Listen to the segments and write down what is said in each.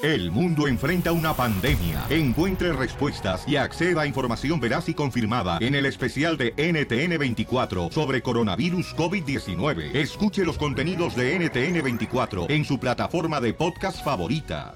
El mundo enfrenta una pandemia. Encuentre respuestas y acceda a información veraz y confirmada en el especial de NTN24 sobre coronavirus COVID-19. Escuche los contenidos de NTN24 en su plataforma de podcast favorita.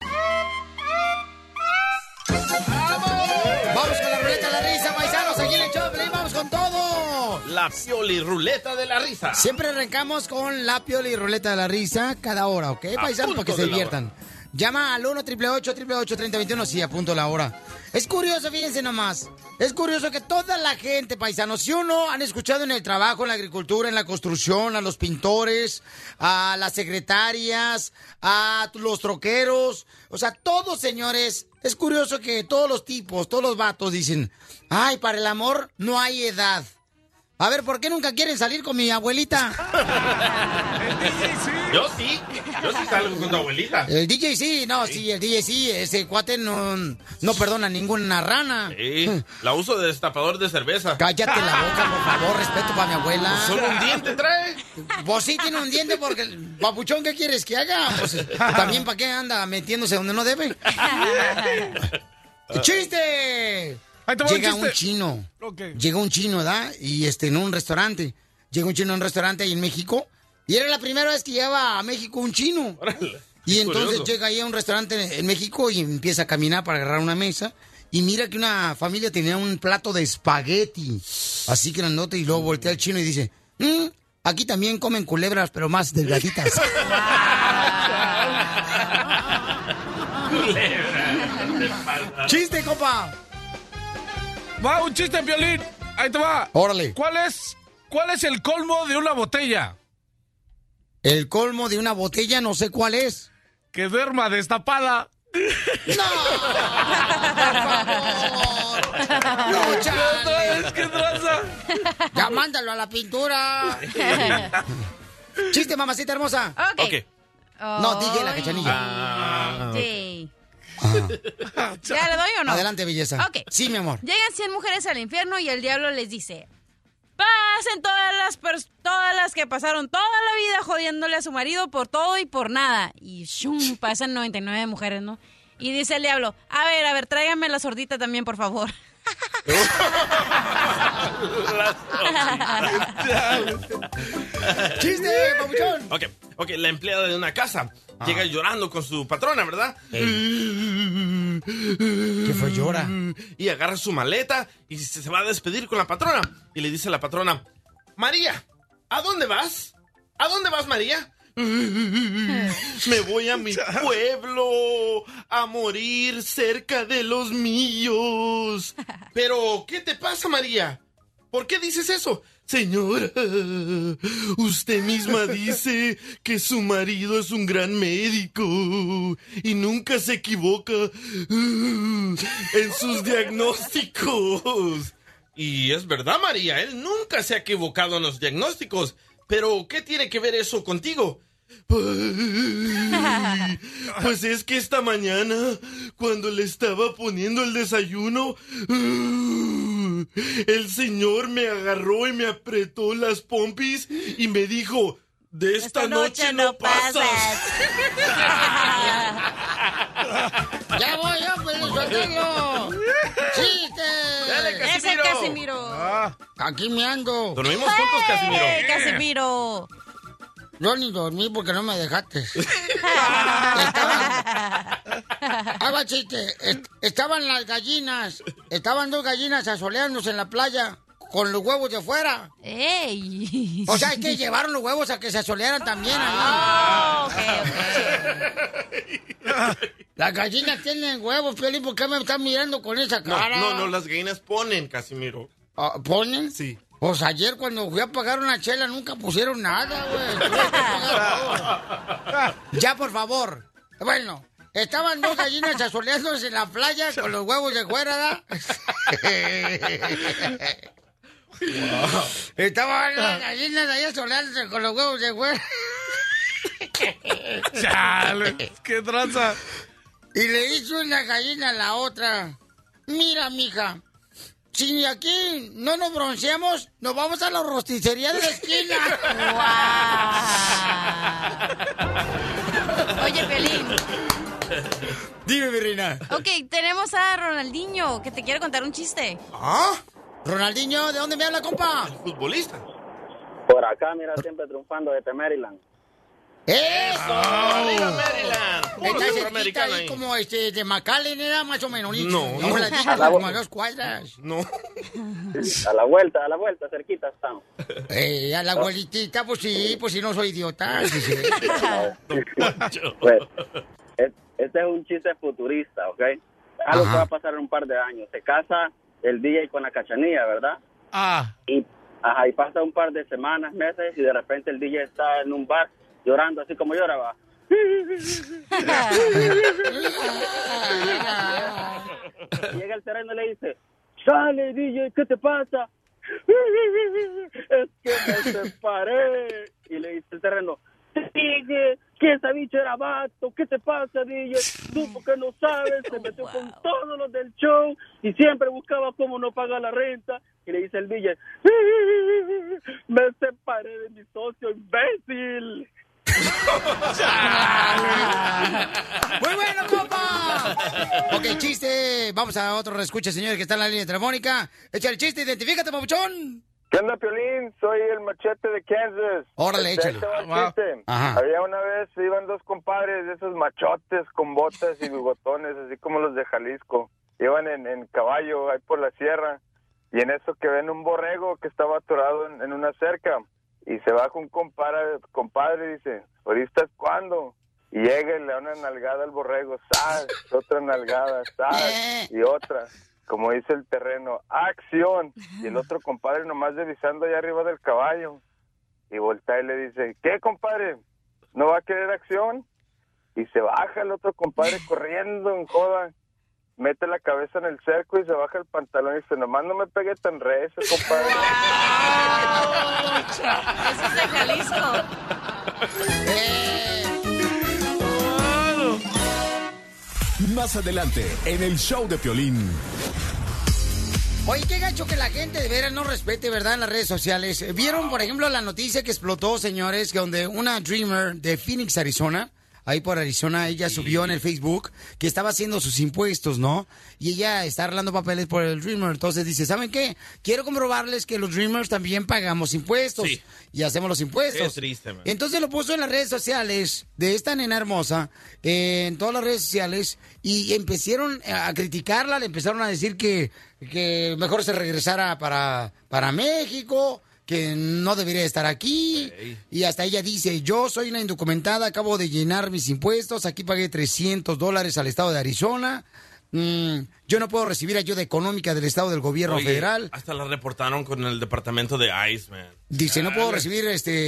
¡Vamos con la ruleta de la risa, paisanos! Aquí en el show, ¡vamos con todo! La Pioli Ruleta de la Risa. Siempre arrancamos con la Pioli Ruleta de la Risa cada hora, ¿ok, paisanos? Para que se diviertan. Llama al 1-888-888-3021, sí, a punto la hora. Es curioso, fíjense nomás. Es curioso que toda la gente, paisanos, si uno han escuchado en el trabajo, en la agricultura, en la construcción, a los pintores, a las secretarias, a los troqueros, o sea, todos, señores, es curioso que todos los tipos, todos los vatos dicen, ay, para el amor no hay edad. A ver, ¿por qué nunca quieren salir con mi abuelita? El DJ sí. Yo sí salgo con tu abuelita. El DJ sí, no, sí, el DJ sí. Ese cuate no perdona ninguna rana. Sí, la uso de destapador de cerveza. Cállate la boca, por favor, respeto para mi abuela. Pues solo un diente trae. Pues sí tiene un diente porque, papuchón, ¿qué quieres que haga? Pues también, ¿para qué anda metiéndose donde no debe? ¡Chiste! Llega un chino. Okay. Llega un chino, ¿verdad? Y en un restaurante. Llega un chino en un restaurante ahí en México. Y era la primera vez que llegaba a México un chino. Órale, y entonces llega ahí a un restaurante en México y empieza a caminar para agarrar una mesa. Y mira que una familia tenía un plato de espagueti. Así grandote. Y luego voltea al chino y dice, aquí también comen culebras, pero más delgaditas. ¡Chiste, compa! Va, un chiste, Piolín. Ahí te va. Órale. ¿Cuál es el colmo de una botella? El colmo de una botella, no sé cuál es. Que duerma destapada. ¡No! ¡Por favor! ¡No, chale! ¿Qué traza? Ya mándalo a la pintura. Chiste, mamacita hermosa. Ok. No, dije la Cachanilla. Sí. ¿Ya le doy o no? Adelante, belleza. Ok. Sí, mi amor. Llegan 100 mujeres al infierno y el diablo les dice, pasen todas las que pasaron toda la vida jodiéndole a su marido por todo y por nada. Y shum, pasan 99 mujeres, ¿no? Y dice el diablo, a ver, tráigame la sordita también, por favor. ¡Chiste, papuchón! Ok, la empleada de una casa llega llorando con su patrona, ¿verdad? ¿Qué fue, llora? Y agarra su maleta y se va a despedir con la patrona. Y le dice a la patrona, María, ¿a dónde vas? ¿A dónde vas, María? Me voy a mi pueblo a morir cerca de los míos. Pero, ¿qué te pasa, María? ¿Por qué dices eso? Señora, usted misma dice que su marido es un gran médico y nunca se equivoca en sus diagnósticos. Y es verdad, María, él nunca se ha equivocado en los diagnósticos. Pero, ¿qué tiene que ver eso contigo? Pues es que esta mañana, cuando le estaba poniendo el desayuno, el señor me agarró y me apretó las pompis y me dijo, de esta noche no pasas. ¡Ya voy, pues, suéltalo! ¡Chiste! ¡Dale, Casimiro! ¡Es el Casimiro! Aquí me ando. ¿Dormimos juntos, Casimiro? ¡Casimiro! Yo ni dormí porque no me dejaste. Chiste. Estaban las gallinas. Estaban dos gallinas asoleándose en la playa con los huevos de fuera. ¡Ey! O sea, es que llevaron los huevos a que se asolearan también ahí. Las gallinas tienen huevos, Piolín. ¿Por qué me están mirando con esa cara? No, las gallinas ponen, Casimiro. ¿Ponen? Sí. Pues ayer cuando fui a pagar una chela nunca pusieron nada, güey. Ya, por favor. Bueno, estaban dos gallinas asoleándose en la playa con los huevos de fuera, ¿verdad? Estaban las gallinas ahí asoleándose con los huevos de fuera. Chale, qué traza. Y le hizo una gallina a la otra. Mira, mija, si aquí no nos bronceamos, nos vamos a la rosticería de la esquina. Wow. Oye, Pelín, Dime, mi reina. Ok, tenemos a Ronaldinho, que te quiere contar un chiste. ¿Ah? Ronaldinho, ¿de dónde me habla, compa? Futbolista. Por acá, mira, siempre triunfando desde Maryland. ¡Eso! ¡Arriba, Maryland! Puro Está cerquita centroamericano ahí ahí. como de McAllen, era más o menos. No. Como la dicha, como a 2 cuadras. No. A la vuelta, cerquita estamos. A la abuelitita, pues sí, no soy idiota. Sí, sí. Pues, este es un chiste futurista, ¿ok? Algo Ajá. que va a pasar en un par de años. Se casa el DJ con la Cachanilla, ¿verdad? Y pasa un par de semanas, meses, y de repente el DJ está en un bar llorando así como lloraba. Llega al terreno y le dice, sale DJ, ¿qué te pasa? Es que me separé. Y le dice el terreno, DJ, que esa bicha era vato, ¿qué te pasa, DJ? Tú porque no sabes, se metió con todos los del show y siempre buscaba cómo no pagar la renta. Y le dice el DJ, me separé de mi socio, imbécil. ¡Muy bueno, compa! Ok, chiste. Vamos a otro reescucha, señores, que está en la línea telefónica. Echa el chiste, identifícate, papuchón. ¿Qué onda, Piolín? Soy el Machete de Kansas. Órale, échale. Este va el chiste. Ajá. Había una vez, iban 2 compadres de esos machotes con botas y bigotones, así como los de Jalisco. Iban en caballo ahí por la sierra, y en eso que ven un borrego que estaba atorado en una cerca, y se baja un compadre y dice, ¿ahorita es cuándo? Y llega y le da una nalgada al borrego, ¡zas! Otra nalgada, ¡zas! Y otra. Como dice el terreno, ¡acción! Y el otro compadre nomás divisando allá arriba del caballo. Y voltea y le dice, ¿qué, compadre? ¿No va a querer acción? Y se baja el otro compadre corriendo en joda. Mete la cabeza en el cerco y se baja el pantalón y dice, nomás no me pegue tan recio, compadre. Eso es de Jalisco. Más adelante, en el show de Piolín. Oye, qué gacho que la gente de veras no respete, ¿verdad? En las redes sociales. ¿Vieron, por ejemplo, la noticia que explotó, señores, que donde una dreamer de Phoenix, Arizona, ahí por Arizona, ella subió en el Facebook que estaba haciendo sus impuestos, ¿no? Y ella está arreglando papeles por el Dreamer. Entonces dice, ¿saben qué? Quiero comprobarles que los Dreamers también pagamos impuestos. Sí. Y hacemos los impuestos. Qué triste, man. Entonces lo puso en las redes sociales de esta nena hermosa, en todas las redes sociales, y empezaron a criticarla, le empezaron a decir que mejor se regresara para México, que no debería estar aquí. Hey. Y hasta ella dice, yo soy una indocumentada, acabo de llenar mis impuestos, aquí pagué $300 al estado de Arizona, yo no puedo recibir ayuda económica del estado del gobierno federal. Hasta la reportaron con el departamento de ICE, man. Dice, no puedo recibir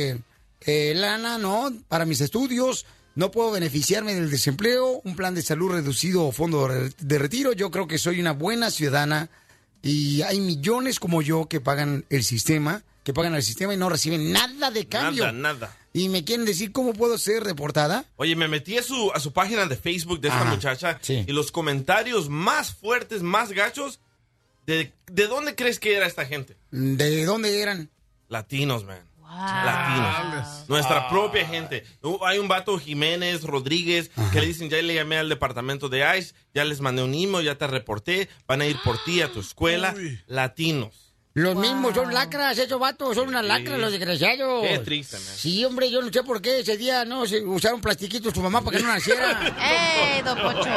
lana, ¿no? Para mis estudios, no puedo beneficiarme del desempleo, un plan de salud reducido o fondo de retiro. Yo creo que soy una buena ciudadana y hay millones como yo que pagan el sistema y no reciben nada de cambio. Nada. Y me quieren decir cómo puedo ser deportada. Oye, me metí a su página de Facebook de esta muchacha y los comentarios más fuertes, más gachos, ¿de dónde crees que era esta gente? ¿De dónde eran? Latinos, man. Latinos. Nuestra propia gente. Hay un vato, Jiménez, Rodríguez, que le dicen, ya le llamé al departamento de ICE, ya les mandé un email, ya te reporté, van a ir por ti a tu escuela. Latinos. Los mismos son lacras, esos vatos son unas lacras, los desgraciados. Qué triste, man. Sí, hombre, yo no sé por qué ese día no se usaron plastiquitos tu mamá para que no naciera. ¡Ey, don Pocho!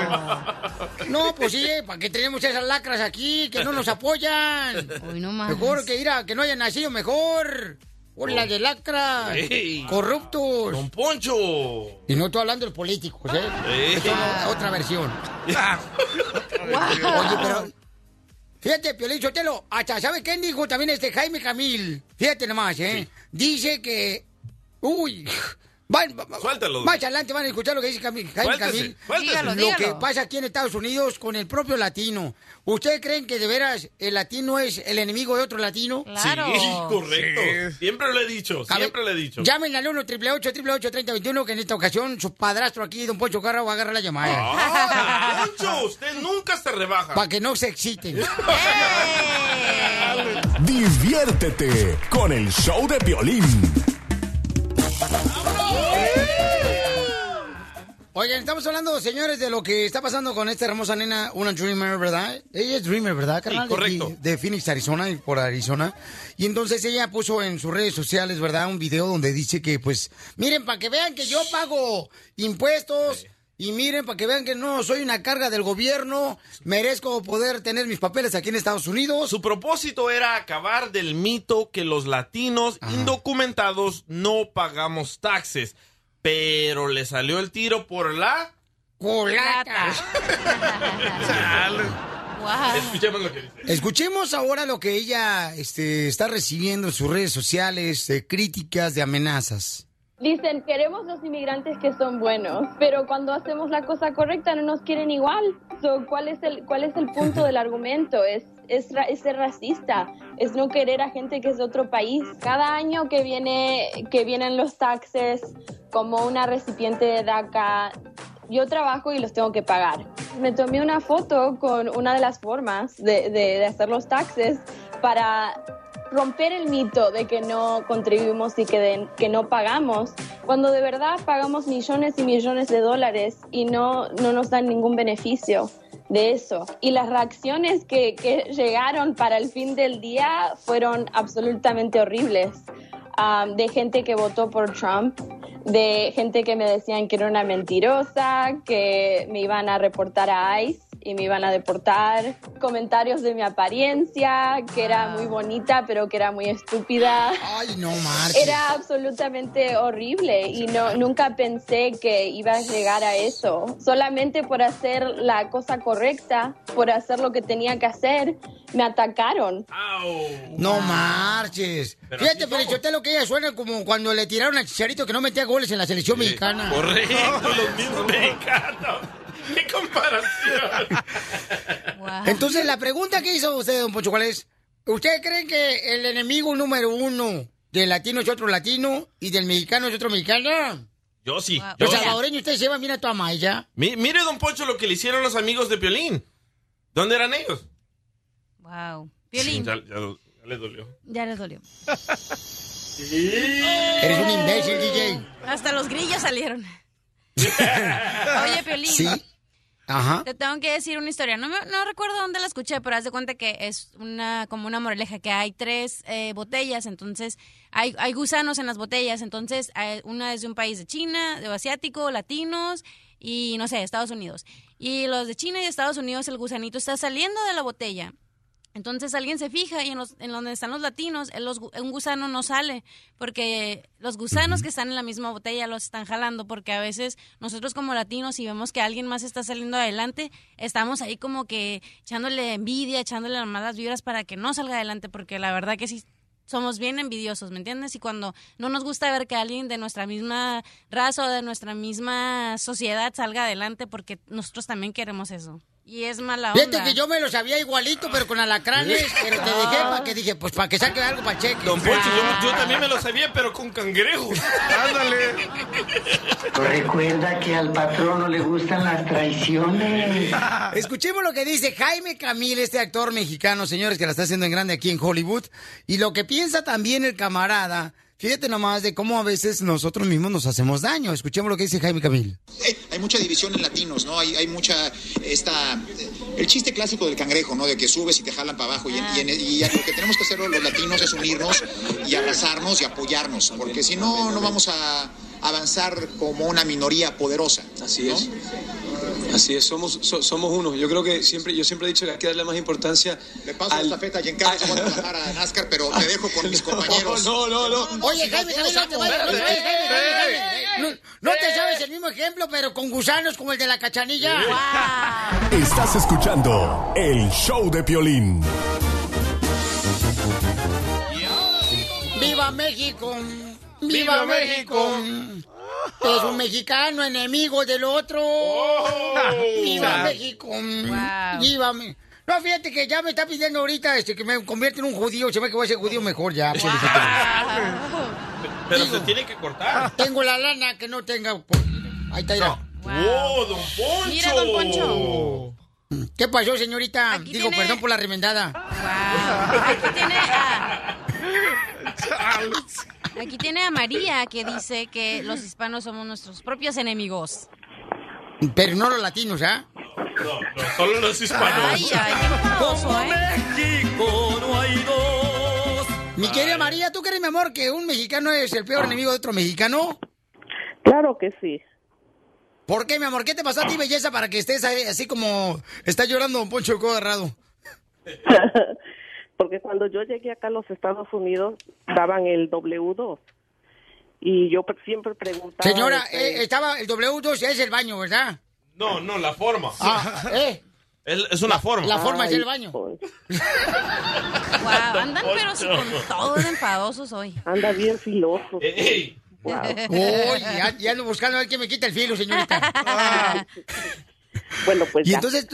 No, pues sí, ¿para qué tenemos esas lacras aquí que no nos apoyan? Uy, no mames. Mejor que no hayan nacido mejor. Hola de lacras. Ey. Corruptos. ¡Don Poncho! Y no estoy hablando de los políticos, ¿eh? Ey. Es otra versión. Wow. Oye, pero... Fíjate, Piolín Sotelo, hasta ¿sabe quién dijo también Jaime Camil? Fíjate nomás, ¿eh? Sí. Dice que... Uy... Suéltalo. Más adelante van a escuchar lo que dice Jaime Camil. Dígalo. Lo que pasa aquí en Estados Unidos con el propio latino. ¿Ustedes creen que de veras el latino es el enemigo de otro latino? Claro. Sí, correcto. Sí. Siempre lo he dicho, Llamen al 1-888-888-3021 que en esta ocasión su padrastro aquí, don Poncho Carra, va a agarrar la llamada. ¡Ah, Poncho! Usted nunca se rebaja. Para que no se exciten. Diviértete con el show de Piolín. Oigan, estamos hablando, señores, de lo que está pasando con esta hermosa nena, una Dreamer, ¿verdad? Ella es Dreamer, ¿verdad, carnal? Sí, correcto. De Phoenix, Arizona, y por Arizona. Y entonces ella puso en sus redes sociales, ¿verdad? Un video donde dice que, pues, miren, para que vean que yo pago impuestos... Sí. Y miren, para que vean que no soy una carga del gobierno, merezco poder tener mis papeles aquí en Estados Unidos. Su propósito era acabar del mito que los latinos indocumentados no pagamos taxes. Pero le salió el tiro por la... ¡culata! Wow. Escuchemos lo que dice. Escuchemos ahora lo que ella está recibiendo en sus redes sociales, de críticas, de amenazas. Dicen, queremos los inmigrantes que son buenos, pero cuando hacemos la cosa correcta no nos quieren igual. So, ¿cuál es el punto del argumento? Es ser racista, es no querer a gente que es de otro país. Cada año que vienen los taxes, como una recipiente de DACA, yo trabajo y los tengo que pagar. Me tomé una foto con una de las formas de hacer los taxes para romper el mito de que no contribuimos y que no pagamos, cuando de verdad pagamos millones y millones de dólares y no nos dan ningún beneficio de eso. Y las reacciones que llegaron para el fin del día fueron absolutamente horribles. De gente que votó por Trump, de gente que me decían que era una mentirosa, que me iban a reportar a ICE y me iban a deportar, comentarios de mi apariencia, que era muy bonita pero que era muy estúpida. Ay, no marches. Era absolutamente horrible y nunca pensé que iba a llegar a eso. Solamente por hacer la cosa correcta, por hacer lo que tenía que hacer, me atacaron. No marches. Pero fíjate, pero yo te lo que ella suena como cuando le tiraron a Chicharito que no metía goles en la selección mexicana. Correcto, los mismos mexicanos. ¡Qué comparación! Wow. Entonces, la pregunta que hizo usted, don Poncho, ¿cuál es? ¿Ustedes creen que el enemigo número uno del latino es otro latino y del mexicano es otro mexicano? Yo sí. Wow. Los salvadoreños, ustedes se van, mira a tu amaya. Mire, don Poncho, lo que le hicieron los amigos de Piolín. ¿Dónde eran ellos? Wow. Piolín. Ya le dolió. Ya les dolió. Eres un imbécil, DJ. Hasta los grillos salieron. Oye, Piolín. Sí. Ajá. Te tengo que decir una historia. No recuerdo dónde la escuché, pero haz de cuenta que es como una moraleja, que hay 3 botellas, entonces hay gusanos en las botellas, entonces una es de un país de China, de asiático, latinos y no sé, Estados Unidos. Y los de China y de Estados Unidos, el gusanito está saliendo de la botella. Entonces alguien se fija y en donde están los latinos, un gusano no sale, porque los gusanos que están en la misma botella los están jalando, porque a veces nosotros como latinos, si vemos que alguien más está saliendo adelante, estamos ahí como que echándole envidia, echándole las malas vibras para que no salga adelante, porque la verdad que sí somos bien envidiosos, ¿me entiendes? Y cuando no nos gusta ver que alguien de nuestra misma raza o de nuestra misma sociedad salga adelante, porque nosotros también queremos eso. Y es mala onda. Fíjate que yo me lo sabía igualito, pero con alacranes, pero te dejé para que dije, pues para que saque algo para cheque. Don Poncho, yo también me lo sabía, pero con cangrejos. Ándale. Recuerda que al patrón no le gustan las traiciones. Escuchemos lo que dice Jaime Camil, este actor mexicano, señores, que la está haciendo en grande aquí en Hollywood. Y lo que piensa también el camarada, fíjate nomás de cómo a veces nosotros mismos nos hacemos daño. Escuchemos lo que dice Jaime Camil. Hay mucha división en latinos, ¿no? Hay mucha el chiste clásico del cangrejo, ¿no? De que subes y te jalan para abajo. Y lo que tenemos que hacer los latinos es unirnos y abrazarnos y apoyarnos, porque si no, no vamos a avanzar como una minoría poderosa. Así es. Así es, somos uno. Yo creo que yo siempre he dicho que hay que darle más importancia. Le paso la estafeta a Giancarlo, se va a trabajar a NASCAR, pero te dejo con mis compañeros. No. Oye, Jaime, no te sabes el mismo ejemplo, pero con gusanos como el de la Cachanilla. Wow. Estás escuchando el show de Piolín. ¡Viva México! ¡Viva México! Es un mexicano enemigo del otro. ¡Viva México! Wow. ¡Viva México! No, fíjate que ya me está pidiendo ahorita que me convierta en un judío. Se ve que voy a ser judío mejor ya. Wow. Pero se tiene que cortar. Tengo la lana que no tenga. Ahí está, mira. ¡Wow, don Poncho! Mira, don Poncho. ¿Qué pasó, señorita? Aquí Digo, tiene... perdón por la remendada. Aquí tiene a María, que dice que los hispanos somos nuestros propios enemigos. Pero no los latinos, ¿ah? No, solo los hispanos. Ay, qué famoso, México no hay dos. Mi querida María, ¿tú crees, mi amor, que un mexicano es el peor enemigo de otro mexicano? Claro que sí. ¿Por qué, mi amor? ¿Qué te pasó a ti, belleza, para que estés ahí, así como está llorando Don Poncho Codarrado? Porque cuando yo llegué acá a los Estados Unidos, daban el W2. Y yo siempre preguntaba... Señora, estaba el W2, es el baño, ¿verdad? No, la forma. Es una forma. La forma es el baño. Wow, andan pero sí con todo de enfadosos hoy. Anda bien filoso. ¡Ey! Wow. Ya ando buscando a ver quién me quita el filo, señorita. Bueno, pues y ya. entonces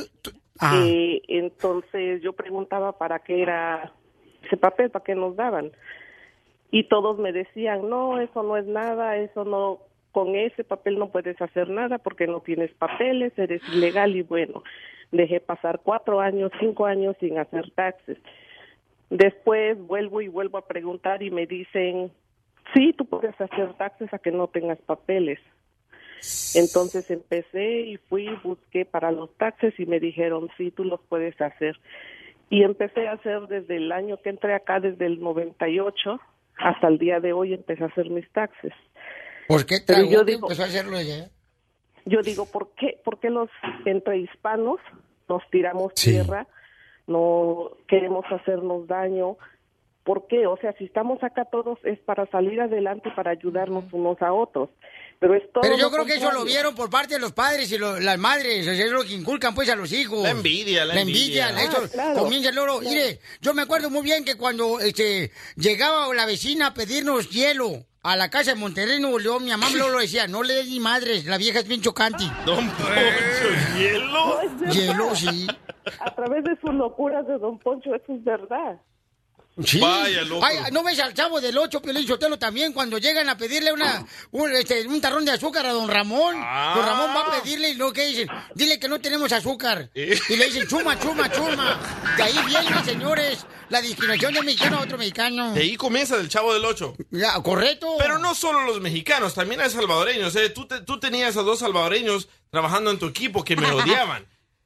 entonces yo preguntaba para qué era ese papel, para qué nos daban. Y todos me decían, no, eso no es nada, eso no, con ese papel no puedes hacer nada porque no tienes papeles, eres ilegal. Y bueno, dejé pasar 4 años, 5 años sin hacer taxes. Después vuelvo a preguntar y me dicen, sí, tú puedes hacer taxes a que no tengas papeles. Entonces empecé y busqué para los taxes y me dijeron, sí, tú los puedes hacer. Y empecé a hacer desde el año que entré acá, desde el 98 hasta el día de hoy, empecé a hacer mis taxes. ¿Por qué empezó a hacerlo ella? Yo digo, ¿por qué los entre hispanos nos tiramos tierra, no queremos hacernos daño? ¿Por qué? O sea, si estamos acá todos es para salir adelante y para ayudarnos unos a otros. Pero yo creo que eso lo vieron por parte de los padres y las madres, o sea, es lo que inculcan pues a los hijos. La envidia. Claro. Comienza el loro. Mire, yo me acuerdo muy bien que cuando llegaba la vecina a pedirnos hielo a la casa de Monterrey, Nuevo León, mi mamá lo decía, no le des ni madres, la vieja es bien chocante. Don Poncho, ¿hielo? Hielo, sí. A través de sus locuras de Don Poncho, eso es verdad. Sí. Vaya, loco. Ay, ¿no ves al Chavo del 8, Piolín Sotelo, también? Cuando llegan a pedirle un tarrón de azúcar a don Ramón. Don Ramón va a pedirle y lo que dicen, dile que no tenemos azúcar. Y le dicen, chuma. De ahí viene, señores, la discriminación de mexicano a otro mexicano. De ahí comienza el Chavo del 8. Ya, correcto. Pero no solo los mexicanos, también hay salvadoreños. Tú tenías a 2 salvadoreños trabajando en tu equipo que me odiaban.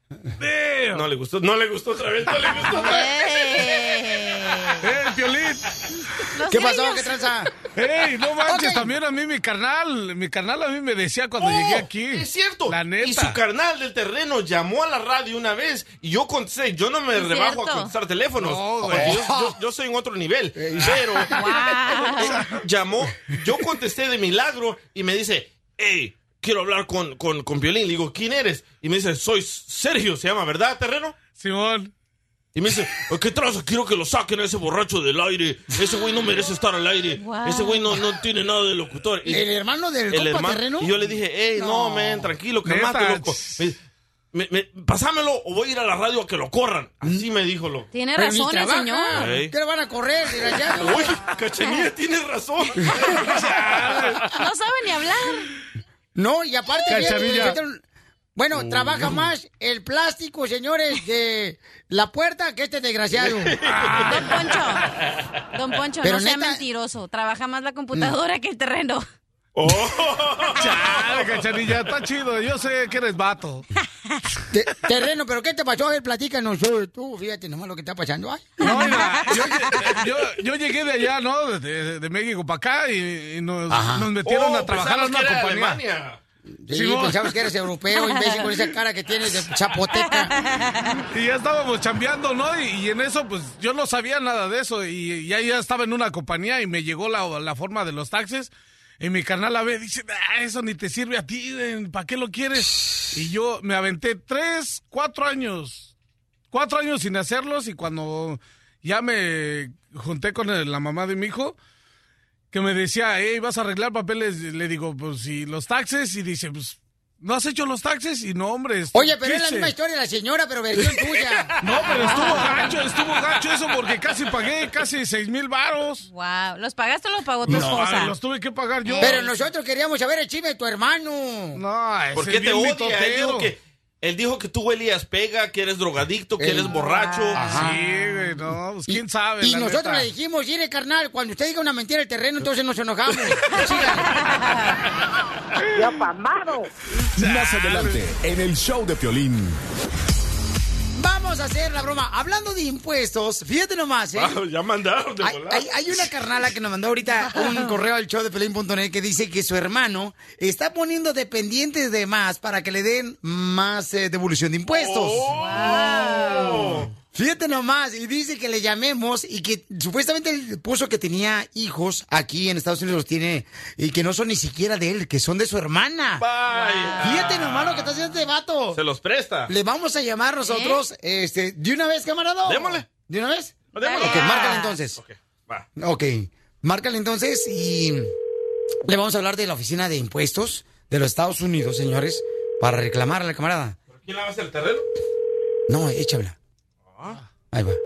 No le gustó otra vez. Piolín. ¿Qué pasó? ¿Qué tranza? ¡Ey, no manches! También a mí mi carnal a mí me decía cuando llegué aquí. Es cierto. La neta. Y su carnal del terreno llamó a la radio una vez y yo contesté. Yo no me rebajo a contestar teléfonos. No, porque yo soy en otro nivel. Pero llamó, yo contesté de milagro y me dice, hey, quiero hablar con Piolín. Le digo, ¿quién eres? Y me dice, soy Sergio, se llama, ¿verdad, terreno? Simón. Y me dice, ¿qué traza? Quiero que lo saquen a ese borracho del aire. Ese güey no merece estar al aire. Wow. Ese güey no tiene nada de locutor. Y ¿el hermano del compa terreno? Y yo le dije, hey, no, men, tranquilo, calmate, loco. Pasámelo o voy a ir a la radio a que lo corran. Así me dijo, loco. Tiene razón el señor. ¿Qué le van a correr, desgraciado? Uy, Cachanilla, tiene razón. No sabe ni hablar. No, y aparte... Bueno, trabaja más el plástico, señores, de la puerta que este desgraciado. Don Poncho, pero no sea mentiroso. Trabaja más la computadora que el terreno. Chale, Cachanilla, está chido. Yo sé que eres vato. Terreno, ¿pero qué te pasó? A ver, platícanos. Tú, fíjate nomás lo que está pasando. Ay. No, mira, yo llegué de allá, ¿no? De México para acá y nos metieron a trabajar en una compañía. Alemania. Sí, pensabas que eres europeo, imbécil, con esa cara que tienes de zapoteca. Y ya estábamos chambeando, ¿no? Y en eso, pues, yo no sabía nada de eso. Y ya estaba en una compañía y me llegó la forma de los taxes. Y mi carnal la ve y dice, eso ni te sirve a ti, ¿para qué lo quieres? Y yo me aventé 4 años. 4 años sin hacerlos y cuando ya me junté con la mamá de mi hijo... que me decía, hey, ¿vas a arreglar papeles? Le digo, pues, sí, los taxes. Y dice, pues, ¿no has hecho los taxes? Y no, hombre. Oye, pero es la misma historia de la señora, pero versión tuya. No, pero estuvo gacho eso porque casi pagué 6,000 varos. Wow, ¿los pagaste o los pagó tu esposa? No, los tuve que pagar yo. Pero nosotros queríamos saber el chisme de tu hermano. No, ¿por qué te odia? Él dijo que Él dijo que tú huelías pega, que eres drogadicto, que eres borracho. Sí, güey, no, pues quién sabe. Y la nosotros neta. le dijimos, mire, carnal, cuando usted diga una mentira el terreno, entonces nos enojamos. ¡Ya pamado! Más adelante, en el show de Piolín. Vamos a hacer la broma. Hablando de impuestos, fíjate nomás, ¿eh? Wow, ya mandaron de volar. Hay una carnala que nos mandó ahorita un correo al showdepiolín.net que dice que su hermano está poniendo dependientes de más para que le den más devolución de impuestos. Wow. Fíjate nomás, y dice que le llamemos y que supuestamente él puso que tenía hijos aquí en Estados Unidos, los tiene, y que no son ni siquiera de él, que son de su hermana. Vaya. Fíjate nomás lo que está haciendo este vato. Se los presta. Le vamos a llamar nosotros, ¿de una vez, camarada? Démosle. ¿De una vez? Démosle. Ok, márcale entonces. Ok, va. Ok, márcale entonces y le vamos a hablar de la oficina de impuestos de los Estados Unidos, señores, para reclamar a la camarada. ¿Quién lava el terreno? No, échamela. Ahí va.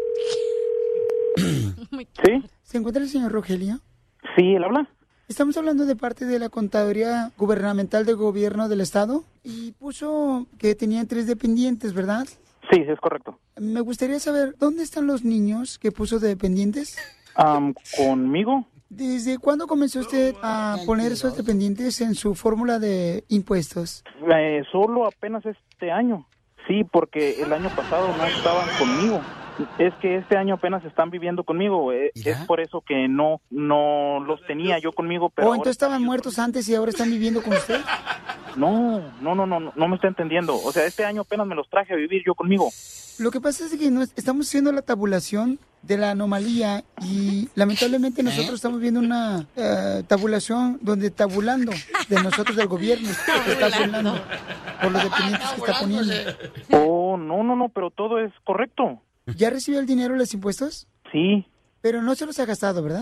¿Sí? ¿Se encuentra el señor Rogelio? Sí, él habla. Estamos hablando de parte de la Contaduría Gubernamental del Gobierno del Estado y puso que tenían 3 dependientes, ¿verdad? Sí, es correcto. Me gustaría saber, ¿dónde están los niños que puso de dependientes? ¿Conmigo? ¿Desde cuándo comenzó usted a poner esos dependientes en su fórmula de impuestos? Solo apenas este año. Sí, porque el año pasado no estaban conmigo. Es que este año apenas están viviendo conmigo. Es por eso que no los tenía yo conmigo. Pero ¿O entonces estaban muertos antes y ahora están viviendo con usted? No me está entendiendo. O sea, este año apenas me los traje a vivir yo conmigo. Lo que pasa es que estamos haciendo la tabulación de la anomalía y lamentablemente nosotros estamos viendo una tabulación donde tabulando de nosotros del gobierno está tabulando por los dependientes que está poniendo. Oh, no, pero todo es correcto. ¿Ya recibió el dinero de los impuestos? Sí. Pero no se los ha gastado, ¿verdad?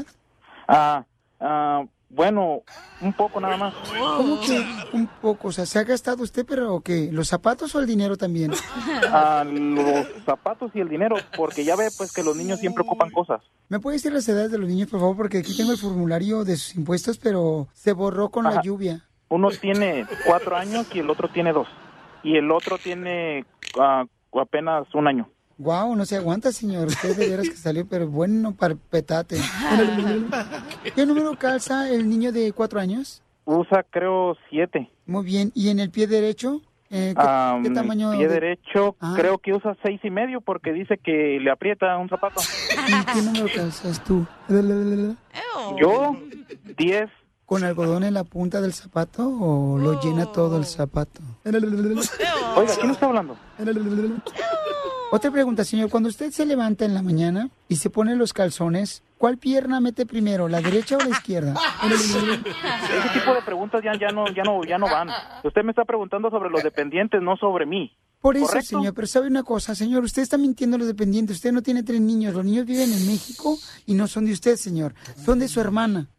Bueno, un poco nada más. ¿Cómo que un poco? O sea, ¿se ha gastado usted, pero qué? ¿Los zapatos o el dinero también? Los zapatos y el dinero, porque ya ve pues que los niños siempre ocupan cosas. ¿Me puede decir las edades de los niños, por favor? Porque aquí tengo el formulario de sus impuestos, pero se borró con la lluvia. Uno tiene 4 años y el otro tiene 2. Y el otro tiene apenas 1 año. Guau, no se aguanta, señor. Usted de veras que salió, pero bueno, para petate. ¿Qué número calza el niño de 4 años? Usa, creo, 7. Muy bien. ¿Y en el pie derecho? ¿Qué tamaño? Pie derecho, creo que usa 6.5 porque dice que le aprieta un zapato. ¿Y qué número calzas tú? Yo, 10. ¿Con algodón en la punta del zapato o lo llena todo el zapato? Oiga, ¿quién está hablando? Otra pregunta, señor. Cuando usted se levanta en la mañana y se pone los calzones, ¿cuál pierna mete primero, la derecha o la izquierda? Ese tipo de preguntas ya no van. Usted me está preguntando sobre los dependientes, no sobre mí. Por eso, ¿correcto? señor, pero sabe una cosa, señor, usted está mintiendo a los dependientes. Usted no tiene 3 niños. Los niños viven en México y no son de usted, señor. Son de su hermana.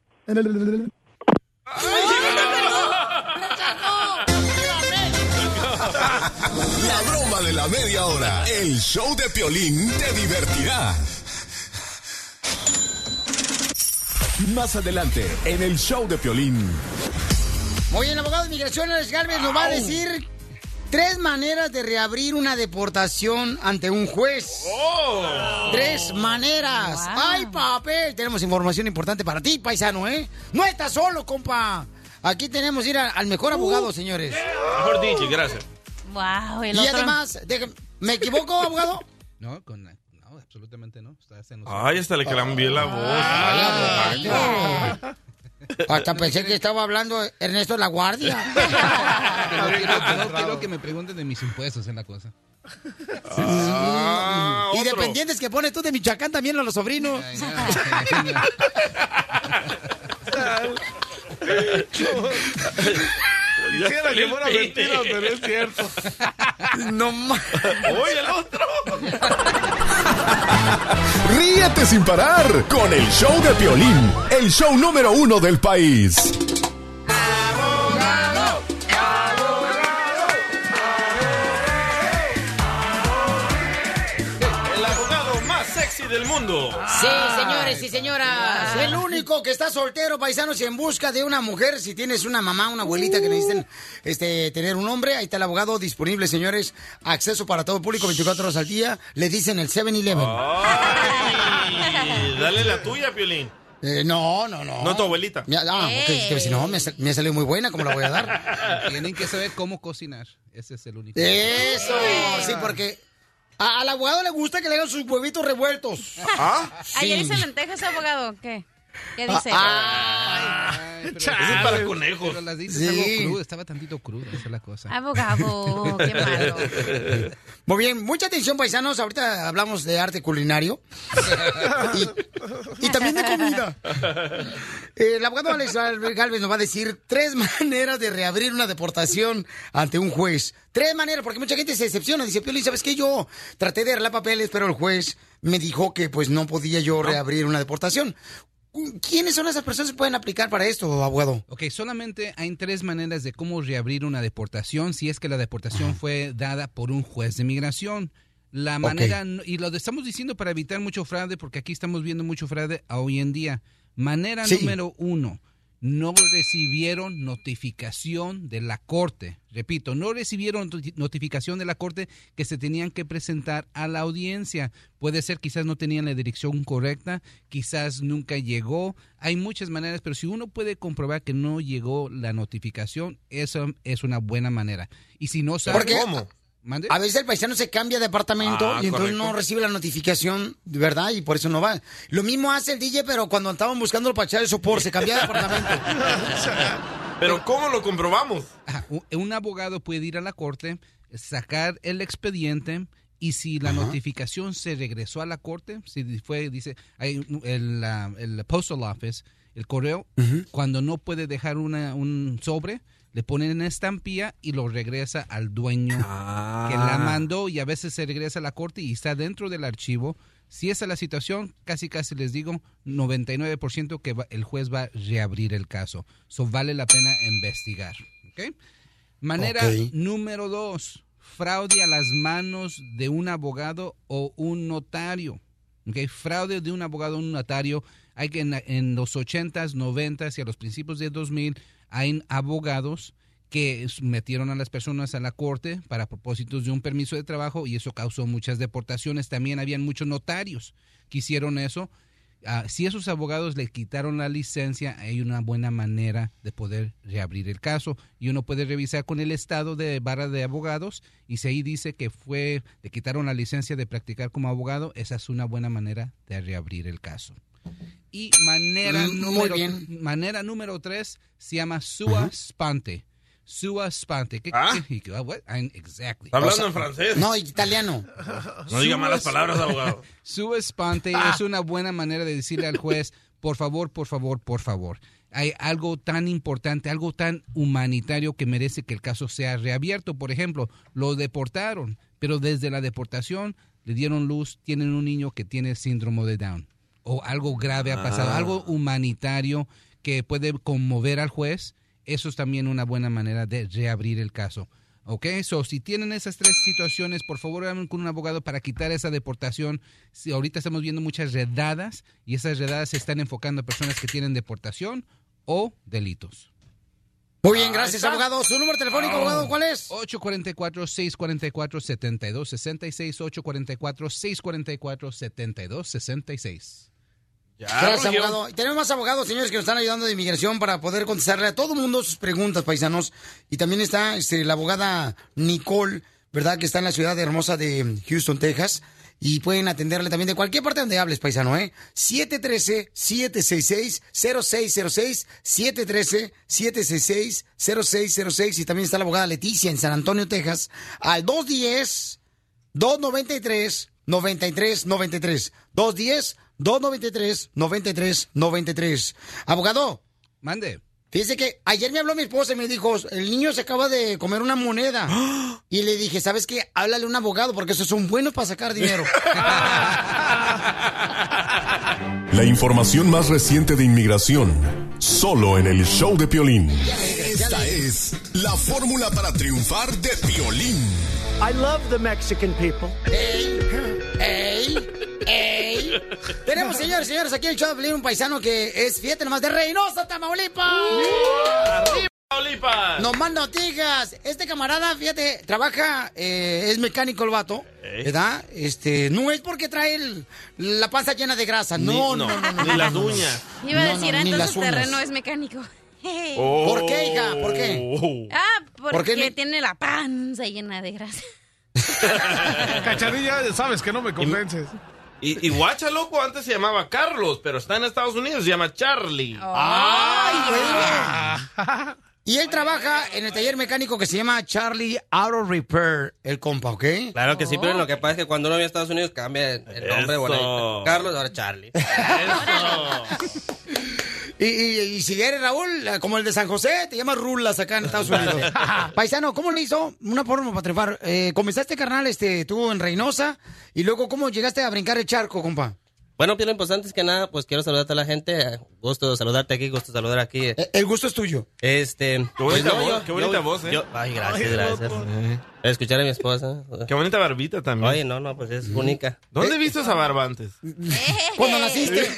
La broma de la media hora. El show de Piolín te divertirá. Más adelante, en el show de Piolín. Muy bien, el abogado de inmigración, Alex Galvez, nos va a decir 3 maneras de reabrir una deportación ante un juez. 3 maneras. Wow. ¡Ay, papel! Tenemos información importante para ti, paisano, ¿eh? No estás solo, compa. Aquí tenemos que ir al mejor abogado, señores. Mejor DJ, gracias. Wow, y además, ¿me equivoco, abogado? No, absolutamente no. Ay, hasta le cambié la voz. Hasta pensé que estaba hablando Ernesto La Guardia. No quiero que me pregunten de mis impuestos en la cosa. Y dependientes que pones tú de Michoacán también a los sobrinos. Quisiera que fuera mentira, pero es cierto. No más. Oye, el otro. Ríete sin parar con el show de Piolín, el show número 1 del país. Abogado, el abogado más sexy del mundo. Sí, señores y señoras. El único que está soltero, paisanos, y en busca de una mujer. Si tienes una mamá, una abuelita que necesiten tener un hombre, ahí está el abogado disponible, señores. Acceso para todo el público, 24 horas al día. Le dicen el 7-Eleven. Dale la tuya, Piolín. No. No tu abuelita. Ok, si no, me ha salido muy buena, ¿cómo la voy a dar? Tienen que saber cómo cocinar. Ese es el único. Eso, sí, porque al abogado le gusta que le hagan sus huevitos revueltos. Sí. Ayer hice lentejas, abogado. ¿Qué dice? Eso es para conejos. Pero las dices algo crudo, estaba tantito crudo, esa es la cosa. Abogado, qué malo. Muy bien, mucha atención, paisanos. Ahorita hablamos de arte culinario y también de comida. El abogado Alex Galvez nos va a decir 3 maneras de reabrir una deportación ante un juez. 3 maneras, porque mucha gente se decepciona. Dice, Piolín, ¿sabes qué? Yo traté de arreglar papeles, pero el juez me dijo que pues no podía yo reabrir una deportación. ¿Quiénes son esas personas que pueden aplicar para esto, abogado? Ok, solamente hay 3 maneras de cómo reabrir una deportación si es que la deportación fue dada por un juez de migración. La manera, y lo estamos diciendo para evitar mucho fraude, porque aquí estamos viendo mucho fraude hoy en día. Manera número 1, no recibieron notificación de la corte. Repito, no recibieron notificación de la corte que se tenían que presentar a la audiencia. Puede ser quizás no tenían la dirección correcta, quizás nunca llegó. Hay muchas maneras, pero si uno puede comprobar que no llegó la notificación, eso es una buena manera. Y si no sabe cómo. A veces el paisano se cambia de apartamento y entonces no recibe la notificación, ¿verdad? Y por eso no va. Lo mismo hace el DJ, pero cuando estaban buscando para echar el sopor, se cambia de apartamento. ¿Pero cómo lo comprobamos? Un abogado puede ir a la corte, sacar el expediente, y si la notificación se regresó a la corte, si fue, dice, hay el postal office, el correo, cuando no puede dejar un sobre, le ponen en estampilla y lo regresa al dueño que la mandó, y a veces se regresa a la corte y está dentro del archivo. Si esa es la situación, casi les digo 99% que el juez va a reabrir el caso. So vale la pena investigar. ¿Okay? Manera número 2, fraude a las manos de un abogado o un notario. ¿Okay? Fraude de un abogado o un notario. Hay que en los 80s, 90s y a los principios de 2000 hay abogados que metieron a las personas a la corte para propósitos de un permiso de trabajo y eso causó muchas deportaciones. También habían muchos notarios que hicieron eso. Si esos abogados le quitaron la licencia, hay una buena manera de poder reabrir el caso y uno puede revisar con el estado de barra de abogados y si ahí dice que le quitaron la licencia de practicar como abogado, esa es una buena manera de reabrir el caso. Y manera número 3 se llama sua sponte. Sua sponte. Exactly. Hablando en francés. No, italiano. No diga malas palabras, abogado. Sua sponte es una buena manera de decirle al juez, por favor. Hay algo tan importante, algo tan humanitario que merece que el caso sea reabierto. Por ejemplo, lo deportaron, pero desde la deportación le dieron luz, tienen un niño que tiene síndrome de Down. O algo grave ha pasado, algo humanitario que puede conmover al juez. Eso es también una buena manera de reabrir el caso. ¿Ok? Si tienen esas 3 situaciones, por favor, hablen con un abogado para quitar esa deportación. Ahorita estamos viendo muchas redadas y esas redadas se están enfocando a personas que tienen deportación o delitos. Muy bien, gracias, abogado. ¿Su número telefónico, abogado, cuál es? 844-644-7266. 844-644-7266. Gracias, abogado. Y tenemos más abogados, señores, que nos están ayudando de inmigración para poder contestarle a todo el mundo sus preguntas, paisanos. Y también está la abogada Nicole, ¿verdad? Que está en la ciudad hermosa de Houston, Texas. Y pueden atenderle también de cualquier parte donde hables, paisano, 713-766-0606. 713-766-0606. Y también está la abogada Leticia en San Antonio, Texas, al 210-293-9393. 210-293-9393. Abogado. Mande. Fíjese que ayer me habló mi esposa y me dijo, el niño se acaba de comer una moneda. Y le dije, ¿sabes qué? Háblale a un abogado porque esos son buenos para sacar dinero. La información más reciente de inmigración, solo en el show de Piolín. Esta es la fórmula para triunfar de Piolín. I love the Mexican people. Ey, ey, ey. Tenemos, señores, aquí el show de Piolín, un paisano que es, fíjate nomás, de Reynosa, Tamaulipas. ¡Arriba, Tamaulipas! Nos manda noticias. Este camarada, fíjate, trabaja, es mecánico el vato, ¿verdad? No es porque trae la panza llena de grasa. No. Ni las uñas. Iba a decir, entonces el terreno es mecánico. ¿Por qué, hija? ¿Por qué? Porque tiene la panza llena de grasa. Cachanilla, sabes que no me convences. Y guacha, loco, antes se llamaba Carlos, pero está en Estados Unidos, se llama Charlie. Y él trabaja en el taller mecánico que se llama Charlie Auto Repair, el compa, ¿ok? Claro que sí, pero lo que pasa es que cuando uno viene a Estados Unidos cambia el nombre. Bueno, Carlos, ahora Charlie. Y si eres Raúl, como el de San José, te llamas Rulas acá en Estados Unidos. Paisano, ¿cómo le hizo una forma para trepar? Comenzaste, carnal, tú en Reynosa, y luego, ¿cómo llegaste a brincar el charco, compa? Bueno, Piolín, pues antes que nada, pues quiero saludarte a la gente. Gusto saludarte aquí, gusto saludar aquí. El gusto es tuyo. Qué bonita voz, ¿eh? Ay, gracias. Escuchar a mi esposa. Qué bonita barbita también. Oye, no, pues es única. ¿Dónde viste esa barba antes? Cuando naciste.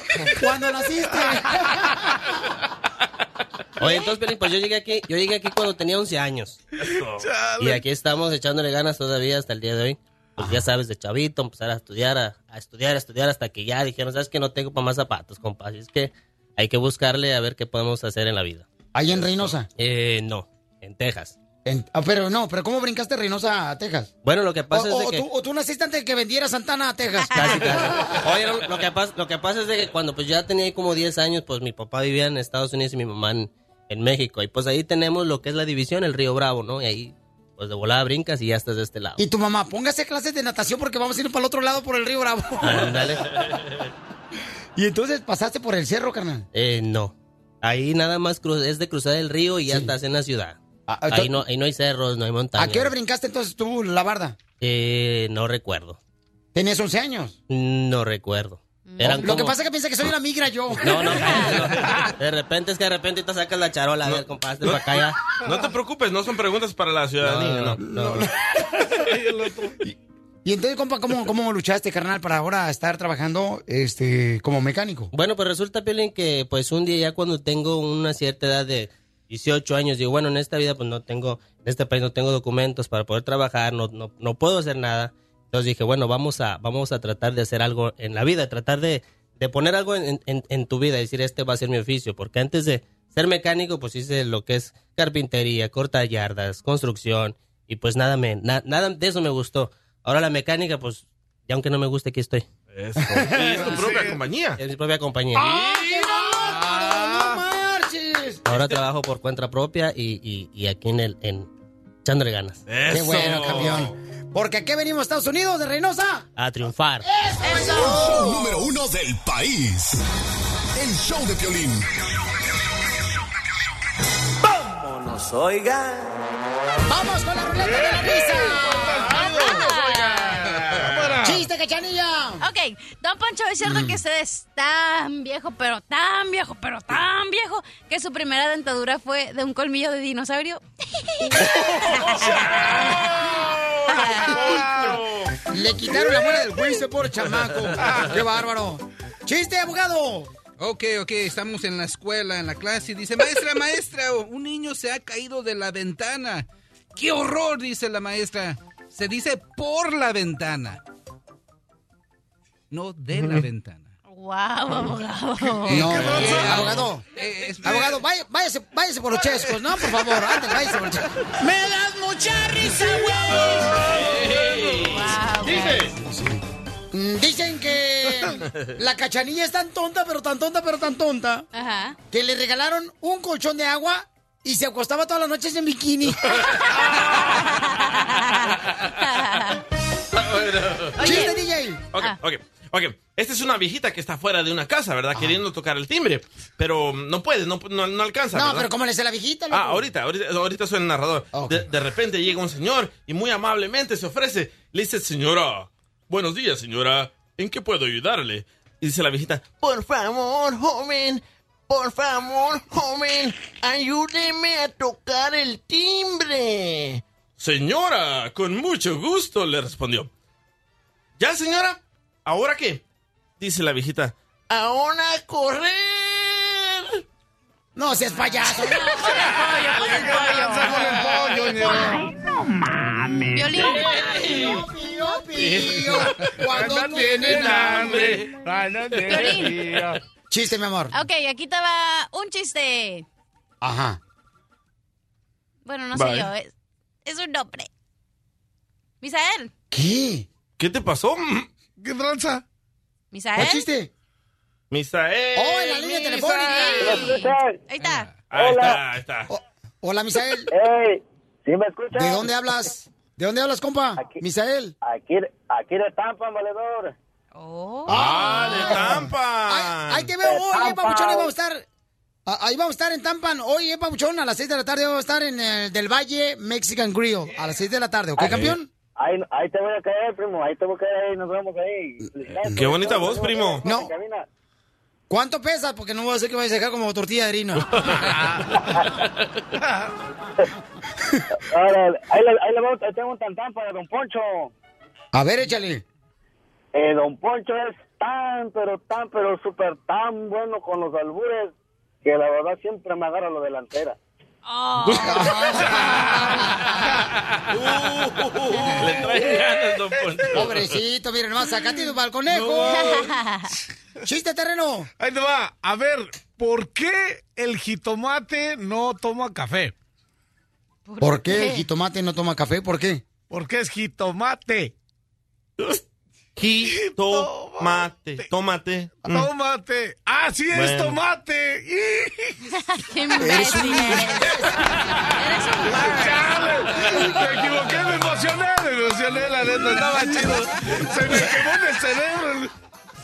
Oye, entonces, Piolín, pues yo llegué aquí cuando tenía 11 años. Y aquí estamos echándole ganas todavía hasta el día de hoy. Pues ya sabes, de chavito, empezar a estudiar hasta que ya dijeron, ¿sabes que no tengo para más zapatos, compa? Así es que hay que buscarle a ver qué podemos hacer en la vida. ¿Ahí en Reynosa? No, en Texas. Pero ¿cómo brincaste de Reynosa a Texas? Bueno, lo que pasa es de que... ¿O tú naciste antes de que vendiera Santana a Texas? Casi. Oye, lo que pasa es de que cuando pues ya tenía como 10 años, pues mi papá vivía en Estados Unidos y mi mamá en México. Y pues ahí tenemos lo que es la división, el Río Bravo, ¿no? Y ahí... pues de volada brincas y ya estás de este lado. Y tu mamá, póngase clases de natación porque vamos a ir para el otro lado por el Río Bravo. Ándale. ¿Y entonces pasaste por el cerro, carnal? No. Ahí nada más es de cruzar el río y ya estás en la ciudad. Ahí no hay cerros, no hay montañas. ¿A qué hora brincaste entonces tú la barda? No recuerdo. ¿Tenías 11 años? No recuerdo. Lo que pasa es que piensa que soy una migra yo. No. De repente te sacas la charola, a ver, compadre, para acá ya. No te preocupes, no son preguntas para la ciudadanía. No. Y entonces, compa, ¿cómo luchaste, carnal, para ahora estar trabajando como mecánico? Bueno, pues resulta, Piolín, que pues un día ya cuando tengo una cierta edad de 18 años, digo, bueno, en esta vida pues en este país no tengo documentos para poder trabajar, no puedo hacer nada. Entonces dije, bueno, vamos a tratar de hacer algo en la vida, tratar de poner algo en tu vida, decir, este va a ser mi oficio, porque antes de ser mecánico, pues hice lo que es carpintería, cortar yardas, construcción, y pues nada de eso me gustó. Ahora la mecánica, pues, ya aunque no me guste, aquí estoy. Eso. ¿Y es tu propia compañía? Es mi propia compañía. ¡No marches! Ahora trabajo por cuenta propia y aquí echándole ganas. Eso. ¡Qué bueno, campeón! Porque aquí venimos a Estados Unidos, de Reynosa. A triunfar. El show número 1 del país. El show de Piolín. ¡Vámonos, oiga! ¡Vamos con la ruleta de la risa! ¡Chiste, Cachanilla! Ok, Don Poncho, ¿es cierto que usted es tan viejo, pero tan viejo, que su primera dentadura fue de un colmillo de dinosaurio? Le quitaron la muela del juicio por chamaco. ¡Qué bárbaro! ¡Chiste, abogado! Ok, estamos en la escuela, en la clase, y dice, maestra, un niño se ha caído de la ventana. ¡Qué horror!, dice la maestra. Se dice por la ventana, no de la ventana. ¡Wow, abogado! Abogado, váyase por los chescos, ¿no? Por favor, antes, váyase por los chescos. ¡Me das mucha risa, güey! Dicen que la Cachanilla es tan tonta, pero tan tonta, Ajá. que le regalaron un colchón de agua y se acostaba todas las noches en bikini. ¡Chiste, DJ! Ok. Esta es una viejita que está fuera de una casa, ¿verdad? Queriendo tocar el timbre. Pero no puede, no alcanza, No, ¿verdad? pero ¿cómo le hace la viejita, loco? Ahorita soy el narrador. Okay. De repente llega un señor y muy amablemente se ofrece. Le dice, señora, buenos días, señora. ¿En qué puedo ayudarle? Y dice la viejita, por favor, joven, ayúdeme a tocar el timbre. Señora, con mucho gusto, le respondió. ¿Ya, señora? ¿Ahora qué? dice la viejita, ¡ahora correr! No seas payaso. Ay, no mames. Violín. Pío, cuando tienen hambre. Violín. Chiste, mi amor. Ok, aquí te va un chiste. Ajá. Bueno, no sé yo. Es un nombre. Misael. ¿Qué? ¿Qué te pasó? ¿Qué tranza? Misael. ¿Qué chiste? Misael. ¡Oh, en la línea telefónica! Ahí está. Ahí está. Hola, Misael. Hey, ¿sí me escuchas? ¿De dónde hablas? ¿De dónde hablas, compa? Misael. Aquí de Tampa, valedor. Oh. De Tampa. Ahí te veo hoy, papuchón. Ahí vamos a estar. Ahí vamos a estar en Tampa. Hoy, papuchón, a las 6 de la tarde vamos a estar en el del Valle Mexican Grill. A las 6 de la tarde, ¿ok, campeón? Ahí te voy a caer, primo. Ahí te voy a caer. Nos vemos ahí. Qué bonita voz, primo. No. ¿Cuánto pesas? Porque no voy a hacer que vayas a dejar como tortilla de harina. Ahí tengo un tantán para Don Poncho. A ver, échale. Don Poncho es tan, pero súper tan bueno con los albures que la verdad siempre me agarra lo delantera. Oh. Le trae ganas, Don Poncho. Pobrecito, miren, nomás sacatito para el conejo. Chiste, terreno. Ahí te va. A ver, ¿por qué el jitomate no toma café? ¿Por qué el jitomate no toma café? ¿Por qué? Porque es jitomate. Jitomate. Tómate. Tomate. ¡Ah, sí es tomate! ¡Qué imbécil! Me equivoqué, me emocioné, la neta, estaba chido. Se me quemó en el cerebro.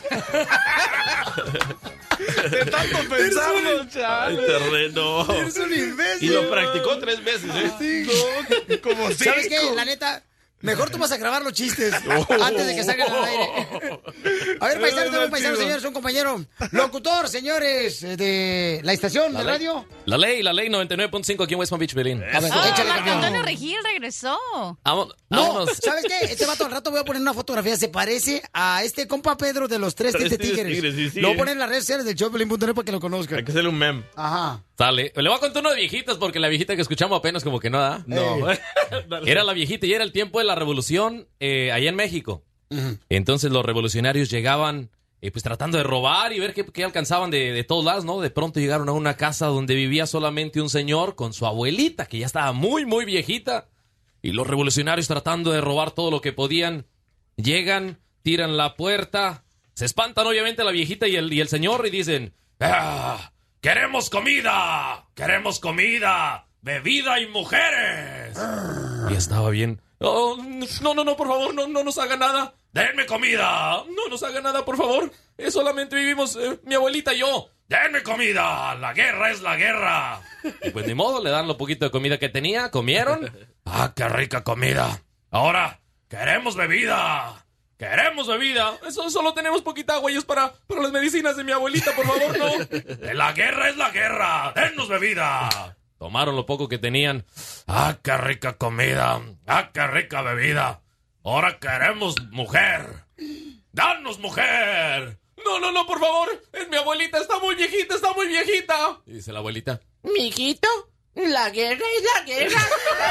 De tanto pensarlo, chaval. Ay, terreno. Eres un imbécil. Y lo practicó 3 veces, ¿eh? Como 5. ¿Sabes qué? La neta, mejor tú vas a grabar los chistes antes de que salgan al aire. A ver, paisanos, señores, un compañero. Locutor, señores, de la estación de radio. La ley 99.5 aquí en West Palm Beach, Berlín. A ver, échale, Marco campeón. Antonio Regil regresó. No, Vámonos. ¿sabes qué? Este vato al rato voy a poner una fotografía. Se parece a este compa Pedro de los Tres Tigres. Sí. Lo voy a poner en las redes sociales del Showpelín.net para que lo conozcan. Hay que hacerle un meme. Ajá. Sale. Le voy a contar uno de viejitas porque la viejita que escuchamos apenas como que no da. No. Era la viejita y era el tiempo de la revolución allá en México. Entonces los revolucionarios llegaban pues tratando de robar y ver qué alcanzaban de todos lados, ¿no? De pronto llegaron a una casa donde vivía solamente un señor con su abuelita, que ya estaba muy, muy viejita. Y los revolucionarios tratando de robar todo lo que podían. Llegan, tiran la puerta, se espantan obviamente la viejita y el señor y dicen... ¡Queremos comida! ¡Queremos comida! ¡Bebida y mujeres! Y estaba bien. Oh, no, por favor, no nos haga nada. ¡Denme comida! No nos haga nada, por favor. Solamente vivimos mi abuelita y yo. ¡Denme comida! ¡La guerra es la guerra! Y pues ni modo, le dan lo poquito de comida que tenía, comieron. ¡Ah, qué rica comida! Ahora, ¡queremos bebida! ¡Queremos bebida! Eso solo tenemos poquita agua y es para las medicinas de mi abuelita, por favor, no. ¡La guerra es la guerra! ¡Dennos bebida! Tomaron lo poco que tenían. ¡Ah, qué rica comida! ¡Ah, qué rica bebida! ¡Ahora queremos mujer! ¡Danos mujer! No, por favor. Es mi abuelita, está muy viejita. Y dice la abuelita. Mijito, la guerra es la guerra.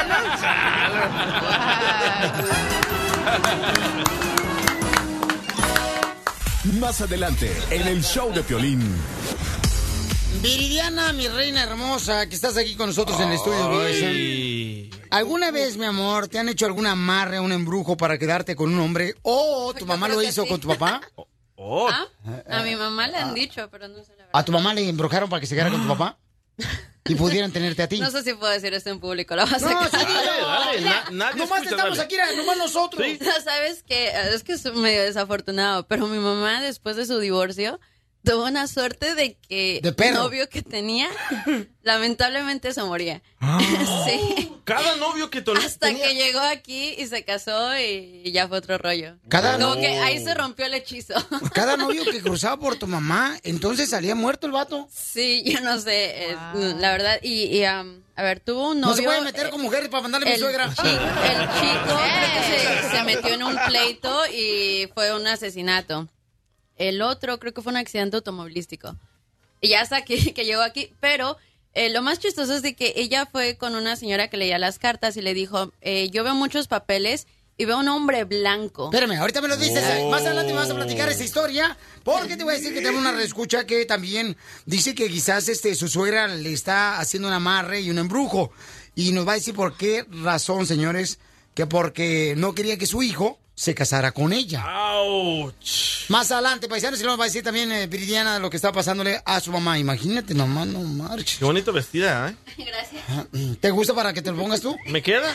Más adelante, en el show de Piolín. Viridiana, mi reina hermosa, que estás aquí con nosotros en el estudio. Ay. ¿Alguna vez, mi amor, te han hecho algún amarre, un embrujo para quedarte con un hombre? ¿O tu mamá lo hizo con tu papá? A mi mamá le han dicho, pero no sé la verdad. ¿A tu mamá le embrujaron para que se quedara con tu papá? Y pudieran tenerte a ti. No sé si puedo decir esto en público. ¿La vas a No, sacar? sí, dale. Nomás estamos aquí, nomás nosotros. ¿Sí? ¿Sabes qué? Es que es medio desafortunado, pero mi mamá, después de su divorcio, tuvo una suerte de que el novio que tenía, lamentablemente se moría. Sí. Cada novio que Hasta que llegó aquí y se casó y ya fue otro rollo. Como que ahí se rompió el hechizo. Cada novio que cruzaba por tu mamá, entonces salía muerto el vato. Sí, yo no sé, la verdad. Y a ver, tuvo un novio... No se puede meter con mujeres para mandarle a mi suegra. El chico creo que se metió en un pleito y fue un asesinato. el otro creo que fue un accidente automovilístico. Y ya hasta que llegó aquí, pero lo más chistoso es de que ella fue con una señora que leía las cartas y le dijo, yo veo muchos papeles y veo un hombre blanco. Espérame, ahorita me lo dices. Más adelante me vas a platicar esa historia. Porque te voy a decir que tengo una reescucha que también dice que quizás su suegra le está haciendo un amarre y un embrujo. Y nos va a decir por qué razón, señores, que porque no quería que su hijo se casara con ella. ¡Auch! Más adelante, paisanos, y luego va a decir también Viridiana lo que está pasándole a su mamá. Imagínate nomás, no marches. Qué bonito vestida, ¿eh? Gracias. ¿Te gusta para que te lo pongas tú? ¿Me queda?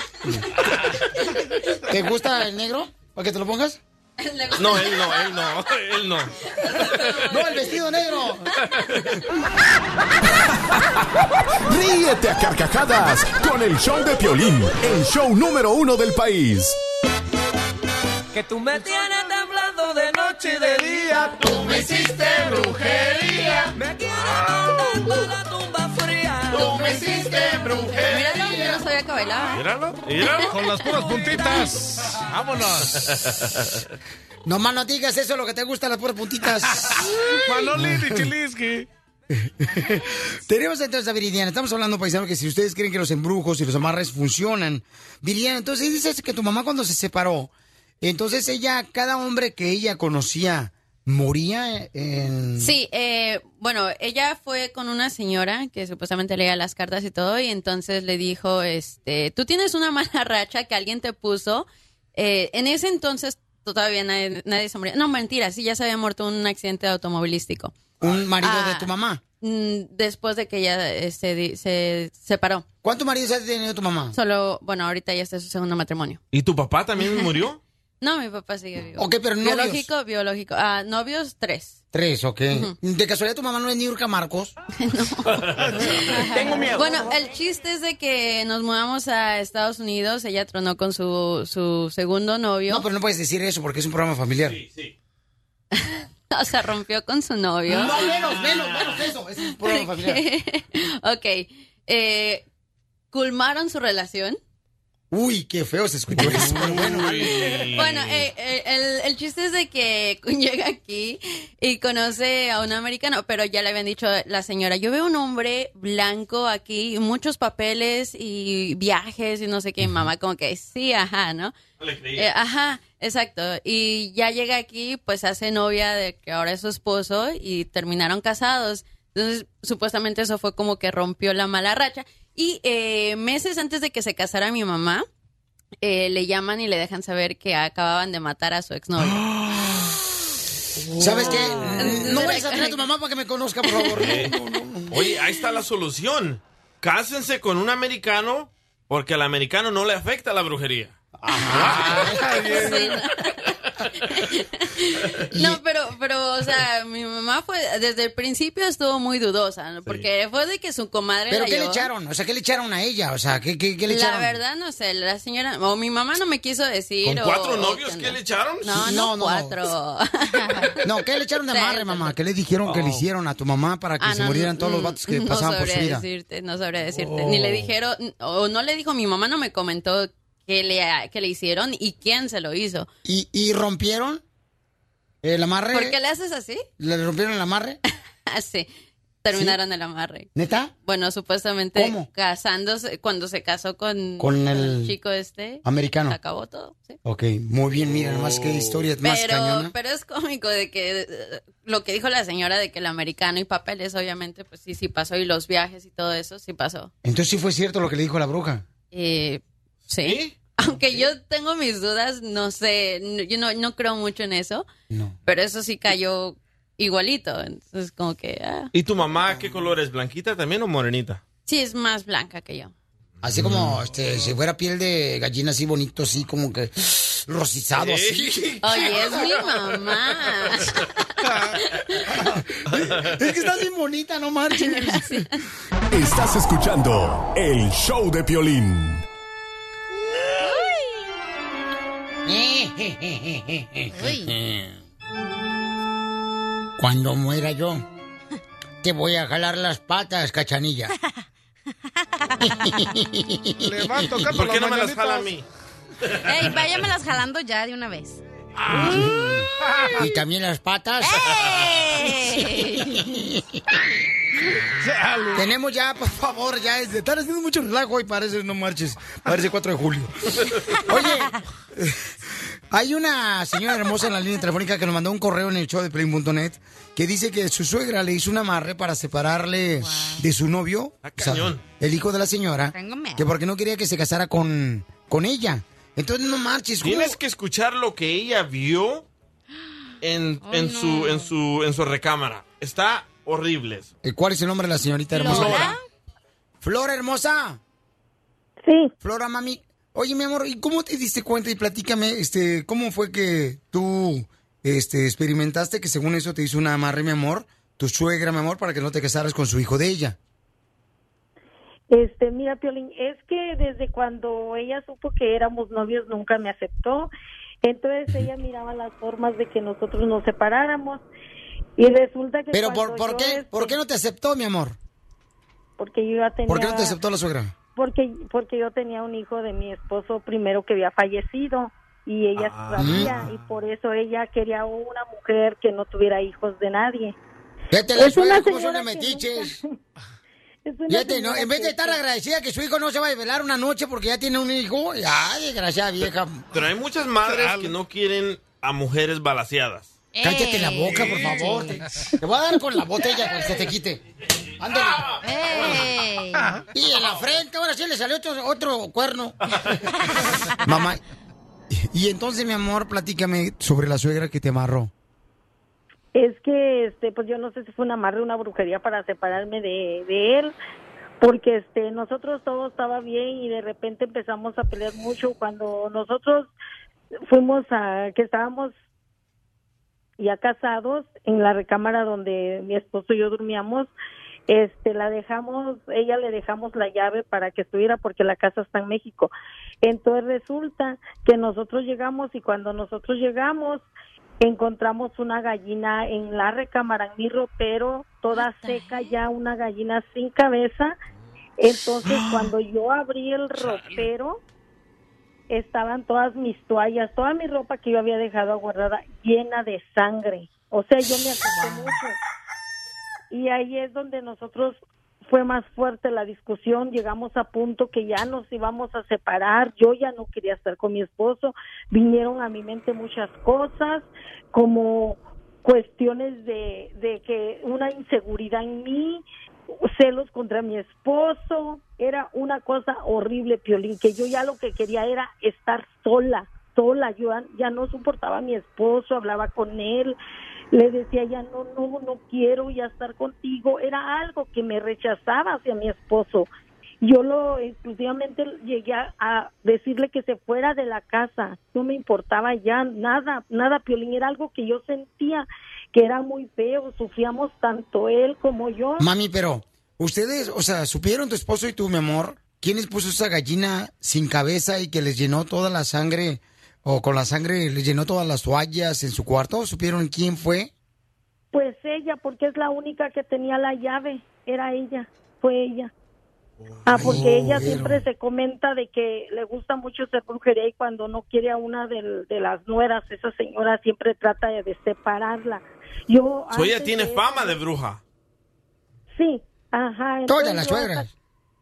¿Te gusta el negro? ¿Para que te lo pongas? No, él no. No, el vestido negro. Ríete a carcajadas con el show de Piolín, el show número 1 del país. Que tú me tienes temblando de noche y de día. Tú me hiciste brujería. Me quieres mandando la tumba fría. Tú me hiciste brujería. Míralo, yo no sabía que bailaba. Míralo. Con las puras puntitas. Vámonos. No más no digas eso, lo que te gusta, las puras puntitas. Manolín y Chilisqui. Tenemos entonces a Viridiana. Estamos hablando, paisano, que si ustedes creen que los embrujos y los amarres funcionan. Viridiana, entonces dices que tu mamá cuando se separó, entonces ella, cada hombre que ella conocía, ¿moría en...? Sí, bueno, ella fue con una señora que supuestamente leía las cartas y todo, y entonces le dijo, tú tienes una mala racha que alguien te puso. En ese entonces todavía nadie se moría. No, mentira, sí, ya se había muerto en un accidente automovilístico. ¿Un marido de tu mamá? Después de que ella se separó. ¿Cuántos maridos ha tenido tu mamá? Solo, bueno, ahorita ya está en su segundo matrimonio. ¿Y tu papá también murió? No, mi papá sigue vivo. Ok, pero novios. Biológico. Novios, 3. 3, ok. ¿De casualidad tu mamá no es Niurka Marcos? Tengo miedo. Bueno, el chiste es de que nos mudamos a Estados Unidos. Ella tronó con su segundo novio. No, pero no puedes decir eso porque es un programa familiar. Sí. O sea, rompió con su novio. No, menos eso. Es un programa familiar. Ok. Culmaron su relación. Uy, qué feo se escuchó eso. Bueno, el chiste es de que llega aquí y conoce a un americano, pero ya le habían dicho a la señora, yo veo un hombre blanco aquí, muchos papeles y viajes y no sé qué, mamá como que sí, ajá, ¿no? No le creía. Ajá, exacto. Y ya llega aquí, pues hace novia de que ahora es su esposo y terminaron casados. Entonces, supuestamente eso fue como que rompió la mala racha. Y meses antes de que se casara mi mamá, le llaman y le dejan saber que acababan de matar a su exnovio. ¿Sabes qué? No vayas a tener a tu mamá para que me conozca, por favor. Oye, ahí está la solución. Cásense con un americano porque al americano no le afecta la brujería. No, pero, o sea, mi mamá fue, desde el principio estuvo muy dudosa, ¿no? Porque fue de que su comadre ¿Pero la qué llevó. le echaron? O sea, ¿qué le echaron a ella? O sea, ¿qué le echaron? La verdad, no sé, la señora, o mi mamá no me quiso decir. ¿Con 4 novios qué le echaron? No, 4. No, ¿qué le echaron de amarre, mamá? ¿Qué le dijeron que le hicieron a tu mamá para que se murieran todos los vatos que pasaban por su vida? No sabría decirte, ni le dijeron, o no le dijo, mi mamá no me comentó qué le hicieron y quién se lo hizo. ¿Y rompieron el amarre? ¿Por qué le haces así? ¿Le rompieron el amarre? Sí, terminaron el amarre. ¿Neta? Bueno, supuestamente ¿Cómo? Casándose, cuando se casó con el chico americano. se acabó todo, sí. Ok, muy bien, mira, nomás qué historia más cañona. Pero es cómico de que lo que dijo la señora de que el americano y papeles, obviamente, pues sí pasó, y los viajes y todo eso, sí pasó. Entonces sí fue cierto lo que le dijo la bruja. Sí. Aunque yo tengo mis dudas, no sé, yo no creo mucho en eso. No. Pero eso sí cayó igualito, entonces como que... ¿Y tu mamá qué color es? ¿Blanquita también o morenita? Sí, es más blanca que yo. Así como si fuera piel de gallina así bonito, así como que rosizado, así. Oye, es mi mamá. Es que estás bien bonita, no marches. Estás escuchando el show de Piolín. Cuando muera yo, te voy a jalar las patas, Cachanilla. ¿Por qué no me las jala a mí? Ey, váyamelas jalando ya de una vez. Y también las patas. Tenemos ya, por favor, ya están haciendo mucho relajo y parece, no marches, parece 4 de julio. Oye, hay una señora hermosa en la línea telefónica que nos mandó un correo en el show de Play.net que dice que su suegra le hizo un amarre para separarle de su novio, o sea, el hijo de la señora, que porque no quería que se casara con ella. Entonces no marches. Tienes que escuchar lo que ella vio en su recámara. Está horrible. ¿Cuál es el nombre de la señorita hermosa? ¿Flora? ¿Flora hermosa? Sí. Flora, mami. Oye, mi amor, ¿y cómo te diste cuenta? Y platícame, ¿cómo fue que tú experimentaste que según eso te hizo un amarre, mi amor, tu suegra, mi amor, para que no te casaras con su hijo de ella? Mira, Piolín, es que desde cuando ella supo que éramos novios nunca me aceptó. Entonces ella miraba las formas de que nosotros nos separáramos. Y resulta que pero ¿por qué no te aceptó, mi amor? Porque yo ya tenía... ¿Por qué no te aceptó la suegra? Porque yo tenía un hijo de mi esposo primero que había fallecido y ella sabía y por eso ella quería una mujer que no tuviera hijos de nadie. Fíjate la suegra, ¿cómo son de metiches? Fíjate, ¿no? En vez de estar agradecida que su hijo no se va a desvelar una noche porque ya tiene un hijo, ay, desgraciada vieja. Pero hay muchas madres que no quieren a mujeres balaceadas. Cállate la boca, por favor. Te voy a dar con la botella para que se te quite. Ándale. Y en la frente, ahora sí le salió otro cuerno. Mamá, y entonces, mi amor, platícame sobre la suegra que te amarró. Es que, pues yo no sé si fue un amarre, una brujería para separarme de él, porque nosotros todo estaba bien y de repente empezamos a pelear mucho cuando nosotros que estábamos ya casados en la recámara donde mi esposo y yo dormíamos. Ella le dejamos la llave para que estuviera porque la casa está en México. Entonces resulta que nosotros llegamos y cuando nosotros llegamos encontramos una gallina en la recámara, en mi ropero, toda seca ya, una gallina sin cabeza. Entonces cuando yo abrí el ropero estaban todas mis toallas, toda mi ropa que yo había dejado guardada llena de sangre. O sea, yo me asusté mucho. Y ahí es donde nosotros fue más fuerte la discusión, llegamos a punto que ya nos íbamos a separar, yo ya no quería estar con mi esposo, vinieron a mi mente muchas cosas, como cuestiones de que una inseguridad en mí, celos contra mi esposo, era una cosa horrible, Piolín, que yo ya lo que quería era estar sola, yo ya no soportaba a mi esposo, hablaba con él, le decía ya no quiero ya estar contigo, era algo que me rechazaba hacia mi esposo. Yo exclusivamente llegué a decirle que se fuera de la casa, no me importaba ya nada, Piolín, era algo que yo sentía que era muy feo, sufríamos tanto él como yo. Mami, pero ustedes, o sea, ¿supieron tu esposo y tú, mi amor, quién les puso esa gallina sin cabeza y que les llenó toda la sangre, o con la sangre les llenó todas las toallas en su cuarto? ¿Supieron quién fue? Pues ella, porque es la única que tenía la llave, era ella, fue ella. Porque ella siempre se comenta de que le gusta mucho hacer brujería y cuando no quiere a una de las nueras, esa señora siempre trata de separarla. Ella tiene fama de bruja. Sí, ajá. Todas las suegras.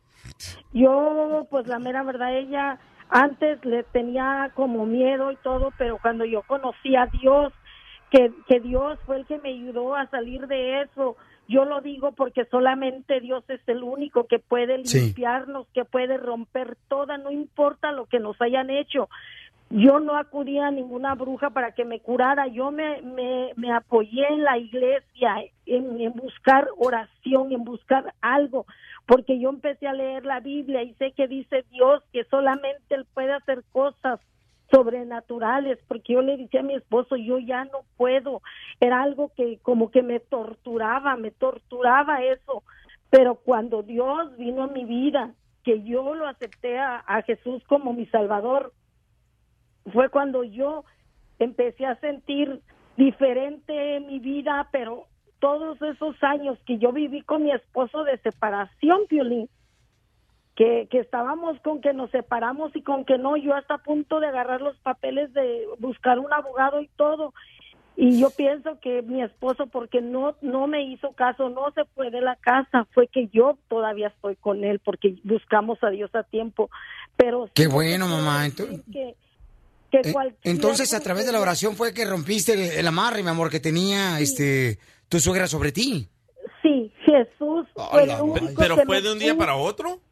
Yo, pues la mera verdad, ella antes le tenía como miedo y todo, pero cuando yo conocí a Dios, que Dios fue el que me ayudó a salir de eso. Yo lo digo porque solamente Dios es el único que puede limpiarnos, que puede romper toda, no importa lo que nos hayan hecho. Yo no acudí a ninguna bruja para que me curara, yo me apoyé en la iglesia, en buscar oración, en buscar algo, porque yo empecé a leer la Biblia y sé que dice Dios que solamente Él puede hacer cosas sobrenaturales, porque yo le decía a mi esposo, yo ya no puedo, era algo que como que me torturaba eso, pero cuando Dios vino a mi vida, que yo lo acepté a Jesús como mi Salvador, fue cuando yo empecé a sentir diferente mi vida, pero todos esos años que yo viví con mi esposo de separación, Piolín, que estábamos con que nos separamos y con que no, yo hasta a punto de agarrar los papeles de buscar un abogado y todo. Y yo pienso que mi esposo, porque no me hizo caso, no se fue de la casa, fue que yo todavía estoy con él, porque buscamos a Dios a tiempo. Pero qué bueno, mamá. Entonces, a través de la oración fue que rompiste el amarre, mi amor, que tenía tu suegra sobre ti. Sí, Jesús fue el único. ¿Pero que fue de un día para otro?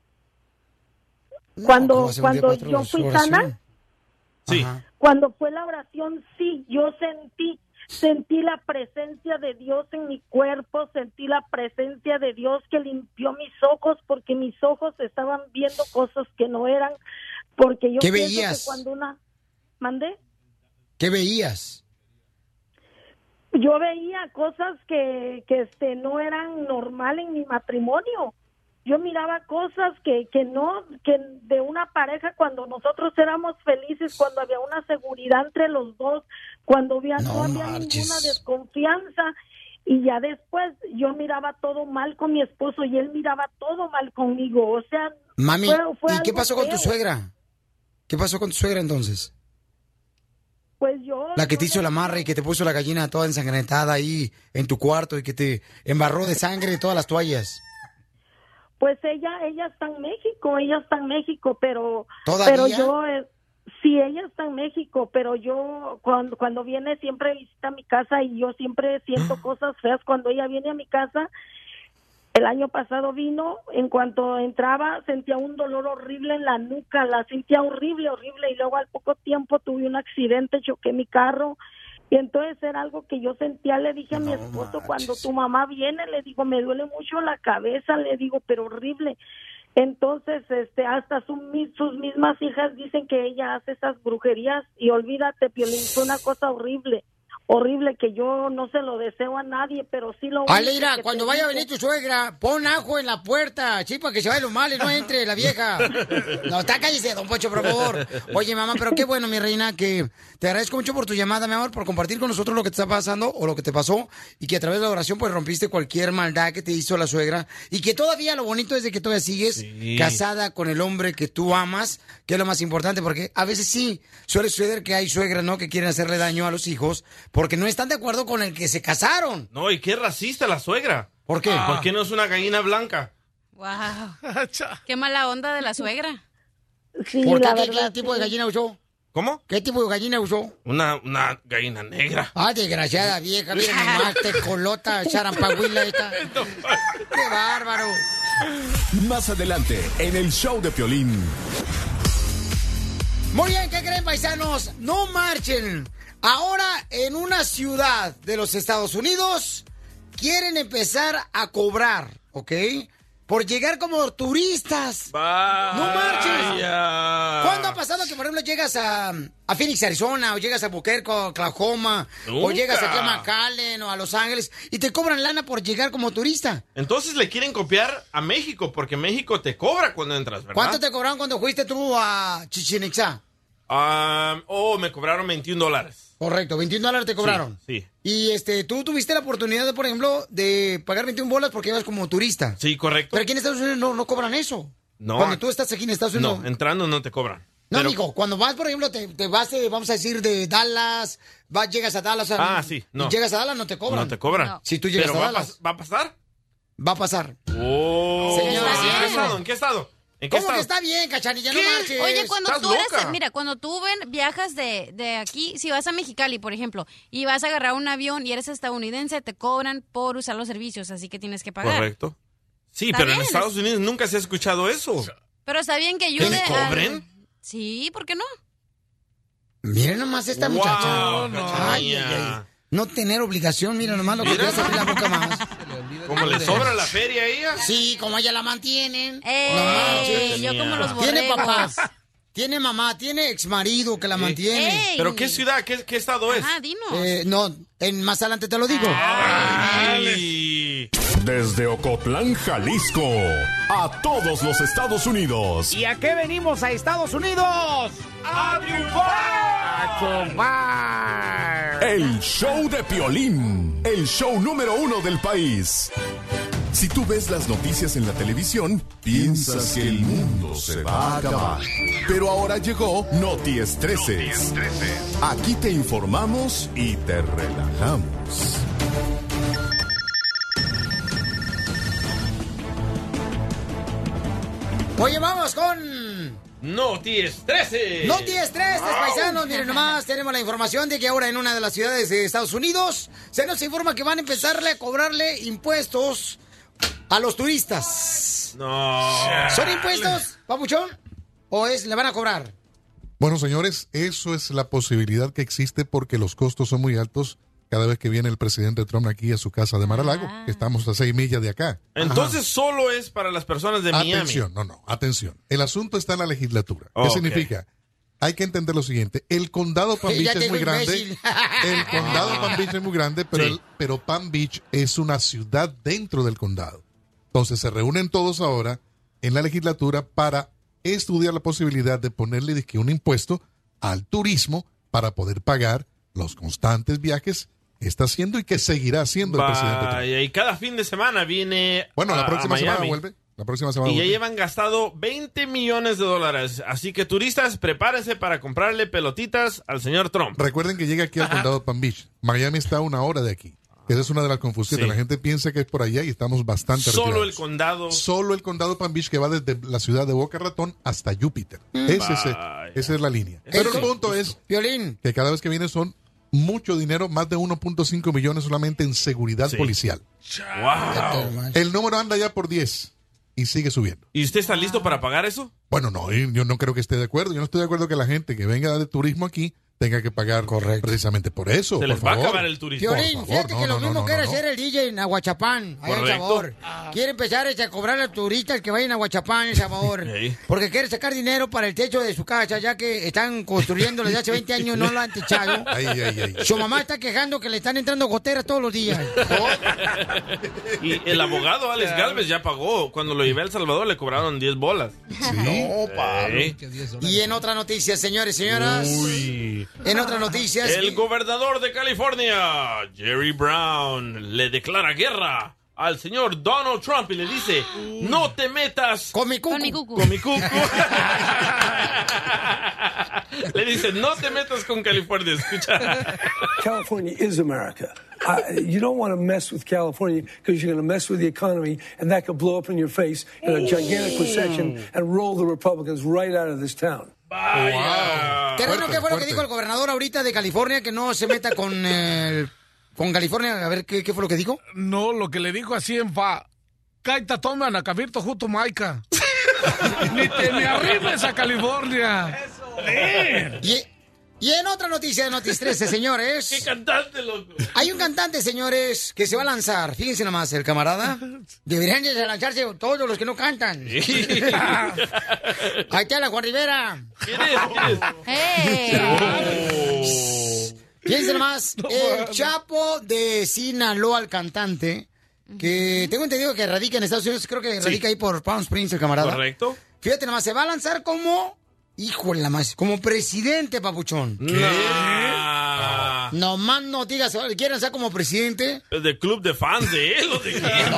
Cuando yo fui sana, sí. Cuando fue la oración, sí, yo sentí la presencia de Dios en mi cuerpo, sentí la presencia de Dios que limpió mis ojos, porque mis ojos estaban viendo cosas que no eran, porque yo ¿qué pienso veías? Que cuando ¿Mandé? ¿Qué veías? Yo veía cosas que no eran normal en mi matrimonio. Yo miraba cosas que de una pareja, cuando nosotros éramos felices, cuando había una seguridad entre los dos, cuando no había ninguna desconfianza, y ya después yo miraba todo mal con mi esposo y él miraba todo mal conmigo. O sea, mami, fue ¿y qué pasó con tu feo. suegra? ¿Qué pasó con tu suegra entonces? Pues yo... La que te hizo el amarre y que te puso la gallina toda ensangrentada ahí en tu cuarto y que te embarró de sangre todas las toallas. Pues ella está en México, pero... ¿Todavía? Pero yo... sí, ella está en México, pero yo cuando viene siempre visita mi casa y yo siempre siento cosas feas cuando ella viene a mi casa. El año pasado vino, en cuanto entraba sentía un dolor horrible en la nuca, la sentía horrible, y luego al poco tiempo tuve un accidente, choqué mi carro, y entonces era algo que yo sentía. Le dije a mi esposo, cuando tu mamá viene, le digo, me duele mucho la cabeza, le digo, pero horrible. Entonces, hasta sus mismas hijas dicen que ella hace esas brujerías, y olvídate, Piolín, fue una cosa horrible que yo no se lo deseo a nadie, pero sí lo... Aleira, cuando vaya a venir tu suegra, pon ajo en la puerta, sí, para que se vaya lo mal y no entre la vieja. No, está, cállese, don Poncho, por favor. Oye, mamá, pero qué bueno, mi reina, que te agradezco mucho por tu llamada, mi amor, por compartir con nosotros lo que te está pasando o lo que te pasó, y que a través de la oración pues rompiste cualquier maldad que te hizo la suegra, y que todavía lo bonito es de que todavía sigues casada con el hombre que tú amas, que es lo más importante, porque a veces sí suele suceder que hay suegras, ¿no?, que quieren hacerle daño a los hijos porque no están de acuerdo con el que se casaron. No, y qué racista la suegra. ¿Por qué? ¿Por qué no es una gallina blanca? Wow. Qué mala onda de la suegra. Sí, ¿Por qué? la ¿Qué verdad, tipo de gallina usó? ¿Cómo? ¿Qué tipo de gallina usó? Una gallina negra. Ah, desgraciada vieja, mira nomás, tecolota, charampahuila esta. ¡Qué bárbaro! Más adelante, en el show de Piolín. Muy bien, ¿qué creen, paisanos? No marchen. Ahora, en una ciudad de los Estados Unidos, quieren empezar a cobrar, ¿ok?, por llegar como turistas. Vaya. ¡No marches! ¿Cuándo ha pasado que, por ejemplo, llegas a Phoenix, Arizona, o llegas a Albuquerque, Oklahoma, o llegas aquí a McAllen o a Los Ángeles, y te cobran lana por llegar como turista? Entonces le quieren copiar a México, porque México te cobra cuando entras, ¿verdad? ¿Cuánto te cobraron cuando fuiste tú a Chichén Itzá? Me cobraron $21. Correcto, $21 te cobraron. Sí. Y tú tuviste la oportunidad, de, por ejemplo, de pagar $21 porque ibas como turista. Sí, correcto. Pero aquí en Estados Unidos no cobran eso. No. Cuando tú estás aquí en Estados Unidos. No, entrando no te cobran. No, pero... amigo, cuando vas, por ejemplo, te vas, vamos a decir, de Dallas, llegas a Dallas. Sí, no. Y llegas a Dallas, no te cobran. No te cobran. No. Si tú llegas pero a Dallas. ¿Va a pasar? Va a pasar. Oh. Señora, ¿En qué estado? ¿Cómo que está bien, Cachanilla? No marches. Oye, cuando tú viajas de aquí, si vas a Mexicali, por ejemplo, y vas a agarrar un avión y eres estadounidense, te cobran por usar los servicios, así que tienes que pagar. Correcto. Sí, Está pero bien, en Estados Unidos nunca se ha escuchado eso. Pero está bien que ayude. ¿Que cobren? Sí, ¿por qué no? Miren nomás esta muchacha. Ay. No tener obligación, mira nomás lo que te hace abrir la boca más. Como le sobra la feria a ella. Sí, como ella la mantienen. Yo como los borregos. Tiene papás, tiene mamá, tiene exmarido que la mantiene. ¿Pero qué ciudad, qué estado es? Dinos. No, más adelante te lo digo. Ay. Desde Ocotlán, Jalisco, a todos los Estados Unidos. ¿Y a qué venimos a Estados Unidos? ¡A triunfar! ¡A triunfar! El show de Piolín, el show número 1 del país. Si tú ves las noticias en la televisión, piensas que el mundo se va a acabar. Pero ahora llegó Noti Estreses. Aquí te informamos y te relajamos. Oye, vamos con... Noti Estreses. Noti Estreses, paisanos. Miren nomás, tenemos la información de que ahora en una de las ciudades de Estados Unidos se nos informa que van a empezarle a cobrarle impuestos a los turistas. No. ¿Son impuestos, papuchón? ¿O le van a cobrar? Bueno, señores, eso es la posibilidad que existe porque los costos son muy altos cada vez que viene el presidente Trump aquí a su casa de Mar-a-Lago, que estamos a 6 millas de acá. Entonces solo es para las personas de Miami. Atención, atención. El asunto está en la legislatura. ¿Qué significa? Hay que entender lo siguiente. El condado Palm Beach es muy grande. El condado Palm Beach es muy grande, pero Palm Beach es una ciudad dentro del condado. Entonces se reúnen todos ahora en la legislatura para estudiar la posibilidad de ponerle un impuesto al turismo para poder pagar los constantes viajes que está haciendo y que seguirá haciendo el presidente Trump. Y cada fin de semana viene la próxima semana vuelve. La próxima semana y ya vuelve. llevan gastado $20 millones. Así que turistas, prepárense para comprarle pelotitas al señor Trump. Recuerden que llega aquí al condado de Palm Beach. Miami está a 1 hora de aquí. Esa es una de las confusiones. Sí. La gente piensa que es por allá y estamos bastante Solo retirados. el condado. Solo el condado de Palm Beach, que va desde la ciudad de Boca Ratón hasta Júpiter. Esa es la línea. Pero el punto es que cada vez que viene son mucho dinero, más de 1.5 millones solamente en seguridad policial. Wow. El número anda ya por 10 y sigue subiendo. ¿Y usted está listo para pagar eso? Bueno, no, yo no creo que esté de acuerdo. Yo no estoy de acuerdo que la gente que venga de turismo aquí tenga que pagar precisamente por eso. Se les va a acabar el turismo. Piolín, fíjate que lo mismo quiere hacer el DJ en Aguachapán, allá en Sabor. Quiere empezar a cobrar a turistas que vayan a Aguachapán, en Sabor. Porque quiere sacar dinero para el techo de su casa, ya que están construyendo desde hace 20 años, no lo han techado. Su mamá está quejando que le están entrando goteras todos los días. Y el abogado Alex Galvez ya pagó. Cuando lo llevé a El Salvador le cobraron 10 bolas. No, Pablo. Y en otra noticia, señores y señoras. En otras noticias. El gobernador de California, Jerry Brown, le declara guerra al señor Donald Trump y le dice: no te metas con mi cucu. Con mi cucu. Le dice: no te metas con California. Escucha. California is America. You don't want to mess with California because you're going to mess with the economy and that could blow up in your face in a gigantic recession and roll the Republicans right out of this town. Vaya. Terreno, ¿qué fue lo que dijo el gobernador ahorita de California? Que no se meta con California. A ver, ¿qué fue lo que dijo? No, lo que le dijo así en Kaita toman a Cabirto justo Maica. Ni te me arrimes a California. Y en otra noticia de Noti 13, señores. ¿Qué cantante, loco? Hay un cantante, señores, que se va a lanzar. Fíjense nomás, el camarada. Deberían de lanzarse todos los que no cantan. Ahí está la Juan Rivera. ¿Quién es? Fíjense nomás, el Chapo de Sinaloa, el cantante, que tengo entendido que radica en Estados Unidos, creo que radica ahí por Palm Springs, el camarada. Correcto. Fíjate nomás, se va a lanzar como... Híjole, más, como presidente, papuchón. No más no digas, ¿quieren ser como presidente? ¿Es del club de fans de él o de quién?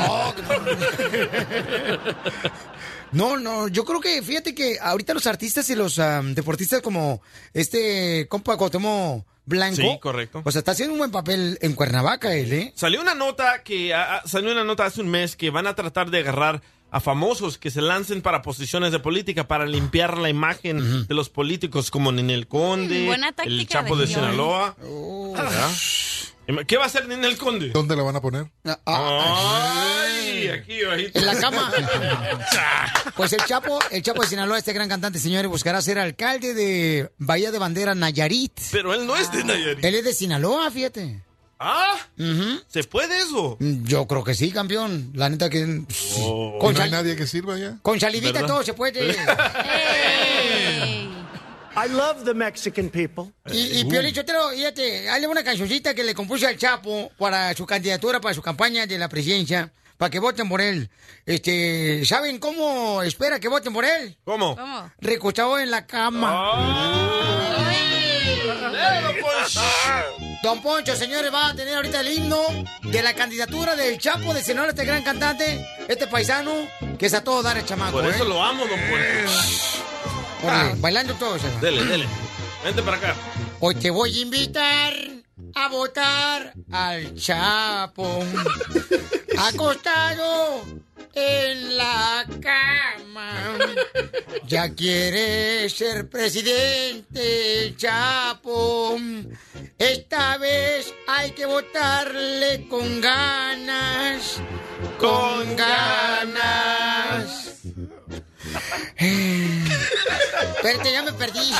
No, yo creo que, fíjate que ahorita los artistas y los deportistas como compa Cuauhtémoc Blanco. Sí, correcto. Pues está haciendo un buen papel en Cuernavaca él, ¿eh? Salió una nota hace un mes que van a tratar de agarrar a famosos que se lancen para posiciones de política para limpiar la imagen de los políticos como Ninel Conde, el Chapo de Sinaloa. ¿Qué va a hacer Ninel Conde? ¿Dónde la van a poner? Ay, aquí bajito. En la cama. Pues el Chapo de Sinaloa, este gran cantante, señores, buscará ser alcalde de Bahía de Bandera, Nayarit. Pero él no es de Nayarit. Él es de Sinaloa, fíjate. ¿Se puede eso? Yo creo que sí, campeón. La neta que... ¿No hay nadie que sirva ya? Con salivita, ¿verdad? Todo se puede. I love the Mexican people. Y Piolín Sotelo, fíjate, hazle una cancioncita que le compuse al Chapo para su candidatura, para su campaña de la presidencia, para que voten por él. ¿Saben cómo espera que voten por él? ¿Cómo? Recostado en la cama. Pues. Don Poncho, señores, va a tener ahorita el himno de la candidatura del Chapo de Sinaloa, este gran cantante, este paisano, que es a todo dar el chamaco. Por eso lo amo, don Poncho. Bailando todos. Dele. Vente para acá. Hoy te voy a invitar a votar al Chapo. Acostado en la cama. Ya quiere ser presidente el Chapo. Esta vez hay que votarle con ganas. Con ganas. Espérate, ya me perdí.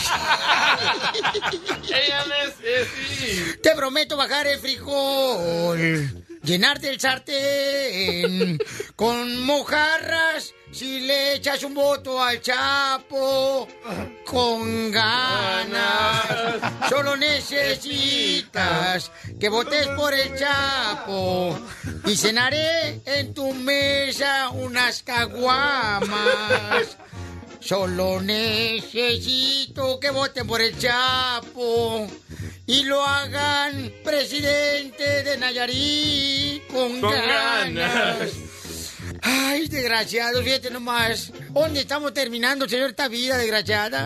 Te prometo bajar el frijol, llenarte el sartén con mojarras si le echas un voto al Chapo. Con ganas. Solo necesitas que votes por el Chapo y cenaré en tu mesa unas caguamas. Solo necesito que voten por el Chapo y lo hagan presidente de Nayarit con ganas. Ay, desgraciados, fíjate nomás. ¿Dónde estamos terminando, señor, esta vida desgraciada?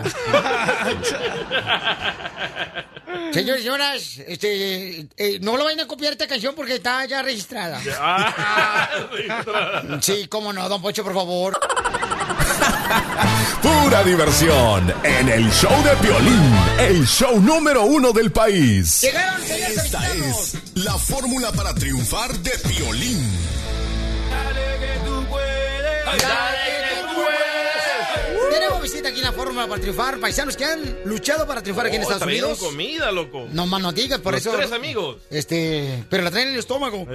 Señores y señoras, no lo vayan a copiar esta canción porque está ya registrada. Sí, cómo no, don Poncho, por favor. Pura diversión en el show de Piolín, el show número 1 del país. Llegaron, Esta es la fórmula para triunfar de Piolín. Dale que tú puedes. Dale que tú puedes. Tenemos visita aquí en la fórmula para triunfar. Paisanos que han luchado para triunfar aquí en Estados Unidos. Comida, loco. No más no digas, por Los eso. 3 amigos. Pero la traen en el estómago.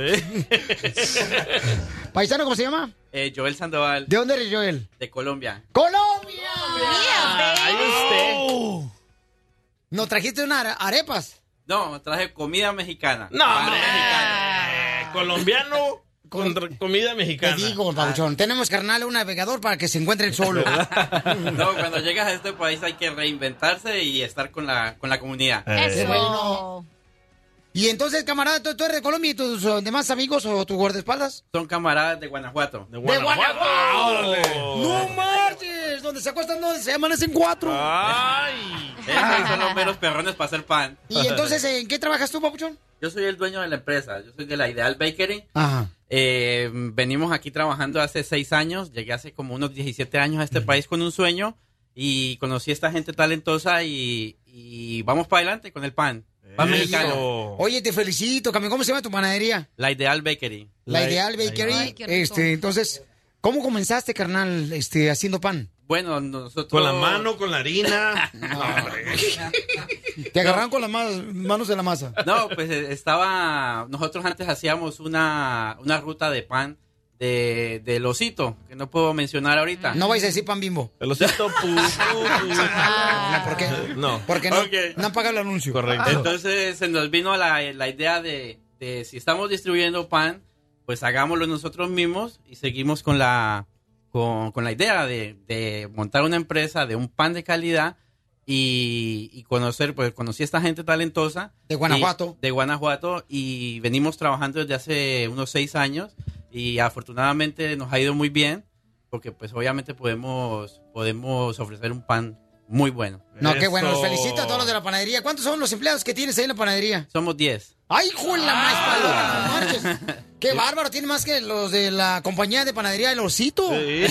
Paisano, ¿cómo se llama? Joel Sandoval. ¿De dónde eres, Joel? De Colombia. ¡Colombia! Ahí usted. ¿Nos trajiste unas arepas? No, traje comida mexicana. No, hombre. Colombiano con comida mexicana. Te digo, Pabuchón, tenemos, carnal, un navegador para que se encuentre el solo. No, cuando llegas a este país hay que reinventarse y estar con la comunidad. Qué bueno. Y entonces, camarada, ¿tú eres de Colombia y tus demás amigos o tus guardaespaldas? Son camaradas de Guanajuato. ¡De Guanajuato! ¡No marches! Donde se acuestan, donde se amanecen 4. ¡Ay! Esos son los meros perrones para hacer pan. ¿Y entonces en qué trabajas tú, Papuchón? Yo soy el dueño de la empresa. Yo soy de la Ideal Bakery. Ajá. Venimos aquí trabajando hace 6 años. Llegué hace como unos 17 años a este país con un sueño. Y conocí a esta gente talentosa y vamos para adelante con el pan. Pan mexicano. Oye, te felicito, Cami. ¿Cómo se llama tu panadería? La Ideal Bakery. La Ideal Bakery. Ay, qué rico. Entonces, ¿cómo comenzaste, carnal, haciendo pan? Bueno, nosotros... Con la mano, con la harina. Te agarraron con las manos de la masa. No, pues nosotros antes hacíamos una ruta de pan del osito, que no puedo mencionar ahorita. No vais a decir pan Bimbo. El osito ¿por qué? No. Porque no han pagado el anuncio. Correcto. Entonces se nos vino la idea de si estamos distribuyendo pan, pues hagámoslo nosotros mismos y seguimos con la idea de montar una empresa de un pan de calidad y conocí a esta gente talentosa. De Guanajuato. De Guanajuato, y venimos trabajando desde hace unos 6 años y afortunadamente nos ha ido muy bien porque pues obviamente podemos ofrecer un pan muy bueno. No, qué bueno. Los felicito a todos los de la panadería. ¿Cuántos son los empleados que tienes ahí en la panadería? Somos 10. ¡Ay, hijo de la más paloma! No marches. ¡Qué bárbaro! Tiene más que los de la compañía de panadería El Osito. Sí.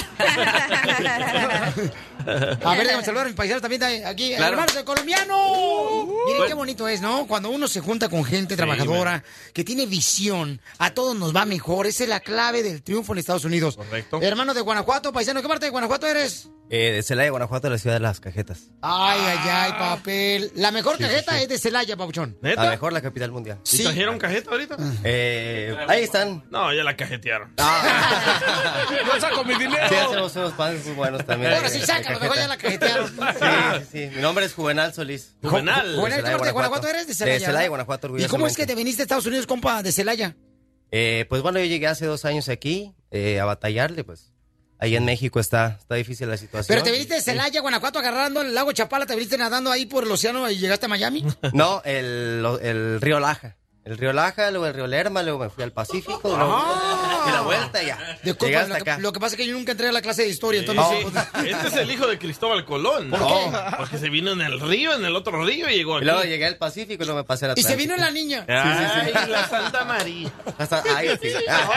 A ver, déjame saludar a mis paisanos también aquí. Claro. Hermanos del colombiano. Miren qué bonito es, ¿no? Cuando uno se junta con gente trabajadora, que tiene visión, a todos nos va mejor. Esa es la clave del triunfo en Estados Unidos. Correcto. Hermano de Guanajuato, paisano, ¿qué parte de Guanajuato eres? De Celaya, Guanajuato, la ciudad de las cajetas. Ay, papel. La mejor cajeta es de Celaya, Pabuchón. ¿Neta? La mejor, la capital mundial. ¿Y trajeron cajeta ahorita? Ahí están. No, ya la cajetearon. Yo saco mi dinero. Sí, hacemos unos panes muy buenos también. Ahora sí, sácalo, mejor ya la cajetearon. Sí. Mi nombre es Juvenal Solís. Juvenal. ¿Juvenal, qué parte de Guanajuato eres? De Celaya. De Celaya, Guanajuato, ¿Y orgullosamente. cómo es que te viniste a Estados Unidos, compa, de Celaya? Pues bueno, yo llegué hace 2 años aquí a batallarle, pues. Ahí en México está difícil la situación. Pero te viniste de Celaya, Guanajuato, agarrando el lago Chapala, te viniste nadando ahí por el océano y llegaste a Miami. No, el río Laja. El río Laja, luego el río Lerma, luego me fui al Pacífico, luego y la vuelta ya. Disculpa, Llegué hasta acá. lo que pasa es que yo nunca entré a la clase de historia, entonces... Este es el hijo de Cristóbal Colón. ¿Por qué? Porque se vino en el río, en el otro río y llegó aquí. Y luego llegué al Pacífico y luego me pasé al Y Atlántico. se vino la niña. Ay, la Santa María. Ay, sí.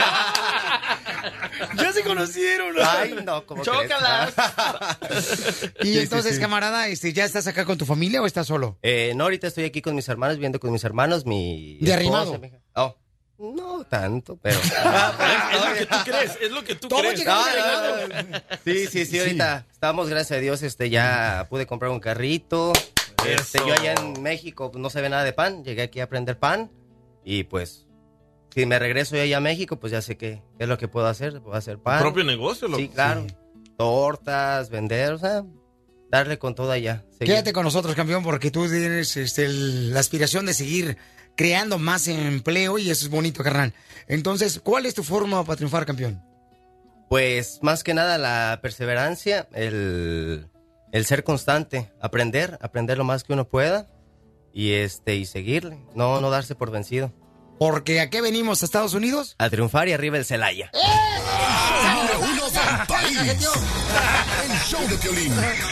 Ya se conocieron. Ay, no, como Chócalas. Y Sí, entonces, sí. camarada, ¿ya estás acá con tu familia o estás solo? No, ahorita estoy aquí con mis hermanos, viviendo con mis hermanos, mi ¿De esposa, arrimado? mi hija. Oh, no tanto, pero... Es lo que tú crees, es lo que tú crees. Sí, ahorita estamos, gracias a Dios, ya pude comprar un carrito. Eso. Yo allá en México pues, no sabía nada de pan, llegué aquí a aprender pan y pues si me regreso yo allá a México, pues ya sé qué es lo que puedo hacer pan. ¿Tu propio negocio? Sí, claro. Sí. Tortas, vender, o sea, darle con todo allá. Quédate con nosotros, campeón, porque tú tienes la aspiración de seguir creando más empleo y eso es bonito, carnal. Entonces, ¿cuál es tu forma para triunfar, campeón? Pues más que nada la perseverancia, el ser constante, aprender lo más que uno pueda y seguirle, no darse por vencido. Porque ¿a qué venimos a Estados Unidos? A triunfar y arriba el Celaya. Número 1 del país. El show de Piolín.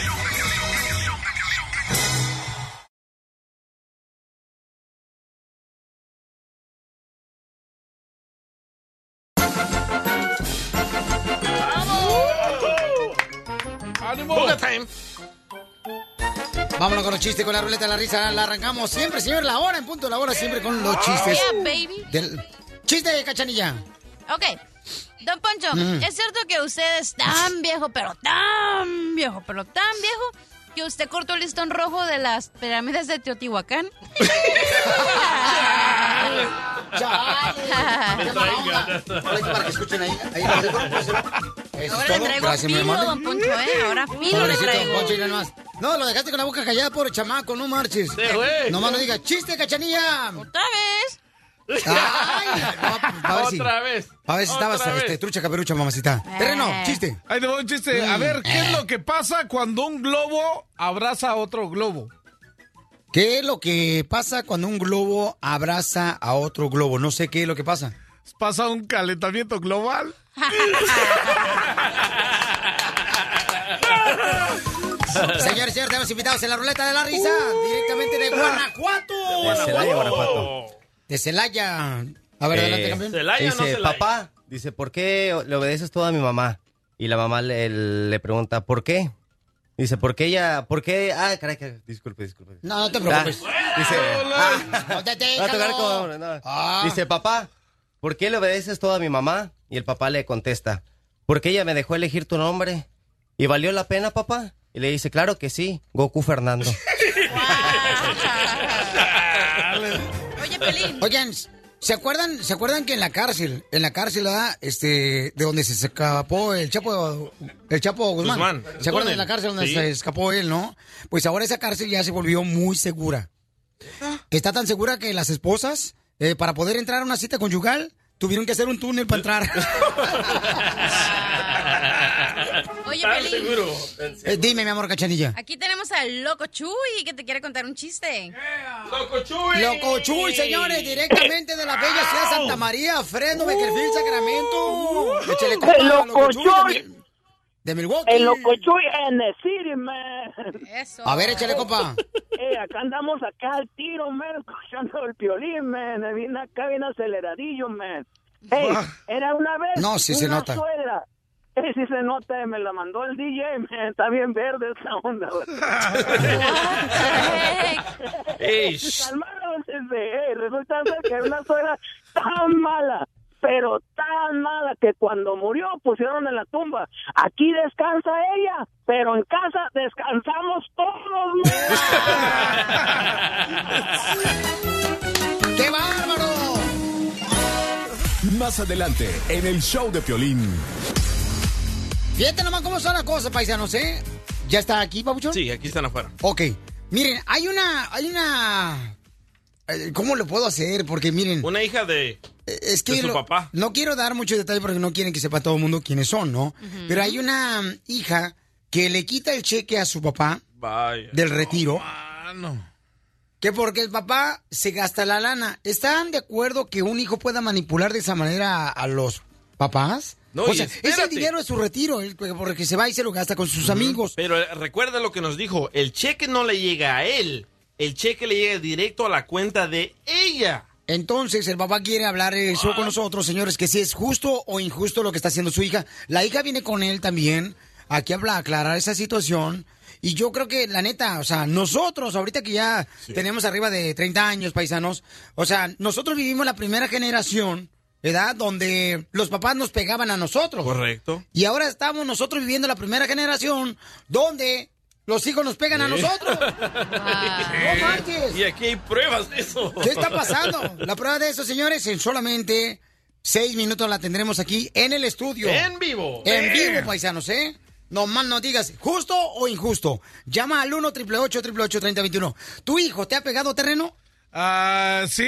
Boga time. Vámonos con los chistes, con la ruleta de la risa. La arrancamos siempre, señor, la hora, en punto de la hora, siempre con los chistes. Yeah, baby. Del chiste de Cachanilla. Ok. Don Poncho, ¿es cierto que usted es tan viejo, pero tan viejo, que usted cortó el listón rojo de las pirámides de Teotihuacán? Para que escuchen ahí. Ahora le traigo filo, Don Poncho, Ahora filo le traigo. No, lo dejaste con la boca callada, pobre chamaco, no marches. Nomás no digas, chiste, Cachanilla. ¿Otra vez? Ay, Otra vez. A ver si estabas trucha caperucha, mamacita. Terreno, chiste. Ahí te voy un chiste. A ver, ¿qué es lo que pasa cuando un globo abraza a otro globo? ¿Qué es lo que pasa cuando un globo abraza a otro globo? No sé qué es lo que pasa. Pasa un calentamiento global. Señores, tenemos invitados en la ruleta de la risa, directamente de Guanajuato. De Celaya, Guanajuato. De Celaya. A ver, adelante, campeón. ¿Celaya dice, o no Celaya? Papá, dice, ¿por qué le obedeces todo a mi mamá? Y la mamá le pregunta, ¿por qué? Dice, ¿por qué ella? ¿Por qué? Ah, caray, disculpe. No te preocupes. Dice, no, Dice, papá, ¿por qué le obedeces todo a mi mamá? Y el papá le contesta, porque ella me dejó elegir tu nombre. ¿Y valió la pena, papá? Y le dice, claro que sí, Goku Fernando. Oye, Pelín. Oigan, ¿se acuerdan que en la cárcel, ¿verdad? De donde se escapó el Chapo Guzmán? ¿Se acuerdan de la cárcel donde se escapó él, no? Pues ahora esa cárcel ya se volvió muy segura. Está tan segura que las esposas, para poder entrar a una cita conyugal, tuvieron que hacer un túnel para entrar. Oye, Pelín. Dime, mi amor, Cachanilla. Aquí tenemos al Loco Chuy que te quiere contar un chiste. ¡Loco Chuy! Loco Chuy, señores, directamente de la bella ciudad de Santa María, Fresno, Beckerfield, Sacramento. Échale compa, Loco Chuy. De Milwaukee. El Loco Chuy en the city, man. Eso. A ver, échale, compa. Acá andamos acá al tiro, man, escuchando el Piolín, man. Viene acá bien aceleradillo, man. Hey, era una vez No, sí se nota. suegra. Sí se nota, me la mandó el DJ, man. Está bien verde esa onda, güey. Calmados, resulta ser que era una suegra tan mala, pero tan mala que cuando murió pusieron en la tumba, aquí descansa ella, pero en casa descansamos todos. ¡Qué bárbaro! Más adelante, en el show de Piolín. Fíjate nomás cómo son las cosas, paisanos, ¿eh? ¿Ya está aquí, papuchón? Sí, aquí están afuera. Ok. Miren, hay una ¿cómo lo puedo hacer? Porque miren... Una hija de su papá. No quiero dar mucho detalle porque no quieren que sepa todo el mundo quiénes son, ¿no? Pero hay una hija que le quita el cheque a su papá del retiro. Que porque el papá se gasta la lana. ¿Están de acuerdo que un hijo pueda manipular de esa manera a los papás? No, o sea, es el dinero de su retiro, porque se va y se lo gasta con sus amigos. Pero recuerda lo que nos dijo, el cheque no le llega a él, el cheque le llega directo a la cuenta de ella. Entonces, el papá quiere hablar eso con nosotros, señores, que si es justo o injusto lo que está haciendo su hija. La hija viene con él también, aquí habla, aclarar esa situación. Y yo creo que, la neta, o sea, nosotros, ahorita que ya tenemos arriba de 30 años, paisanos, o sea, nosotros vivimos la primera generación, ¿verdad? Donde los papás nos pegaban a nosotros. Correcto. Y ahora estamos nosotros viviendo la primera generación donde los hijos nos pegan a nosotros. ¡No manches! Y aquí hay pruebas de eso. ¿Qué está pasando? La prueba de eso, señores, en solamente 6 minutos la tendremos aquí en el estudio. En vivo. En vivo, paisanos, ¿eh? No más no digas, ¿justo o injusto? Llama al 1-888-888-3021. ¿Tu hijo te ha pegado terreno? Sí.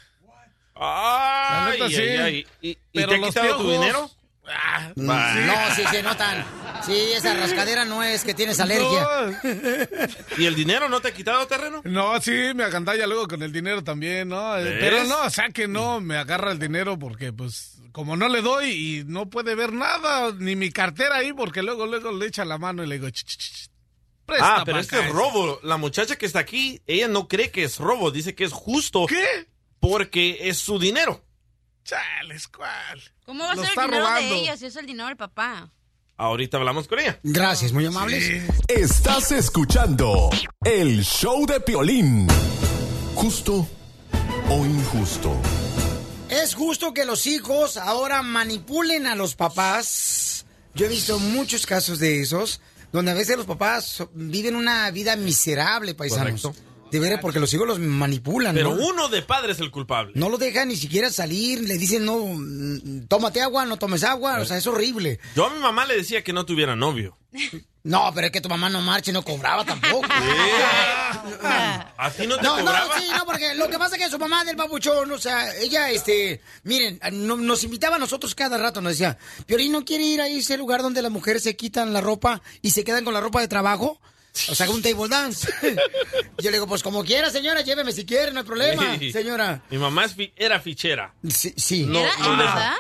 La neta, sí. ¿Y te ha quitado tu dinero? No, sí se notan. Sí, esa rascadera no es que tienes alergia. ¿Y el dinero no te ha quitado terreno? No, sí, me agandalla luego con el dinero también, ¿no? ¿Ves? Pero no, o sea que no, me agarra el dinero porque, pues, como no le doy y no puede ver nada, ni mi cartera ahí, porque luego le echa la mano y le digo, presta pero este es robo. La muchacha que está aquí, ella no cree que es robo, dice que es justo. ¿Qué? Porque es su dinero. Chales, ¿cuál? ¿Cómo va a ser el dinero de ella si es el dinero del papá? Ahorita hablamos con ella. Gracias, muy amables. Sí. Estás escuchando el show de Piolín. ¿Justo o injusto? ¿Es justo que los hijos ahora manipulen a los papás? Yo he visto muchos casos de esos, donde a veces los papás viven una vida miserable, paisanos. Correcto. De veras, porque los hijos los manipulan, Pero ¿no? uno de padre es el culpable. No lo dejan ni siquiera salir, le dicen, no, tómate agua, no tomes agua, o sea, es horrible. Yo a mi mamá le decía que no tuviera novio. No, pero es que tu mamá no marche, no cobraba tampoco. ¿A ti no te cobraba? No, porque lo que pasa es que su mamá del babuchón, o sea, ella, miren, nos invitaba a nosotros cada rato, nos decía, Piolín, ¿no quiere ir a ese lugar donde las mujeres se quitan la ropa y se quedan con la ropa de trabajo? O sea, un table dance. Yo le digo, pues como quiera, señora, lléveme si quiere, no hay problema, señora. Mi mamá era fichera. Sí. No, ¿Era verdad?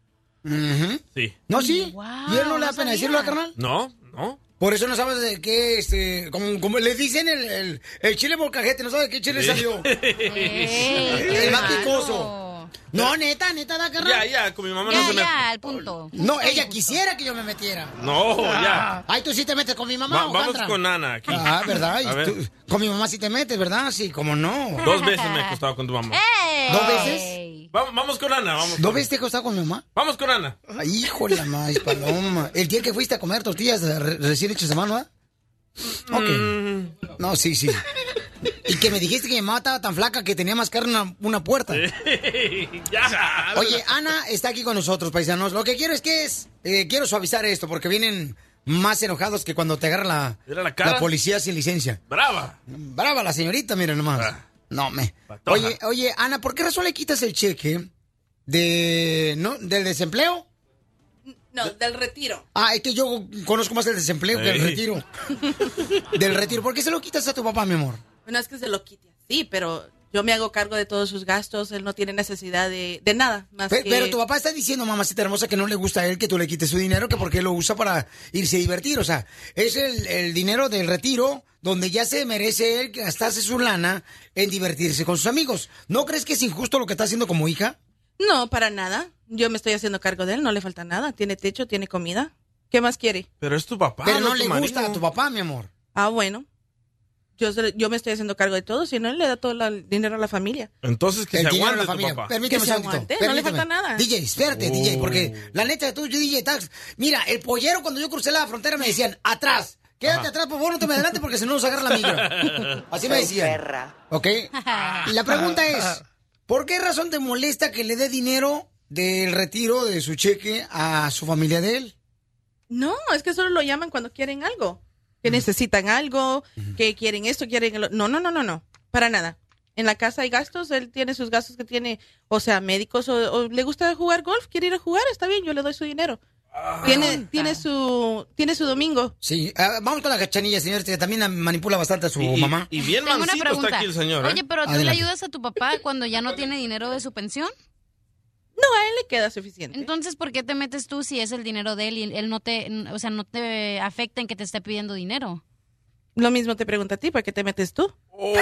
Sí. ¿No, sí? Wow, ¿Y él no le da pena decirlo, carnal? No. Por eso no sabes de qué, como le dicen el chile molcajete, no sabes de qué chile salió. El más picoso. No, neta, da carnal. Ya, con mi mamá no se me... Ya, al punto. No, ella quisiera que yo me metiera. No, ya. Ay, tú sí te metes con mi mamá, Vamos con Ana aquí. Ah, ¿verdad? A ver. Con mi mamá sí te metes, ¿verdad? Sí, cómo no. 2 veces me he acostado con tu mamá. ¡Ey! ¿2 veces? Vamos con Ana, ¿2 veces te has acostado con mi mamá? Vamos con Ana. Ay, híjole, la maíz paloma. El día que fuiste a comer tortillas recién hechas a mano, ¿ah? Ok. No, sí. Y que me dijiste que mi mamá estaba tan flaca que tenía más carne una puerta. Ya. Oye, Ana está aquí con nosotros, paisanos. Lo que quiero es que quiero suavizar esto porque vienen más enojados que cuando te agarra la policía sin licencia. Brava la señorita, miren nomás. Oye, Ana, ¿por qué razón le quitas el cheque del desempleo? No, del retiro. Ah, es que yo conozco más el desempleo que el retiro. Del retiro. ¿Por qué se lo quitas a tu papá, mi amor? Bueno, es que se lo quite así, pero yo me hago cargo de todos sus gastos. Él no tiene necesidad de nada más Pero tu papá está diciendo, mamacita hermosa, que no le gusta a él que tú le quites su dinero, que porque lo usa para irse a divertir. O sea, es el dinero del retiro donde ya se merece él gastarse su lana en divertirse con sus amigos. ¿No crees que es injusto lo que está haciendo como hija? No, para nada. Yo me estoy haciendo cargo de él, no le falta nada. Tiene techo, tiene comida. ¿Qué más quiere? Pero es tu papá. Pero no le gusta a tu papá, mi amor. Ah, bueno. Yo me estoy haciendo cargo de todo, si no, él le da todo el dinero a la familia. Entonces que se aguante tu papá. Permíteme, que se aguante, no le falta nada. DJ, espérate, DJ, porque la neta, tú, DJ Tax, mira, el pollero cuando yo crucé la frontera me decían, atrás. Quédate atrás, por favor, no te me adelante porque si no nos agarra la migra. Así me decían. ¿Ok? Y la pregunta es, ¿por qué razón te molesta que le dé dinero del retiro de su cheque a su familia de él? No, es que solo lo llaman cuando quieren algo. Que necesitan algo, que quieren esto, quieren... No, para nada. En la casa hay gastos, él tiene sus gastos que tiene, o sea, médicos, o le gusta jugar golf, quiere ir a jugar, está bien, yo le doy su dinero. Tiene su domingo. Sí, vamos con la Cachanilla, señor, que también manipula bastante a su mamá. Y bien Tengo una mansito pregunta. está aquí el señor. Oye, pero ¿tú le Adelante. ayudas a tu papá cuando ya no tiene dinero de su pensión? No, a él le queda suficiente. Entonces, ¿por qué te metes tú si es el dinero de él y él no te, o sea, no te afecta en que te esté pidiendo dinero? Lo mismo te pregunto a ti, ¿para qué te metes tú?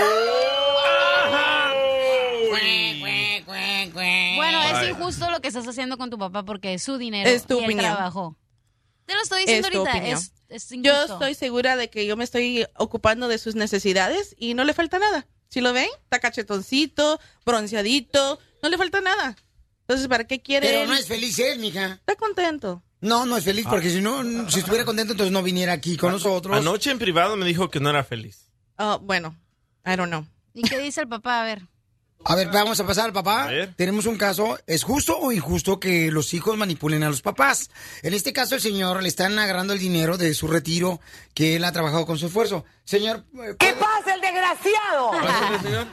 Bueno, es injusto lo que estás haciendo con tu papá porque es su dinero Es tu y él opinión. trabajó. Te lo estoy diciendo Es tu ahorita, opinión. es Yo injusto. estoy segura de que yo me estoy ocupando de sus necesidades y no le falta nada. Si lo ven, está cachetoncito, bronceadito, no le falta nada. Entonces, ¿para qué quiere Pero él? no es feliz él, mija. Está contento. No, no es feliz porque si no, si estuviera contento, entonces no viniera aquí con nosotros. Anoche en privado me dijo que no era feliz. Oh, bueno, I don't know. ¿Y qué dice el papá? A ver. A ver, vamos a pasar al papá. Tenemos un caso. ¿Es justo o injusto que los hijos manipulen a los papás? En este caso, el señor le están agarrando el dinero de su retiro que él ha trabajado con su esfuerzo. Señor... ¿Qué pasa, el desgraciado? Pásale, señor.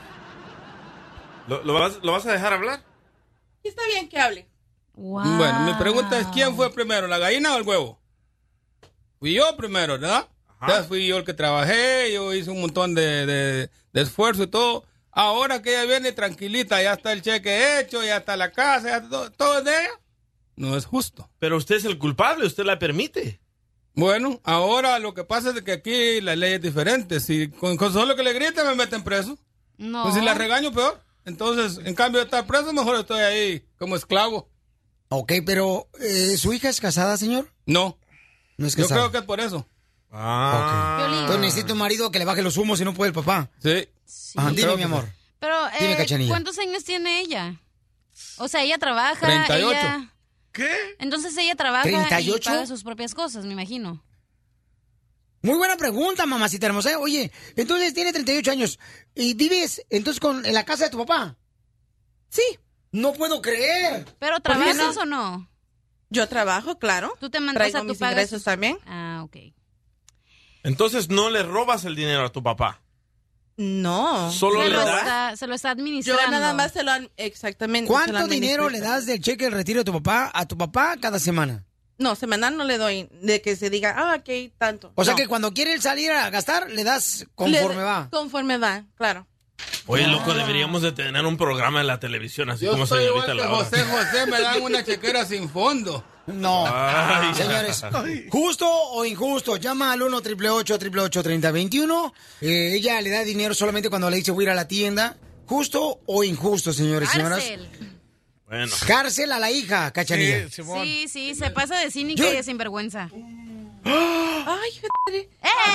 ¿Lo vas a dejar hablar? Está bien que hable. Wow. Bueno, mi pregunta es, ¿quién fue primero, la gallina o el huevo? Fui yo primero, ¿verdad? Entonces fui yo el que trabajé, yo hice un montón de esfuerzo y todo. Ahora que ella viene tranquilita, ya está el cheque hecho, ya está la casa, ya está todo es de ella. No es justo. Pero usted es el culpable, usted la permite. Bueno, ahora lo que pasa es que aquí la ley es diferente. Si con solo que le grite me meten preso. No. Pues si la regaño, peor. Entonces, en cambio de estar preso, mejor estoy ahí como esclavo. Ok, pero ¿su hija es casada, señor? No. No es Yo casada. creo que es por eso. Entonces necesita un marido que le baje los humos y no puede el papá. Sí. Ajá, Yo dime, creo mi que amor. Pero, Dime, Cachanilla. ¿cuántos años tiene ella? O sea, ella trabaja. 38. Ella... ¿Qué? Entonces ella trabaja y ¿38? paga sus propias cosas, me imagino. Muy buena pregunta, mamacita hermosa. Oye, entonces tiene 38 años. ¿Y vives entonces en la casa de tu papá? Sí. No puedo creer. ¿Pero ¿Por qué trabajas no? o no? Yo trabajo, claro. ¿Tú te mandas Traigo a tu mis pagas ingresos también. Ah, ok. Entonces no le robas el dinero a tu papá. No. ¿Solo se le lo das? se lo está administrando. Yo nada más se lo exactamente. se ¿Cuánto lo dinero administro. le das del cheque del retiro de tu papá a tu papá cada semana? No, semanal no le doy de que se diga, ok, tanto. O sea No. que cuando quiere él salir a gastar, le das conforme va. Conforme va, claro. Oye, loco, deberíamos de tener un programa en la televisión, así Yo como soy señorita igual que Laura. José, me dan una chequera sin fondo. No. Ay, Señores, ¿justo o injusto? Llama al 1-888-888-3021. Ella le da dinero solamente cuando le dice voy a ir a la tienda. ¿Justo o injusto, señores y señoras? Cárcel. Bueno. Cárcel a la hija, Cachanilla. Sí, sí, se pasa de cínica Yo- y de sinvergüenza. Ay, joder.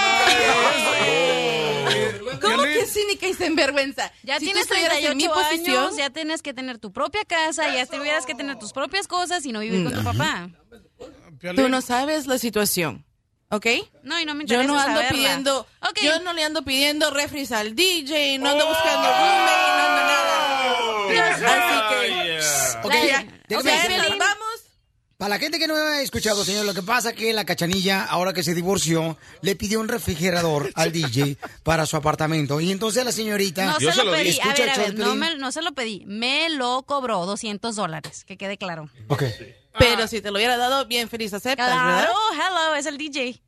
¿Cómo que cínica y sinvergüenza? Ya Si tú tienes estuvieras en 38 mi posición, años, ya tienes que tener tu propia casa, ya tuvieras que tener tus propias cosas y no vivir con tu papá. tú no sabes la situación, ¿ok? No, y no me Yo interesa no ando saberla. pidiendo, Ok. yo no le ando pidiendo refris al DJ, no ando buscando roommate, no ando nada. Así que, Ok, déjame ya decirle- nos vamos. Para la gente que no me ha escuchado, señor, lo que pasa es que la Cachanilla, ahora que se divorció, le pidió un refrigerador al DJ para su apartamento. Y entonces la señorita... No se lo pedí, a escucha ver, el show de Piolín. no se lo pedí, me lo cobró $200, que quede claro. Ok. Pero si te lo hubiera dado, bien feliz aceptas, ¿verdad? Claro, hello, es el DJ.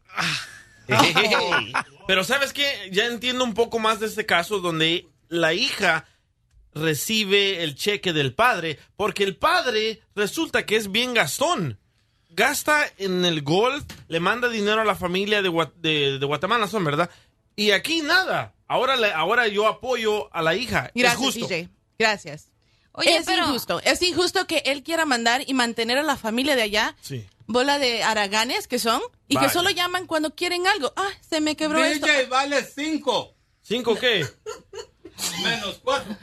Pero ¿sabes qué? Ya entiendo un poco más de este caso donde la hija recibe el cheque del padre, porque el padre resulta que es bien gastón. Gasta en el golf, le manda dinero a la familia de Guatemala, son, ¿verdad? Y aquí nada. Ahora yo apoyo a la hija. Gracias, es justo. DJ. Gracias. Oye, es pero- injusto. Es injusto que él quiera mandar y mantener a la familia de allá, Sí. bola de haraganes que son, y Vale. que solo llaman cuando quieren algo. Ah, se me quebró esto. DJ vale 5. ¿5 qué? Menos 4.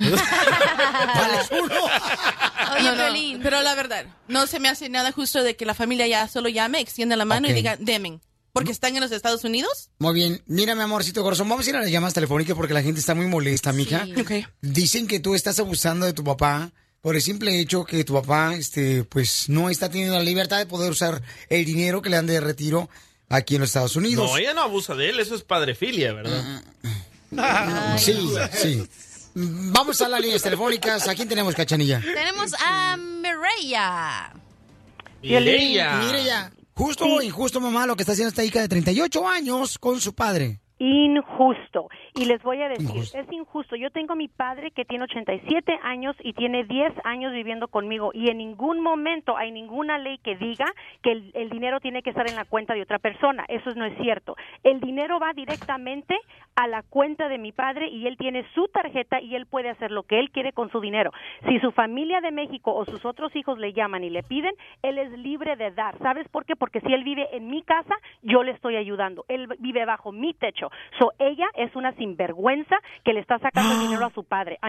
Oye, No, no, Piolín. pero la verdad, no se me hace nada justo de que la familia ya solo llame, extienda la mano Ok. y diga, demen. Porque están en los Estados Unidos. Muy bien. Mira, mi amorcito corazón, vamos a ir a las llamadas telefónicas porque la gente está muy molesta, mija. Ok. Dicen que tú estás abusando de tu papá por el simple hecho que tu papá, pues, no está teniendo la libertad de poder usar el dinero que le dan de retiro aquí en los Estados Unidos. No, ella no abusa de él, eso es padrefilia, ¿verdad? Sí, sí. Vamos a las líneas telefónicas. ¿A quién tenemos, Cachanilla? Tenemos a Mireya. Mireya, ¿justo o injusto, mamá, lo que está haciendo esta hija de 38 años con su padre? Injusto. Y les voy a decir, es injusto. Yo tengo a mi padre que tiene 87 años y tiene 10 años viviendo conmigo y en ningún momento hay ninguna ley que diga que el dinero tiene que estar en la cuenta de otra persona. Eso no es cierto. El dinero va directamente a la cuenta de mi padre y él tiene su tarjeta y él puede hacer lo que él quiere con su dinero. Si su familia de México o sus otros hijos le llaman y le piden, él es libre de dar. ¿Sabes por qué? Porque si él vive en mi casa, yo le estoy ayudando. Él vive bajo mi techo. So, ella es una sinvergüenza que le está sacando el dinero a su padre.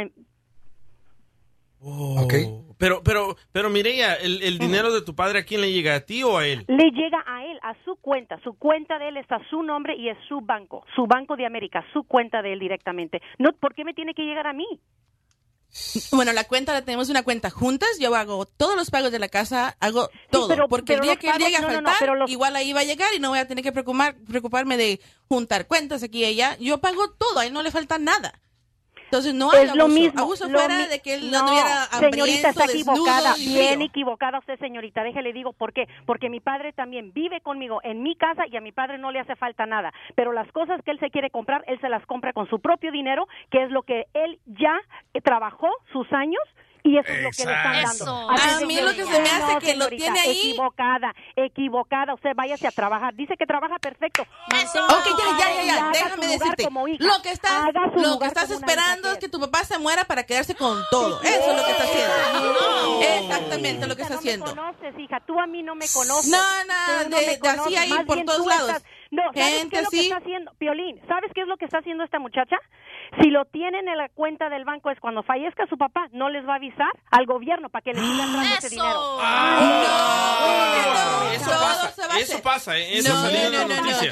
Pero Mireya, ¿el dinero de tu padre a quién le llega? ¿A ti o a él? Le llega a él, a su cuenta. Su cuenta de él está a su nombre y es su Banco de América, su cuenta de él directamente. No, ¿por qué me tiene que llegar a mí? Bueno, tenemos una cuenta juntas, yo hago todos los pagos de la casa, hago todo, porque el día que él llegue a faltar, igual ahí va a llegar y no voy a tener que preocuparme de juntar cuentas aquí y allá, yo pago todo, a él no le falta nada. Entonces no hay abuso fuera de que él no estuviera hambriento, señorita, está equivocada, desnudo, bien equivocada usted, señorita, déjele digo por qué, porque mi padre también vive conmigo en mi casa y a mi padre no le hace falta nada, pero las cosas que él se quiere comprar, él se las compra con su propio dinero, que es lo que él ya trabajó sus años, y eso es lo que le están dando. A mí lo que se me hace que lo tiene ahí. Equivocada, usted váyase a trabajar. Dice que trabaja perfecto. Ok, ya, déjame decirte. Lo que estás esperando es que tu papá se muera para quedarse con todo. Eso es lo que está haciendo. Exactamente lo que está haciendo. No me conoces, hija, tú a mí no me conoces. De así ahí por todos lados. ¿Sabes qué es lo que está haciendo? Piolín, ¿sabes qué es lo que está haciendo esta muchacha? Si lo tienen en la cuenta del banco es cuando fallezca su papá, no les va a avisar al gobierno para que les sigan dando ese dinero. Eso pasa, eso salió en las noticias.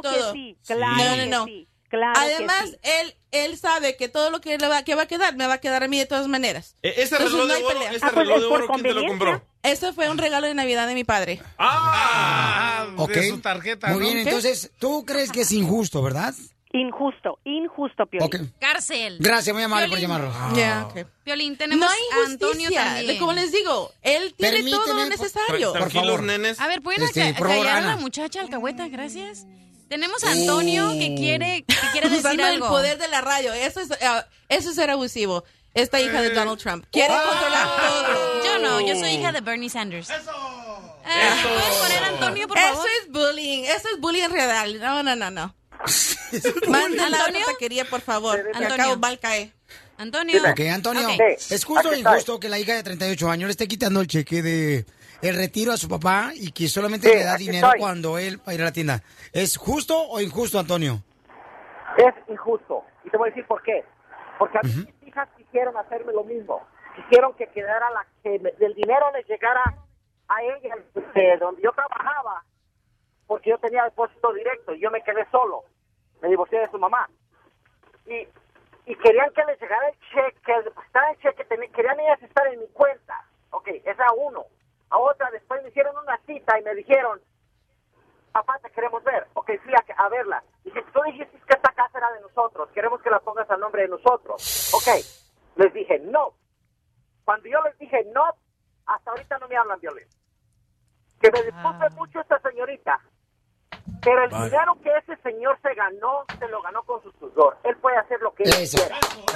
Claro. Además, él sabe que todo lo que va a quedar, me va a quedar a mí de todas maneras. ¿Ese reloj de oro quién te lo compró? Ese fue un regalo de Navidad de mi padre. De su tarjeta. Muy bien, entonces, ¿tú crees que es injusto, verdad? Injusto, Piolín. Cárcel. Gracias, muy amable por llamarlo. Piolín, tenemos a Antonio también. Como les digo, él tiene todo lo necesario. Por favor, nenes. A ver, ¿pueden callar a la muchacha alcahueta? Gracias. Tenemos a Antonio que quiere decir usando algo. el poder de la radio. Eso es ser abusivo. Esta hija de Donald Trump quiere controlar todo. Yo no, yo soy hija de Bernie Sanders. ¿Puedes poner a Antonio, por favor? Eso es bullying real. No. Mándala a otra taquería, por favor. Antonio. Antonio. Ok, Antonio. ¿Es justo o injusto que la hija de 38 años le esté quitando el cheque de el retiro a su papá y que solamente le da dinero cuando él va a ir a la tienda? ¿Es justo o injusto, Antonio? Es injusto. Y te voy a decir por qué. Porque a mis hijas quisieron hacerme lo mismo. Quisieron que quedara el dinero les llegara a ella donde yo trabajaba, porque yo tenía depósito directo y yo me quedé solo. Me divorcié de su mamá. Y querían que les llegara el cheque, que depositara el cheque, querían ellas estar en mi cuenta. Ok, esa uno. A otra, después me hicieron una cita y me dijeron, papá, te queremos ver. Ok, fui a verla. Dije, tú dijiste que esta casa era de nosotros, queremos que la pongas al nombre de nosotros. Ok, les dije no. Cuando yo les dije no, hasta ahorita no me hablan, Violín. Que me disculpe mucho esta señorita, pero el dinero que ese señor se lo ganó con su sudor. Él puede hacer lo que él quiera.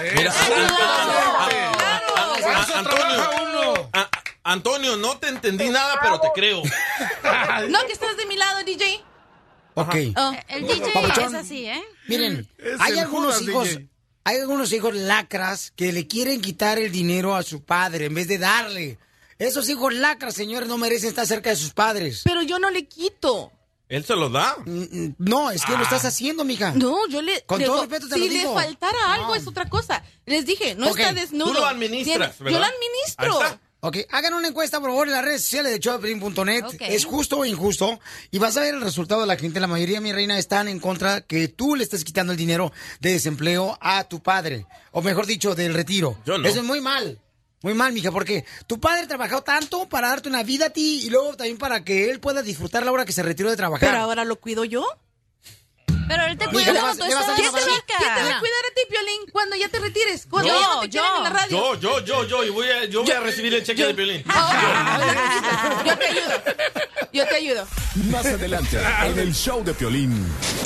Antonio, no te entendí nada, pero te creo. No, que estás de mi lado, DJ. Ok. El DJ es así, ¿eh? Miren, hay algunos hijos lacras que le quieren quitar el dinero a su padre en vez de darle. Esos hijos lacras, señores, no merecen estar cerca de sus padres. Pero yo no le quito. ¿Él se lo da? No, es que lo estás haciendo, mija. No, yo le... Con todo respeto te lo digo. Si le faltara algo es otra cosa. Les dije, no está desnudo. Tú lo administras, ¿verdad? Yo lo administro. Ok, hagan una encuesta, por favor, en las redes sociales de showdepiolín.net. ¿Es justo o injusto? Y vas a ver el resultado de la gente. La mayoría, mi reina, están en contra que tú le estés quitando el dinero de desempleo a tu padre. O mejor dicho, del retiro. Yo no. Eso es muy mal. Muy mal, mija, porque tu padre trabajó tanto para darte una vida a ti y luego también para que él pueda disfrutar la hora que se retiró de trabajar. Pero ahora lo cuido yo. Pero él te cuida cuando tú estás ¿Quién te va a cuidar a ti, Piolín, cuando ya te retires? Cuando ya no te quieren en la radio. Yo. Y voy a recibir el cheque de Piolín. Yo te ayudo. Más adelante, en el show de Piolín.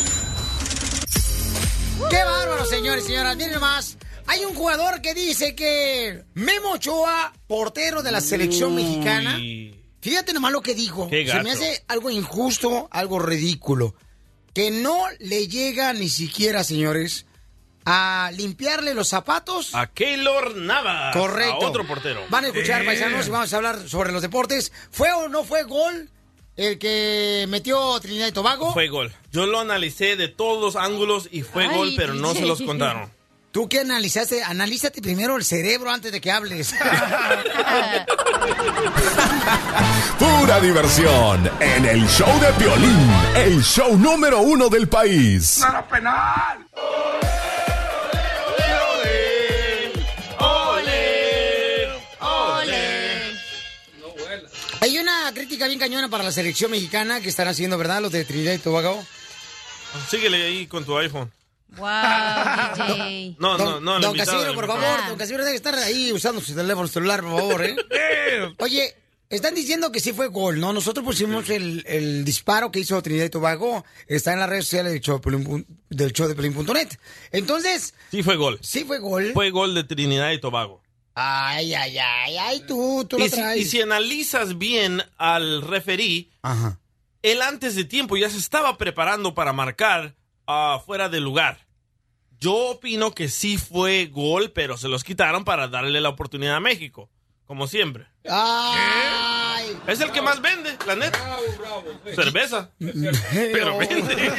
¡Qué bárbaro, señores y señoras! Miren nomás. Hay un jugador que dice que Memo Ochoa, portero de la selección mexicana, fíjate nomás lo que dijo. Se me hace algo injusto, algo ridículo. Que no le llega ni siquiera, señores, a limpiarle los zapatos a Keylor Navas. Correcto. A otro portero. Van a escuchar, paisanos, y vamos a hablar sobre los deportes. ¿Fue o no fue gol el que metió Trinidad y Tobago? Fue gol. Yo lo analicé de todos los ángulos y fue gol, pero no se los contaron. ¿Tú qué analizaste? Analízate primero el cerebro antes de que hables. Pura diversión en el show de Piolín, el show número 1 del país. ¡Nada penal! Hay una crítica bien cañona para la selección mexicana que están haciendo, ¿verdad? Los de Trinidad y Tobago. Síguele ahí con tu iPhone. Wow, DJ. No, don Casimiro, por favor. Don Casimiro debe estar ahí usando su teléfono celular, por favor, ¿eh? Oye, están diciendo que sí fue gol, ¿no? Nosotros pusimos el disparo que hizo Trinidad y Tobago. Está en las redes sociales del show de Pelín.net. Entonces... Sí fue gol. Sí fue gol. Fue gol de Trinidad y Tobago. Ay, tú lo traes. Y si analizas bien al referí, él antes de tiempo ya se estaba preparando para marcar fuera de lugar. Yo opino que sí fue gol, pero se los quitaron para darle la oportunidad a México, como siempre. Ay. Es el que más vende, la neta. Bravo. Cerveza. Pero vende.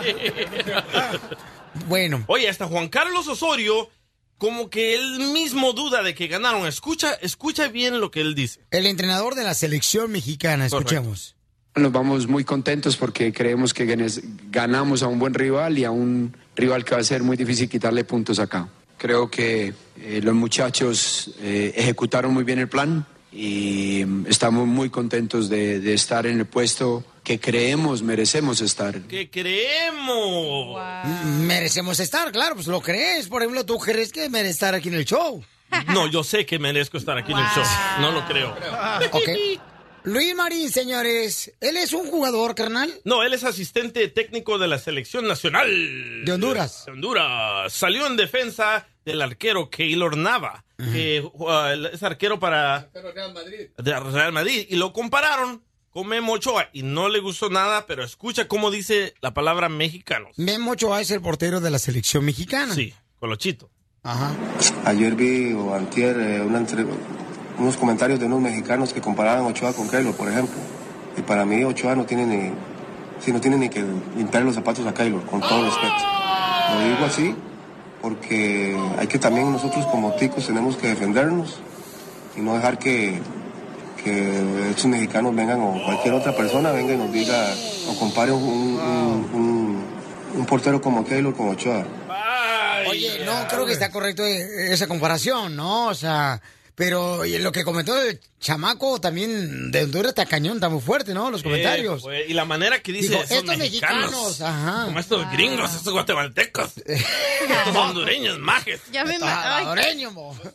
Bueno. Oye, hasta Juan Carlos Osorio, como que él mismo duda de que ganaron. Escucha bien lo que él dice. El entrenador de la selección mexicana, escuchemos. Nos vamos muy contentos porque creemos que ganamos a un buen rival y a un rival que va a ser muy difícil quitarle puntos acá. Creo que los muchachos ejecutaron muy bien el plan y estamos muy contentos de estar en el puesto que creemos merecemos estar. ¿Qué creemos? Wow. Merecemos estar, claro, pues lo crees. Por ejemplo, ¿tú crees que mereces estar aquí en el show? No, yo sé que merezco estar aquí en el show. No lo creo. Ok. Luis Marín, señores, ¿él es un jugador, carnal? No, él es asistente técnico de la selección nacional. ¿De Honduras? De Honduras. Salió en defensa del arquero Keylor Navas, que es arquero para Real Madrid. Y lo compararon con Memo Ochoa y no le gustó nada, pero escucha cómo dice la palabra mexicanos. Memo Ochoa es el portero de la selección mexicana. Sí, Colochito. Ajá. Ayer vi o antier unos comentarios de unos mexicanos que comparaban a Ochoa con Keylor, por ejemplo. Y para mí Ochoa no tiene ni que limpiar los zapatos a Keylor, con todo respeto. Lo digo así porque hay que también nosotros como ticos tenemos que defendernos y no dejar que estos mexicanos vengan o cualquier otra persona venga y nos diga o compare un portero como Keylor con Ochoa. Oye, no creo que está correcto esa comparación, ¿no? O sea... Pero lo que comentó el chamaco también de Honduras está cañón, está muy fuerte, ¿no? Los comentarios. Y la manera que dice estos mexicanos, ajá. Como estos gringos, estos guatemaltecos, estos hondureños, majes. Ya me salvadoreño, mo. Los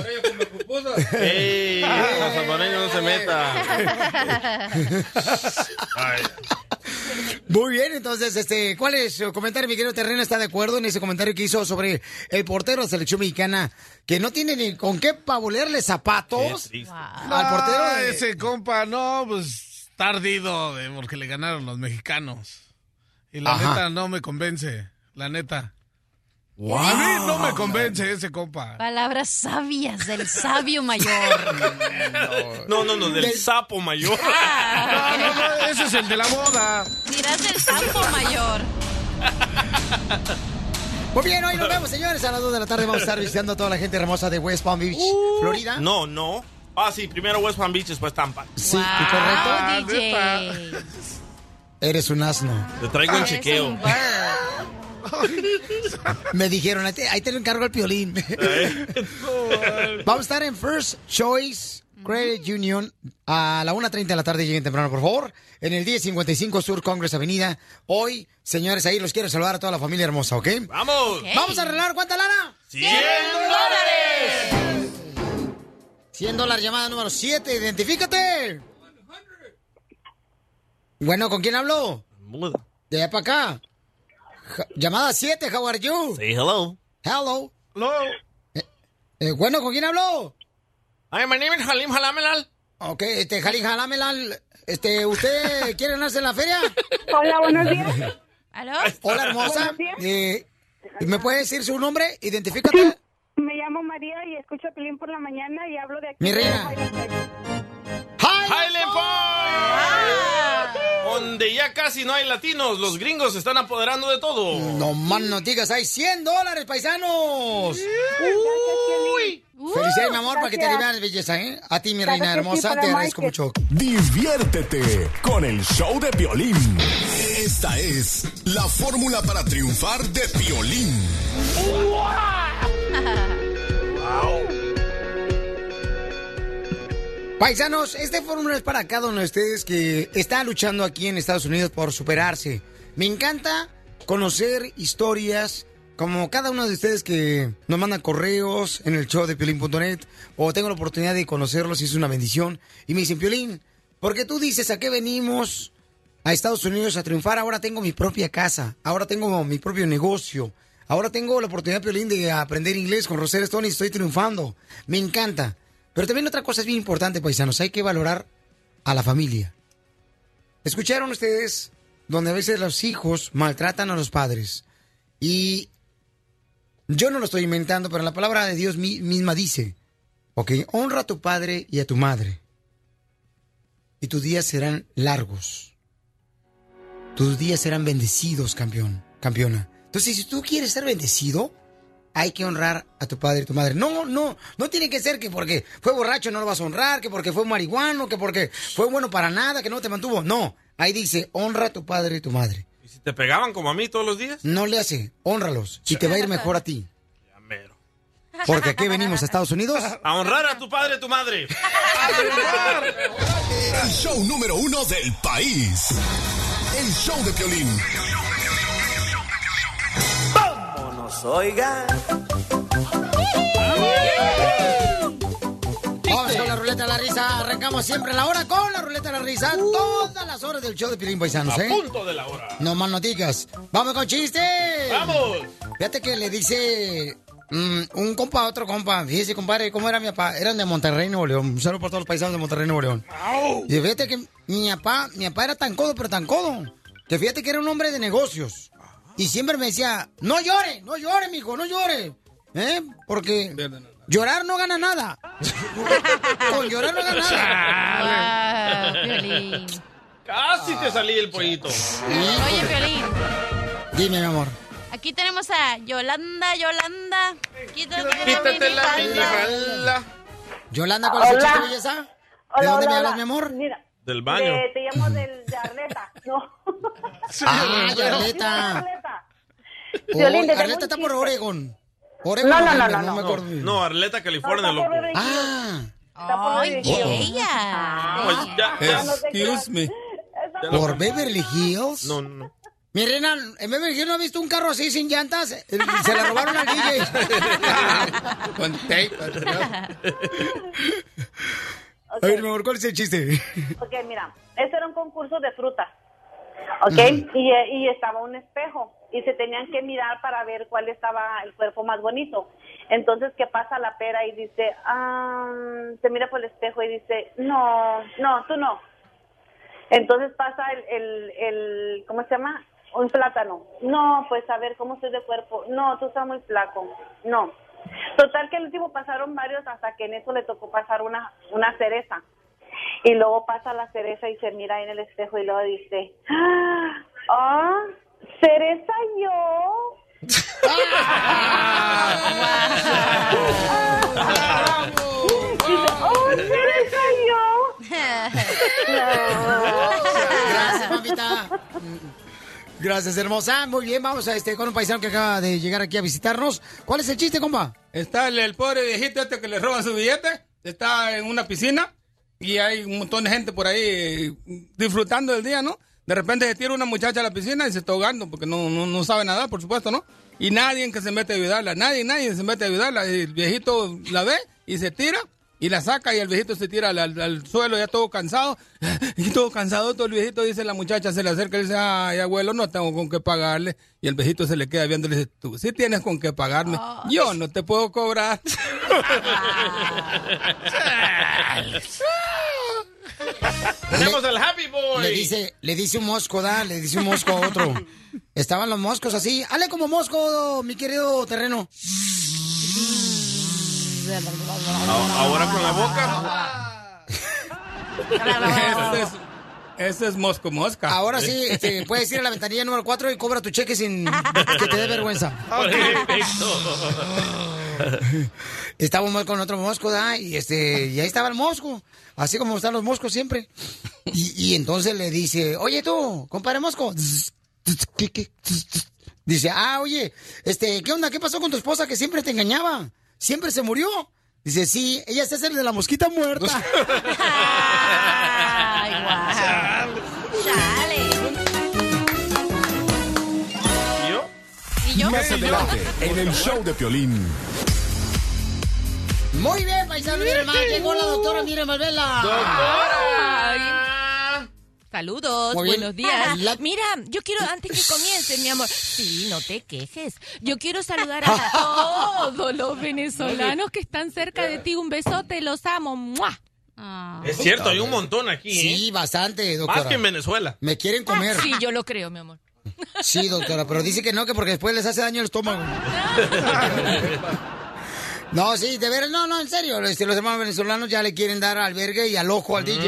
salvadoreños no se meta. Ay. Muy bien, entonces, ¿cuál es su comentario, mi querido Terreno? ¿Está de acuerdo en ese comentario que hizo sobre el portero de la selección mexicana que no tiene ni con qué pavolearle zapatos al portero? Ese compa, no, pues tardido porque le ganaron los mexicanos. Y la neta no me convence, la neta. Wow. A mí no me convence ese compa. Palabras sabias del sabio mayor. No, del sapo mayor. No, ese es el de la boda. Dirás del sapo mayor. Muy bien, hoy nos vemos, señores. A las 2 de la tarde vamos a estar visitando a toda la gente hermosa de West Palm Beach, Florida. No. Ah, sí, primero West Palm Beach, después Tampa. Sí, correcto. DJ. Eres un asno. Te traigo un chequeo. Me dijeron, ahí te lo encargo el Piolín. Vamos a estar en First Choice Credit Union a la 1:30 de la tarde. Lleguen temprano, por favor. En el 1055 Sur Congress Avenida. Hoy, señores, ahí los quiero saludar a toda la familia hermosa, ¿ok? ¡Vamos! Okay. ¿Vamos a arreglar cuánta lana? ¡$100! $100, llamada número 7. Identifícate. Bueno, ¿con quién hablo? Muda. De allá para acá. Llamada 7, how are you? Say hello. Hello. Hello. Bueno, ¿con quién hablo? Hi, my name is Halim Halamelal. Ok, Halim Halamelal, ¿usted quiere ganarse en la feria? Hola, buenos días. ¿Aló? Hola, hermosa. Buenos días. ¿Me puede decir su nombre? Identifícate. Sí, me llamo María y escucho a Pelín por la mañana y hablo de aquí. Mi reina. ¡Highland Donde ya casi no hay latinos, los gringos se están apoderando de todo. No más no digas, hay $100, paisanos. Uy. Felicidades, mi amor, para que te veas belleza, ¿eh? A ti, mi reina hermosa, te agradezco mucho. Diviértete con el show de Piolín. Esta es la fórmula para triunfar de Piolín. Paisanos, este fórmula es para cada uno de ustedes que está luchando aquí en Estados Unidos por superarse. Me encanta conocer historias como cada uno de ustedes que nos mandan correos en el show de Piolín.net o tengo la oportunidad de conocerlos y es una bendición. Y me dicen, Piolín, ¿por qué tú dices a qué venimos a Estados Unidos a triunfar? Ahora tengo mi propia casa, ahora tengo mi propio negocio, ahora tengo la oportunidad, Piolín, de aprender inglés con Rosetta Stone y estoy triunfando. Me encanta. Pero también otra cosa es bien importante, paisanos, hay que valorar a la familia. ¿Escucharon ustedes donde a veces los hijos maltratan a los padres? Y yo no lo estoy inventando, pero la palabra de Dios misma dice, ok, honra a tu padre y a tu madre, y tus días serán largos. Tus días serán bendecidos, campeona. Entonces, si tú quieres ser bendecido, hay que honrar a tu padre y tu madre. No tiene que ser que porque fue borracho no lo vas a honrar, que porque fue marihuano, que porque fue bueno para nada, que no te mantuvo. No, ahí dice, honra a tu padre y tu madre. ¿Y si te pegaban como a mí todos los días? No le hace, honralos y te va a ir mejor a ti. Ya mero. Porque aquí venimos a Estados Unidos a honrar a tu padre y tu madre. El show número 1 del país. El show de Piolín. Oigan. Vamos con la ruleta de la risa. Arrancamos siempre la hora con la ruleta de la risa. Todas las horas del show de Piolín, paisanos, A punto de la hora. No más noticas. ¡Vamos con chistes! ¡Vamos! Fíjate que le dice un compa a otro compa. Fíjese, compadre, ¿cómo era mi papá? Eran de Monterrey, Nuevo León. Un saludo por todos los paisanos de Monterrey, Nuevo León. Y fíjate que mi papá era tan codo, pero tan codo, que fíjate que era un hombre de negocios. Y siempre me decía, no llore, mijo, no llore. Porque llorar no gana nada. Con llorar no gana nada. Piolín. Casi te salí el pollito. Oye, Piolín. Dime, mi amor. Aquí tenemos a Yolanda. Quítate la minifalda. Yolanda, ¿cuál es el chiste, belleza? ¿De dónde me hablas, mi amor? Mira, del baño. Te llamo de Arleta. No. Arleta. Arleta está por Oregon. No, Arleta, California, loco. ¡Ay, ella! Excuse me. ¿Por Beverly Hills? No. Mi reina, en Beverly Hills no ha visto un carro así sin llantas. Se la robaron al DJ. Con tape. A ver, mi amor, ¿cuál es el chiste? Ok, mira, este era un concurso de frutas. Ok, y estaba un espejo y se tenían que mirar para ver cuál estaba el cuerpo más bonito. Entonces, ¿qué pasa la pera? Y dice, se mira por el espejo y dice, no, tú no. Entonces pasa el ¿cómo se llama? Un plátano. No, pues a ver, ¿cómo estoy de cuerpo? No, tú estás muy flaco. No. Total que el último pasaron varios hasta que en eso le tocó pasar una cereza. Y luego pasa la cereza y se mira en el espejo y luego dice, ¿cereza yo? Dice, ¿cereza yo? Gracias, mamita. Gracias, hermosa. Muy bien, vamos a con un paisano que acaba de llegar aquí a visitarnos. ¿Cuál es el chiste, compa? Está el pobre viejito que le roban su billete. Está en una piscina y hay un montón de gente por ahí disfrutando del día, ¿no? De repente se tira una muchacha a la piscina y se está ahogando porque no sabe nadar, por supuesto, ¿no? Y nadie que se mete a ayudarla, nadie se mete a ayudarla. El viejito la ve y se tira y la saca y el viejito se tira al suelo ya todo cansado. Y todo cansado, todo el viejito, dice la muchacha, se le acerca y dice, ay, abuelo, no tengo con qué pagarle. Y el viejito se le queda viendo y le dice, tú sí tienes con qué pagarme. Yo no te puedo cobrar. Tenemos al Happy Boy. Le dice un mosco, le dice un mosco a otro. Estaban los moscos así. Hale como mosco, mi querido Terreno. Ahora con la boca. Ese es mosco mosca. Ahora sí, puedes ir a la ventanilla número 4 y cobra tu cheque sin que te dé vergüenza. Estábamos con otro mosco, y ahí estaba el mosco, así como están los moscos siempre. Y entonces le dice, oye tú, compadre mosco. Dice, oye, ¿qué onda? ¿Qué pasó con tu esposa que siempre te engañaba? ¿Siempre se murió? Dice, sí, ella es el de la mosquita muerta. Ay, guau. Chale. ¿Y yo? Más adelante, en el show de Piolín. Muy bien, paisano, miren más. Llegó la doctora, miren, Malvela. ¡Doctora! Saludos, buenos días. Mira, yo quiero, antes que comiences, mi amor. Sí, no te quejes. Yo quiero saludar a todos los venezolanos que están cerca de ti. Un besote, los amo. ¡Mua! Es cierto, hay un montón aquí. Sí, bastante, doctora. Más que en Venezuela. Me quieren comer. Sí, yo lo creo, mi amor. Sí, doctora, pero dice que no, que porque después les hace daño el estómago. No, sí, de veras, no, en serio. Los hermanos venezolanos ya le quieren dar albergue y al ojo al DJ.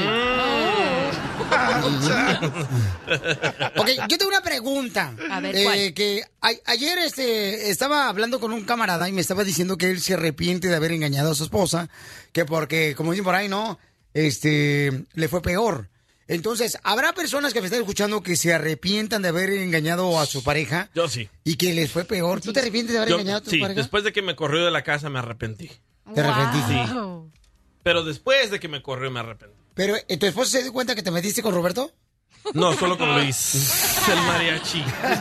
Ok, yo tengo una pregunta. A ver, ¿cuál? Que ayer estaba hablando con un camarada y me estaba diciendo que él se arrepiente de haber engañado a su esposa, que porque, como dicen por ahí, no, le fue peor. Entonces, ¿habrá personas que me están escuchando que se arrepientan de haber engañado a su pareja? Yo sí. ¿Y que les fue peor? ¿Tú te arrepientes de haber engañado a tu pareja? Sí, después de que me corrió de la casa me arrepentí. ¿Te arrepentiste? Sí. Pero después de que me corrió me arrepentí. ¿Pero tu esposo se dio cuenta que te metiste con Roberto? No, solo con Luis. El mariachi.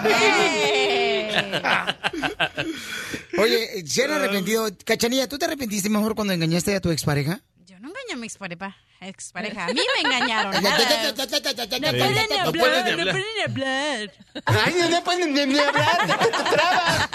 Oye, ¿se han arrepentido? Cachanilla, ¿tú te arrepentiste mejor cuando engañaste a tu expareja? Yo no engañé a mi expareja. A mí me engañaron. No pueden hablar. Ay, no pueden ni hablar. Te trabas.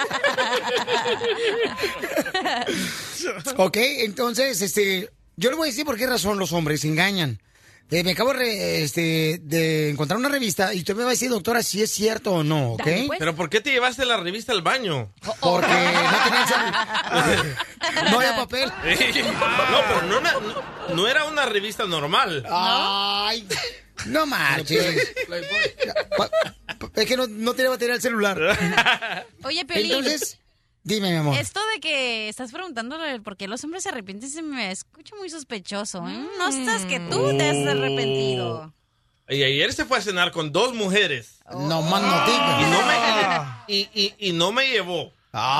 Ok, entonces, yo le voy a decir por qué razón los hombres engañan. Me acabo de encontrar una revista y usted me va a decir, doctora, si es cierto o no, ¿ok? Dale, pues. ¿Pero por qué te llevaste la revista al baño? Porque no tenía no había papel. No, pero no era una revista normal. Ay, no marches. Es que no tenía batería el celular. Oye, Piolín. Entonces, dime, mi amor. Esto de que estás preguntándole por qué los hombres se arrepienten se me escucha muy sospechoso. No estás que tú te has arrepentido. Y ayer se fue a cenar con 2 mujeres. No más no digas. Y no me llevó.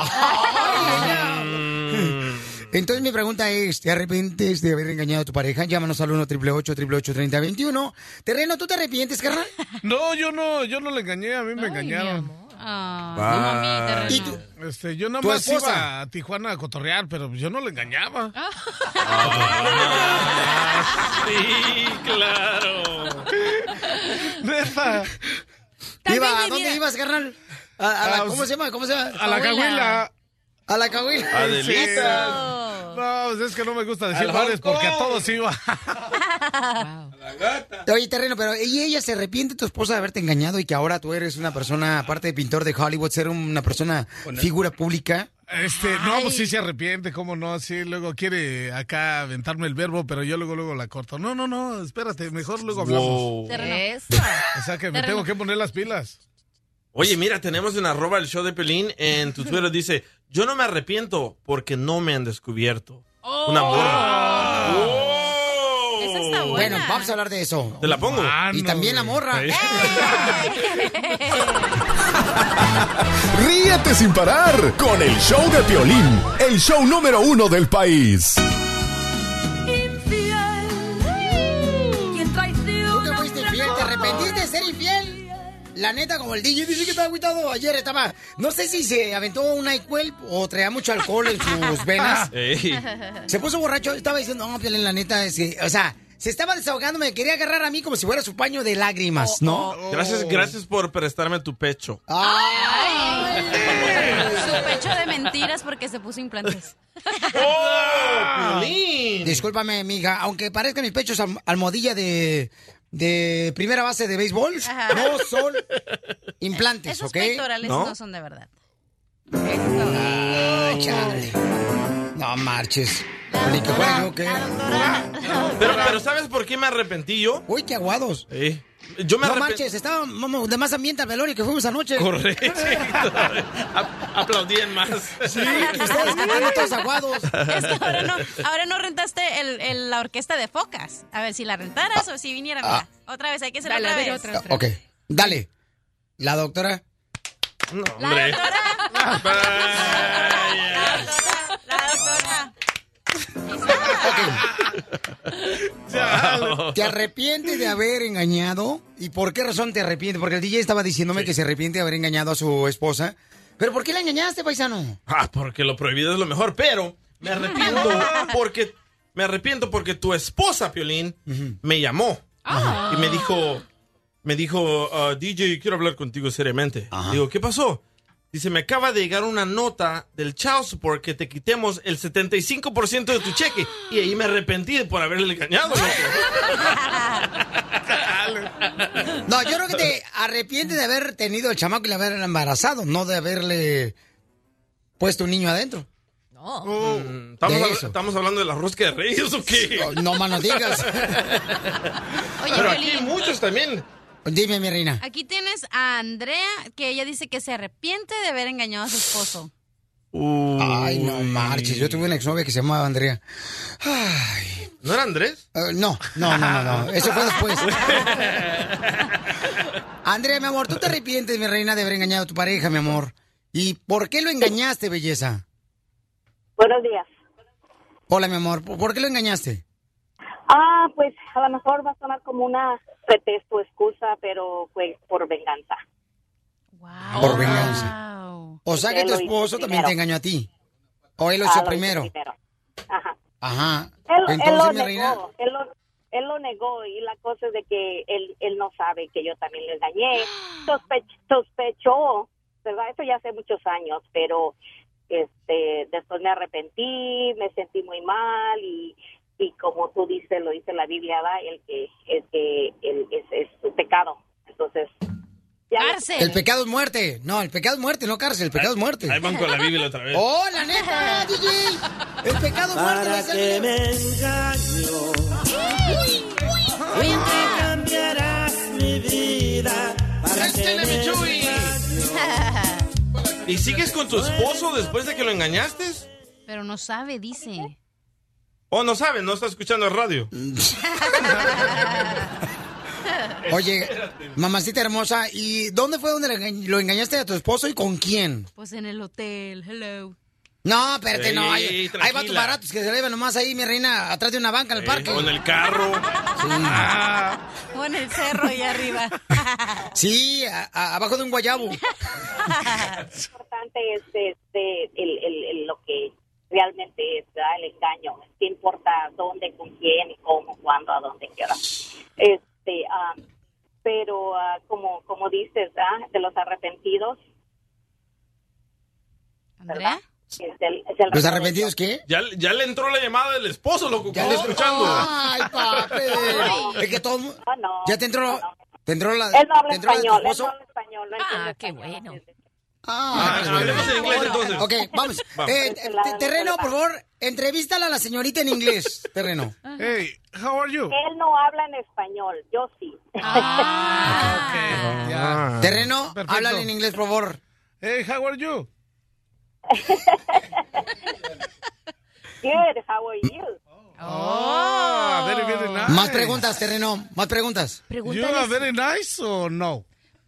Entonces mi pregunta es, ¿te arrepientes de haber engañado a tu pareja? Llámanos al 1-888-888-3021. Terreno, ¿tú te arrepientes, carnal? No, yo no le engañé, a mí me engañaron. ¿Y tú? Yo nada más iba a Tijuana a cotorrear, pero yo no le engañaba. Sí, claro. Neta. ¿A dónde ibas, carnal? ¿Cómo se llama? A la Cahuila. A la Cahuila. Adelita. No, pues es que no me gusta decir bares porque a todos iba. Oye, Terreno, pero ella se arrepiente, tu esposa, de haberte engañado y que ahora tú eres una persona, aparte de pintor de Hollywood, ser una persona figura pública. No, pues sí se arrepiente, cómo no, sí, luego quiere acá aventarme el verbo, pero yo luego la corto. No, espérate, mejor luego hablamos. Wow. O sea que me tengo que poner las pilas. Oye, mira, tenemos en @el show de Pelín en tu Twitter, dice, yo no me arrepiento porque no me han descubierto. Una morra. Eso está Bueno, vamos a hablar de eso. Te la pongo. Y también la morra. Ríete sin parar con el show de Piolín, el show número 1 del país. ¿Tú que fuiste infiel? ¿Te arrepentiste de ser infiel? La neta, como el DJ dice que estaba agüitado. Ayer estaba, no sé si se aventó un NyQuil o traía mucho alcohol en sus venas. Se puso borracho, estaba diciendo, no, Piolín, la neta es que, o sea, se estaba desahogando, me quería agarrar a mí como si fuera su paño de lágrimas, ¿no? Gracias por prestarme tu pecho. Ay. Su pecho de mentiras porque se puso implantes. Discúlpame, amiga, aunque parezca mis pechos almohadilla de primera base de béisbol, no son implantes, Esos ¿ok? pectorales no son de verdad. Chale. No marches. Ni que fuera yo, ¿qué? Pero ¿sabes por qué me arrepentí yo? Uy, qué aguados. Yo me no marches, estábamos de más ambiente al velorio que fuimos anoche. Correcto. Aplaudían más. Sí, ustedes cantando todos aguados. Es que ahora no rentaste la orquesta de focas. A ver si la rentaras o si viniera. Mira, otra vez, hay que hacerlo otra vez. Otra. Ok, dale. La doctora. No, hombre. La doctora. Wow. ¿Te arrepientes de haber engañado? ¿Y por qué razón te arrepientes? Porque el DJ estaba diciéndome que se arrepiente de haber engañado a su esposa. ¿Pero por qué la engañaste, paisano? Porque lo prohibido es lo mejor, pero me arrepiento porque tu esposa, Piolín, me llamó y me dijo, DJ, quiero hablar contigo seriamente. Digo, ¿qué pasó? Dice, me acaba de llegar una nota del child support que te quitemos el 75% de tu cheque. Y ahí me arrepentí por haberle engañado. No, yo creo que te arrepientes de haber tenido el chamaco y de haberla embarazado, no de haberle puesto un niño adentro. No. ¿Estamos hablando de la rosca de Reyes o qué? No más no digas. Oye, pero aquí hay muchos también. Dime, mi reina. Aquí tienes a Andrea, que ella dice que se arrepiente de haber engañado a su esposo. Ay, no marches. Yo tuve una exnovia que se llamaba Andrea. Ay. ¿No era Andrés? No. Eso fue después. Andrea, mi amor, ¿tú te arrepientes, mi reina, de haber engañado a tu pareja, mi amor? ¿Y por qué lo engañaste, belleza? Buenos días. Hola, mi amor. ¿Por qué lo engañaste? Pues a lo mejor va a sonar como una pretexto, excusa, pero fue por venganza. Wow. Por venganza. O sea que tu esposo también te engañó a ti. ¿O él lo hizo primero? Ajá. Entonces, mi reina... Él lo negó y la cosa es de que él no sabe que yo también le engañé. Sospechó, ¿verdad? Eso ya hace muchos años, pero después me arrepentí, me sentí muy mal y como tú dices, lo dice la Biblia, ¿verdad? Es su pecado. Entonces, cárcel. El pecado es muerte. No, el pecado es muerte, no cárcel. El pecado es muerte. Ahí van con la Biblia otra vez. ¡Oh, la neta, DJ! El pecado es muerte. Para que me engaño. Nunca cambiarás mi vida. Para que me engaño. ¿Y sigues con tu esposo después de que lo engañaste? Pero no sabe, dice. Oh, no sabe, no está escuchando el radio. Oye, mamacita hermosa, ¿y dónde fue donde lo engañaste a tu esposo y con quién? Pues en el hotel, hello. No, espérate, no. Hay tranquila. vatos baratos que se le llevan nomás ahí, mi reina, atrás de una banca en el parque. O en el carro. Sí. O en el cerro ahí arriba. Sí, abajo de un guayabo. Lo importante es lo que realmente es, ¿verdad? El engaño. ¿Qué importa dónde, con quién, y cómo, cuándo, a dónde, qué hora? Pero como dices, ¿verdad? De los arrepentidos. ¿Andrea? ¿Los arrepentidos qué? Ya le entró la llamada del esposo, loco. Ya le escuchando. Ay, papi. Es que todo... No. Ya te entró... ¿Te entró la... Él no habla español. él no habla español. No qué español. bueno. Hablemos en inglés entonces. Ok, vamos. Terreno, por favor, entrevístala a la señorita en inglés, Terreno. Hey, how are you? Él no habla en español, yo sí. Terreno, Perfecto. háblale en inglés, por favor. Hey, how are you? Good, how are you? Very, very nice. Más preguntas, Terreno, más preguntas. You are very nice o no?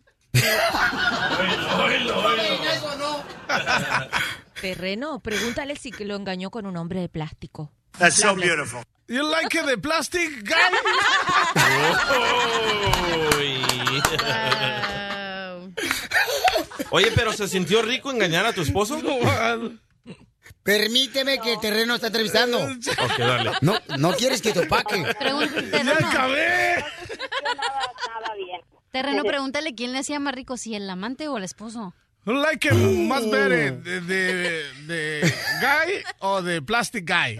Terreno, pregúntale si lo engañó con un hombre de plástico. That's so beautiful. You like the plastic guy? Oye, pero ¿se sintió rico engañar a tu esposo? Permíteme que el Terreno está entrevistando. Ok, dale. No quieres que te opaque. Terreno. ¡Ya acabé! Nada bien. Terreno, pregúntale quién le hacía más rico, si el amante o el esposo. Like him más better, de guy o de plastic guy.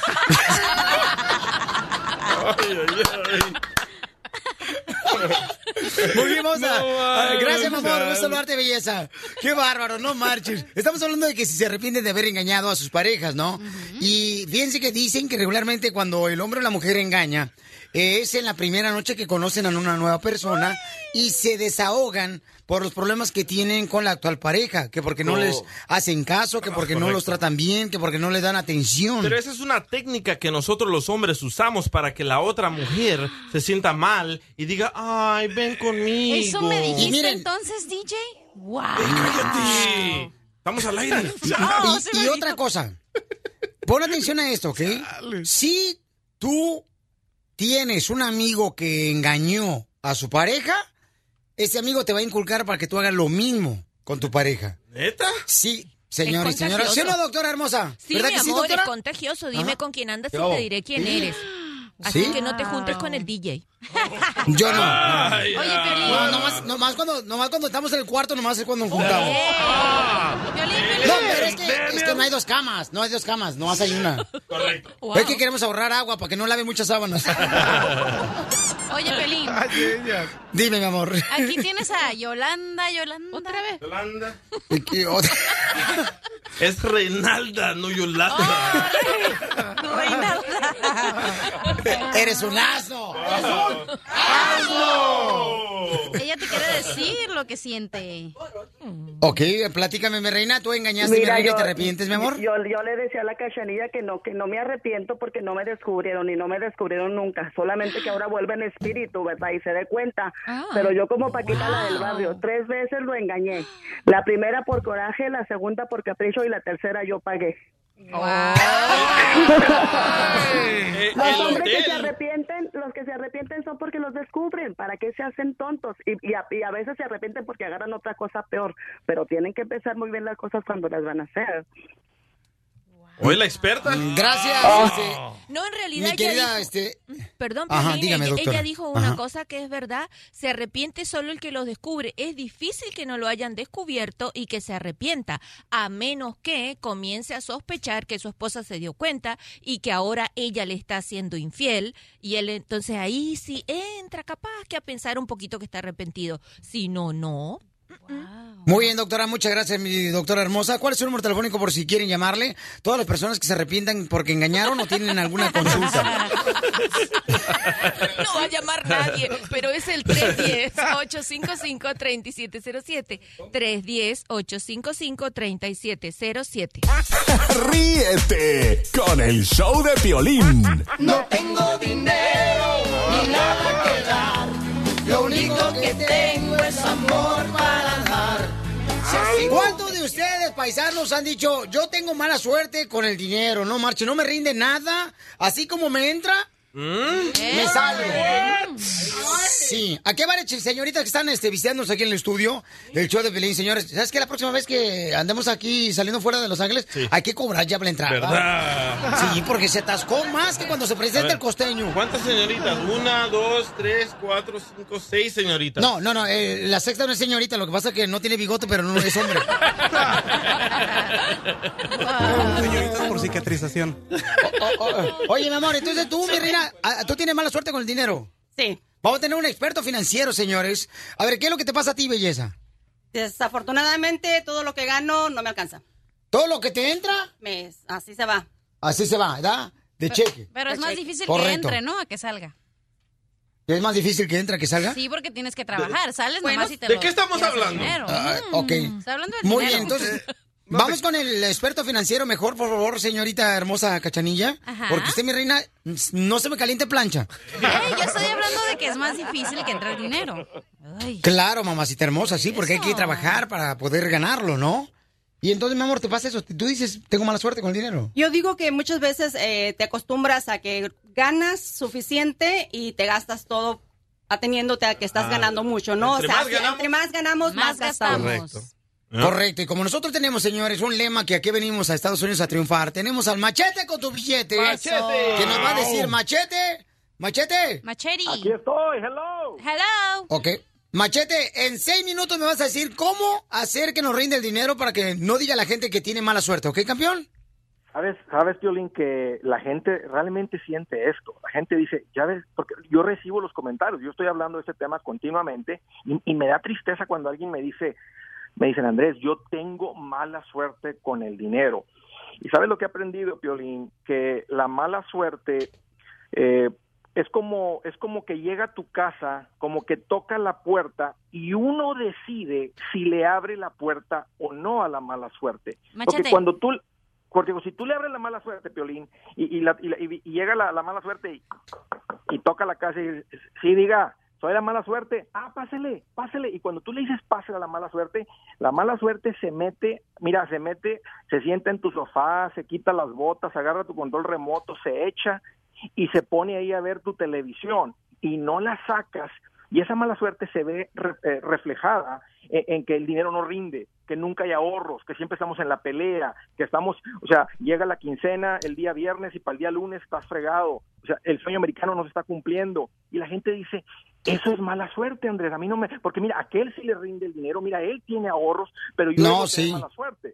Muy bien, gracias, mi amor. Gusto saludarte, belleza. Qué bárbaro, no marches. Estamos hablando de que si se arrepienten de haber engañado a sus parejas, ¿no? Y fíjense que dicen que regularmente cuando el hombre o la mujer engaña, es en la primera noche que conocen a una nueva persona y se desahogan por los problemas que tienen con la actual pareja, que porque no les hacen caso, que porque no los tratan bien, que porque no les dan atención. Pero esa es una técnica que nosotros los hombres usamos para que la otra mujer se sienta mal y diga, ay, ven conmigo. ¿Eso me dijiste entonces, DJ? ¡Wow! ¡Cállate! Estamos al aire. Y otra cosa, pon atención a esto, ¿ok? Si tú tienes un amigo que engañó a su pareja, ese amigo te va a inculcar para que tú hagas lo mismo con tu pareja. ¿Neta? Sí, señor y señora. ¿Sí o no, doctora hermosa? Sí, ¿verdad mi que sí, amor, doctora? es contagioso. Dime con quién andas y Yo. te diré quién eres. Así ¿Sí? que no te juntes con el DJ. Yo no. Oye, Piolín. No, nomás cuando estamos en el cuarto, nomás es cuando nos juntamos. Piolín. No, pero es que no hay dos camas, nomás hay una. Correcto. Es que queremos ahorrar agua para que no lave muchas sábanas. Oye, Pelín. Dime, mi amor. Aquí tienes a Yolanda. ¿Otra vez? Yolanda. ¿Y qué otra? Es Reinalda, no Yolanda. Eres un asno. Ella te quiere decir lo que siente. Ok, platícame, mi reina. ¿Tú engañaste a mi reina y te arrepientes, mi amor? Yo le decía a la Cachanilla que no me arrepiento porque no me descubrieron y no me descubrieron nunca. Solamente que ahora vuelve en espíritu, ¿verdad? Y se dé cuenta. Pero yo como Paquita, la del barrio, 3 veces lo engañé. La primera por coraje, la segunda por capricho y la tercera yo pagué. Los hombres que se arrepienten, los que se arrepienten son porque los descubren. ¿Para qué se hacen tontos? Y a veces se arrepienten porque agarran otra cosa peor. Pero tienen que pensar muy bien las cosas cuando las van a hacer. Hoy la experta. Gracias. No, en realidad Mi querida, ella dijo, perdón, Ajá, Piolín, dígame, doctora. ella dijo una Ajá. cosa que es verdad, se arrepiente solo el que los descubre. Es difícil que no lo hayan descubierto y que se arrepienta, a menos que comience a sospechar que su esposa se dio cuenta y que ahora ella le está siendo infiel, y él entonces ahí sí entra capaz que a pensar un poquito que está arrepentido. Si no, no. Muy bien, doctora, muchas gracias, mi doctora hermosa. ¿Cuál es su número telefónico por si quieren llamarle? Todas las personas que se arrepientan porque engañaron o tienen alguna consulta. No va a llamar nadie, pero es el 310-855-3707. 310-855-3707. Ríete con el show de Piolín. No tengo dinero ni nada que dar. Lo único que tengo es amor para dar. ¿Cuántos de ustedes, paisanos, han dicho, yo tengo mala suerte con el dinero, no marche, no me rinde nada, así como me entra, me sale? Sí. ¿A qué varias señoritas que están visitándonos aquí en el estudio del show de Piolín, señores? ¿Sabes qué? La próxima vez que andemos aquí saliendo fuera de Los Ángeles, hay que cobrar ya la entrada. ¿Verdad? Sí, porque se atascó más que cuando se presenta el costeño. ¿Cuántas señoritas? 1, 2, 3, 4, 5, 6 señoritas. No, la sexta no es señorita, lo que pasa es que no tiene bigote, pero no es hombre. Señoritas por cicatrización. Oye, mi amor, entonces tú, mi reina, ¿tú tienes mala suerte con el dinero? Sí. Vamos a tener un experto financiero, señores. A ver, ¿qué es lo que te pasa a ti, belleza? Desafortunadamente, todo lo que gano no me alcanza. ¿Todo lo que te entra? Así se va. Así se va, ¿verdad? De cheque. Pero es más difícil Correcto. que entre, ¿no? A que salga. ¿Es más difícil que entre que salga? Sí, porque tienes que trabajar. Sales Bueno, nomás y te ¿de lo... qué estamos tienes el hablando? dinero. Ok. Está hablando del Muy dinero. bien, entonces, Vamos con el experto financiero mejor, por favor, señorita hermosa Cachanilla. Ajá. Porque usted, mi reina, no se me caliente plancha. Yo estoy hablando de que es más difícil que entrar dinero. Ay. Claro, mamacita hermosa, sí, porque hay que trabajar para poder ganarlo, ¿no? Y entonces, mi amor, te pasa eso. Tú dices, tengo mala suerte con el dinero. Yo digo que muchas veces te acostumbras a que ganas suficiente y te gastas todo ateniéndote a que estás ganando mucho, ¿no? Entre más ganamos, más gastamos. Correcto. Correcto, y como nosotros tenemos, señores, un lema que aquí venimos a Estados Unidos a triunfar, tenemos al Machete con tu billete. ¡Machete! Que nos va a decir, Machete, Machete. Machete. Aquí estoy, hello. Hello. Ok. Machete, en 6 minutos me vas a decir cómo hacer que nos rinde el dinero para que no diga la gente que tiene mala suerte, ¿ok, campeón? Sabes, Piolín, que la gente realmente siente esto. La gente dice, ya ves, porque yo recibo los comentarios, yo estoy hablando de este tema continuamente y me da tristeza cuando alguien me dicen, Andrés, yo tengo mala suerte con el dinero. Y ¿sabes lo que he aprendido, Piolín? Que la mala suerte es como que llega a tu casa, como que toca la puerta y uno decide si le abre la puerta o no a la mala suerte. Machete. Porque si tú le abres la mala suerte, Piolín, y llega la mala suerte y toca la casa y sí, diga, soy la mala suerte, pásele, y cuando tú le dices pásele a la mala suerte se mete, se sienta en tu sofá, se quita las botas, agarra tu control remoto, se echa y se pone ahí a ver tu televisión y no la sacas, y esa mala suerte se ve reflejada en que el dinero no rinde, que nunca hay ahorros, que siempre estamos en la pelea, que llega la quincena el día viernes y para el día lunes estás fregado, o sea, el sueño americano no se está cumpliendo, y la gente dice, eso es mala suerte, Andrés, a mí no me, porque mira, a aquel sí le rinde el dinero, mira, él tiene ahorros, pero yo no tengo mala suerte.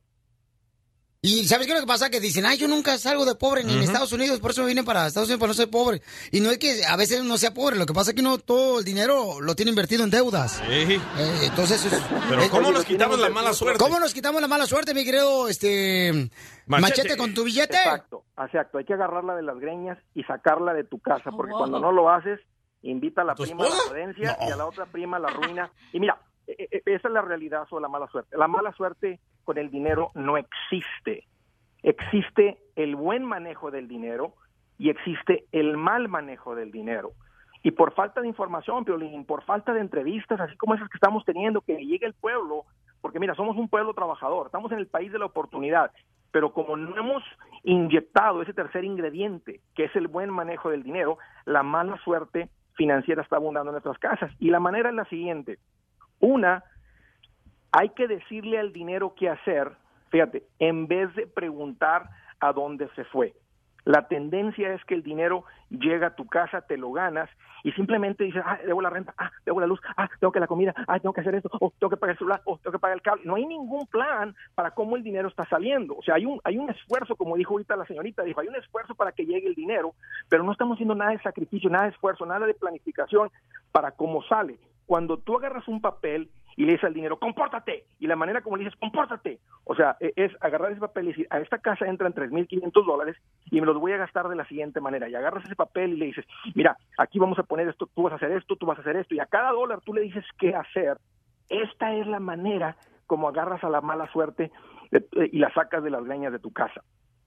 Y ¿sabes qué es lo que pasa? Que dicen, yo nunca salgo de pobre ni en Estados Unidos, por eso me vine para Estados Unidos para no ser pobre. Y no es que a veces no sea pobre, lo que pasa es que no todo el dinero lo tiene invertido en deudas. Sí. Entonces, pero ¿cómo nos quitamos la mala suerte? ¿Cómo nos quitamos la mala suerte, mi querido Machete con tu billete? Exacto, hay que agarrarla de las greñas y sacarla de tu casa, porque cuando no lo haces, invita a la prima a la cadencia y a la otra prima a la ruina. Y mira, esa es la realidad sobre la mala suerte. La mala suerte con el dinero no existe. Existe el buen manejo del dinero y existe el mal manejo del dinero. Y por falta de información, Piolín, por falta de entrevistas, así como esas que estamos teniendo, que llegue el pueblo, porque mira, somos un pueblo trabajador, estamos en el país de la oportunidad, pero como no hemos inyectado ese tercer ingrediente, que es el buen manejo del dinero, la mala suerte financiera está abundando en nuestras casas. Y la manera es la siguiente. Una, hay que decirle al dinero qué hacer, fíjate, en vez de preguntar a dónde se fue. La tendencia es que el dinero llega a tu casa, te lo ganas y simplemente dices, debo la renta, debo la luz, tengo que la comida, tengo que hacer esto, tengo que pagar el celular, tengo que pagar el cable. No hay ningún plan para cómo el dinero está saliendo. O sea, hay un esfuerzo, como dijo ahorita la señorita, hay un esfuerzo para que llegue el dinero, pero no estamos haciendo nada de sacrificio, nada de esfuerzo, nada de planificación para cómo sale. Cuando tú agarras un papel y le dices al dinero, compórtate, y la manera como le dices, compórtate, o sea, es agarrar ese papel y decir, a esta casa entran $3,500 y me los voy a gastar de la siguiente manera, y agarras ese papel y le dices, mira, aquí vamos a poner esto, tú vas a hacer esto, tú vas a hacer esto, y a cada dólar tú le dices qué hacer. Esta es la manera como agarras a la mala suerte y la sacas de las greñas de tu casa.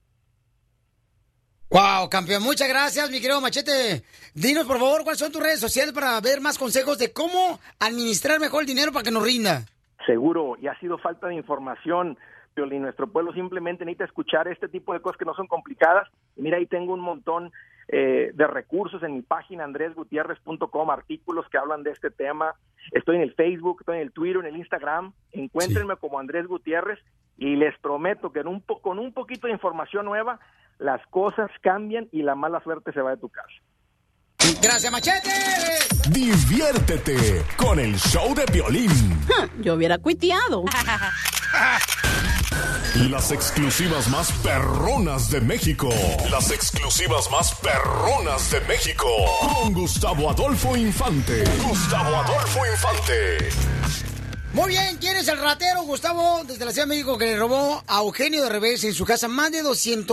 Wow, campeón, muchas gracias, mi querido Machete. Dinos, por favor, cuáles son tus redes sociales para ver más consejos de cómo administrar mejor el dinero para que nos rinda. Seguro, y ha sido falta de información, Piolín. Nuestro pueblo simplemente necesita escuchar este tipo de cosas que no son complicadas. Y mira, ahí tengo un montón de recursos en mi página, andresgutierrez.com, artículos que hablan de este tema. Estoy en el Facebook, estoy en el Twitter, en el Instagram. Encuéntrenme como Andrés Gutiérrez y les prometo que con un poquito de información nueva, las cosas cambian y la mala suerte se va de tu casa. ¡Gracias, Machete! Diviértete con el show de Piolín. Yo hubiera cuiteado. Las exclusivas más perronas de México. Las exclusivas más perronas de México. Con Gustavo Adolfo Infante. Gustavo Adolfo Infante. Muy bien, ¿quién es el ratero, Gustavo, desde la Ciudad de México, que le robó a Eugenio de Revés en su casa más de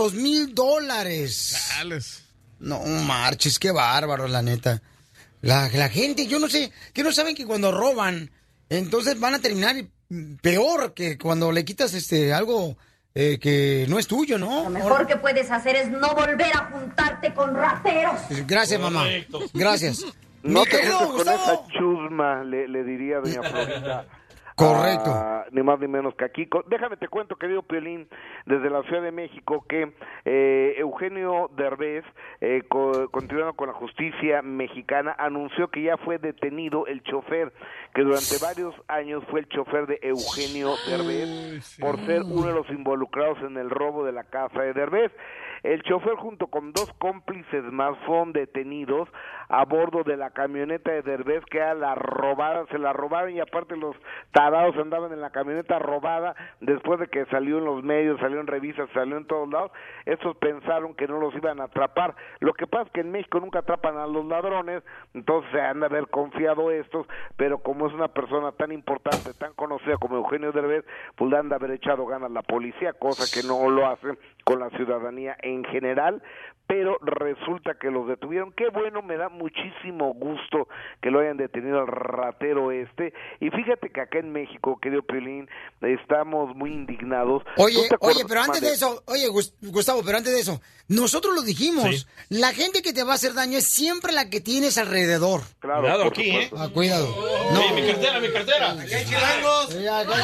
$200,000? No marches, qué bárbaro, la neta. La gente, yo no sé, que no saben que cuando roban, entonces van a terminar peor que cuando le quitas algo que no es tuyo, ¿no? Lo mejor que puedes hacer es no volver a juntarte con rateros. Gracias, mamá. Gracias. No te juntes con esa chusma, le diría doña Florinda. Correcto. Ni más ni menos que aquí. Déjame te cuento, querido Piolín, desde la Ciudad de México, que Eugenio Derbez, continuando con la justicia mexicana, anunció que ya fue detenido el chofer, que durante varios años fue el chofer de Eugenio Derbez, por ser uno de los involucrados en el robo de la casa de Derbez. El chofer junto con 2 cómplices más fueron detenidos a bordo de la camioneta de Derbez, que era se la robaron, y aparte los tarados andaban en la camioneta robada después de que salió en los medios, salió en revistas, salió en todos lados. Estos pensaron que no los iban a atrapar. Lo que pasa es que en México nunca atrapan a los ladrones, entonces se han de haber confiado estos, pero como es una persona tan importante, tan conocida como Eugenio Derbez, pues le han de haber echado ganas la policía, cosa que no lo hacen con la ciudadanía en general, pero resulta que los detuvieron. Qué bueno, me da muchísimo gusto que lo hayan detenido al ratero y fíjate que acá en México, querido Piolín, estamos muy indignados. Oye, pero antes de eso, Gustavo, pero antes de eso, nosotros lo dijimos, la gente que te va a hacer daño es siempre la que tienes alrededor. Claro, cuidado aquí, cuidado. No. Mi cartera. Aquí hay chilangos.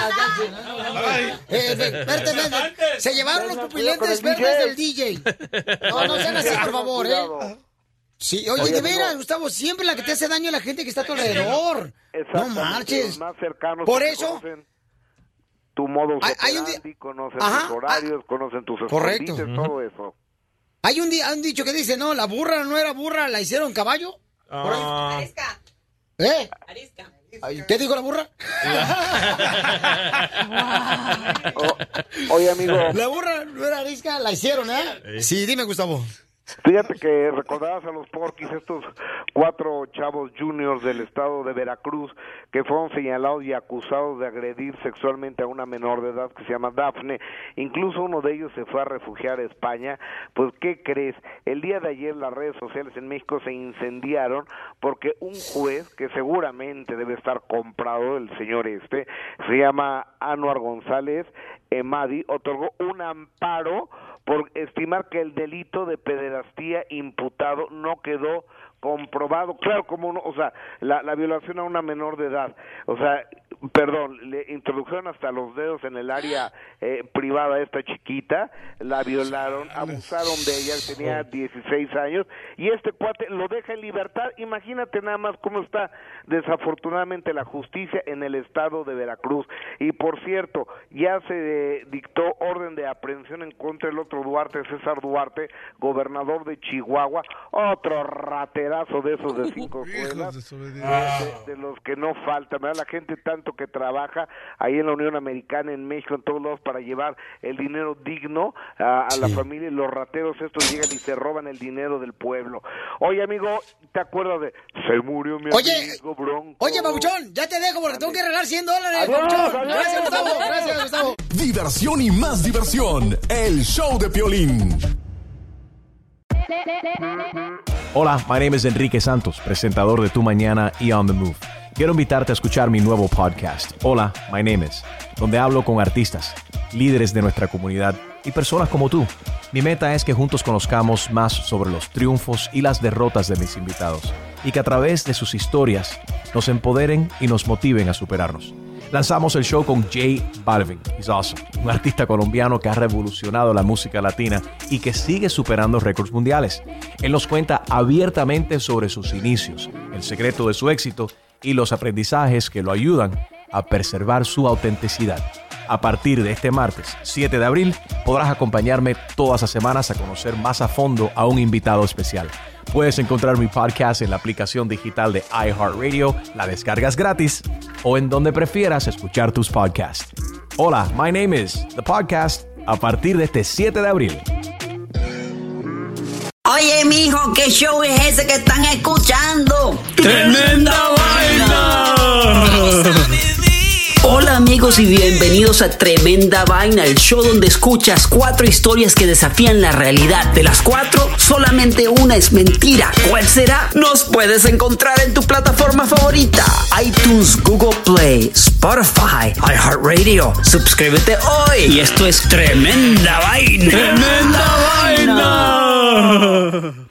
Se llevaron los pupilentes verdes del DJ. No sean así, por favor, Sí, oye, de veras, Gustavo, siempre la que te hace daño es la gente que está a tu alrededor. No marches. Los más cercanos. Por eso. Tu modo operandi, conocen tus horarios, conocen tus escondites, todo eso. Hay un dicho que dice, no, la burra no era burra, la hicieron caballo. Arisca. Arisca. ¿Qué dijo la burra? Oye, amigo. La burra no era arisca, la hicieron, ¿eh? Sí, dime, Gustavo. Fíjate que recordabas a los Porquis, estos 4 chavos juniors del estado de Veracruz que fueron señalados y acusados de agredir sexualmente a una menor de edad que se llama Dafne. Incluso uno de ellos se fue a refugiar a España. Pues, ¿qué crees? El día de ayer las redes sociales en México se incendiaron porque un juez, que seguramente debe estar comprado, el señor se llama Anuar González Emadi, otorgó un amparo por estimar que el delito de pederastía imputado no quedó comprobado. Claro, como no, o sea, la violación a una menor de edad, o sea, perdón, le introdujeron hasta los dedos en el área privada a esta chiquita, la violaron, abusaron de ella, tenía 16 años, y este cuate lo deja en libertad. Imagínate nada más cómo está desafortunadamente la justicia en el estado de Veracruz. Y por cierto, ya se dictó orden de aprehensión en contra del otro Duarte, César Duarte, gobernador de Chihuahua, otro raterazo de esos de 5 escuelas, de los que no falta, ¿verdad? La gente tanto que trabaja ahí en la Unión Americana, en México, en todos lados, para llevar el dinero digno a la familia, y los rateros estos llegan y se roban el dinero del pueblo. Oye, amigo, ¿te acuerdas de se murió mi amigo Bronco? Oye, Pabuchón, ya te dejo porque tengo que regalar $100. Adiós. Gracias, Gustavo. Gracias, Gustavo. Diversión y más diversión. El show de Piolín. Hola, my name is Enrique Santos, presentador de Tu Mañana y On The Move. Quiero invitarte a escuchar mi nuevo podcast, Hola, my name is, donde hablo con artistas, líderes de nuestra comunidad y personas como tú. Mi meta es que juntos conozcamos más sobre los triunfos y las derrotas de mis invitados y que a través de sus historias nos empoderen y nos motiven a superarnos. Lanzamos el show con J Balvin, he's awesome, un artista colombiano que ha revolucionado la música latina y que sigue superando récords mundiales. Él nos cuenta abiertamente sobre sus inicios, el secreto de su éxito y los aprendizajes que lo ayudan a preservar su autenticidad. A partir de este martes, 7 de abril, podrás acompañarme todas las semanas a conocer más a fondo a un invitado especial. Puedes encontrar mi podcast en la aplicación digital de iHeartRadio, la descargas gratis, o en donde prefieras escuchar tus podcasts. Hola, my name is The Podcast, a partir de este 7 de abril. Oye, mijo, ¿qué show es ese que están escuchando? ¡Tremenda Vaina! Hola, amigos Saludos y bienvenidos a Tremenda Vaina, el show donde escuchas 4 historias que desafían la realidad. De las 4, solamente una es mentira. ¿Cuál será? Nos puedes encontrar en tu plataforma favorita: iTunes, Google Play, Spotify, iHeartRadio. Suscríbete hoy. Y esto es Tremenda Vaina. ¡Tremenda Vaina!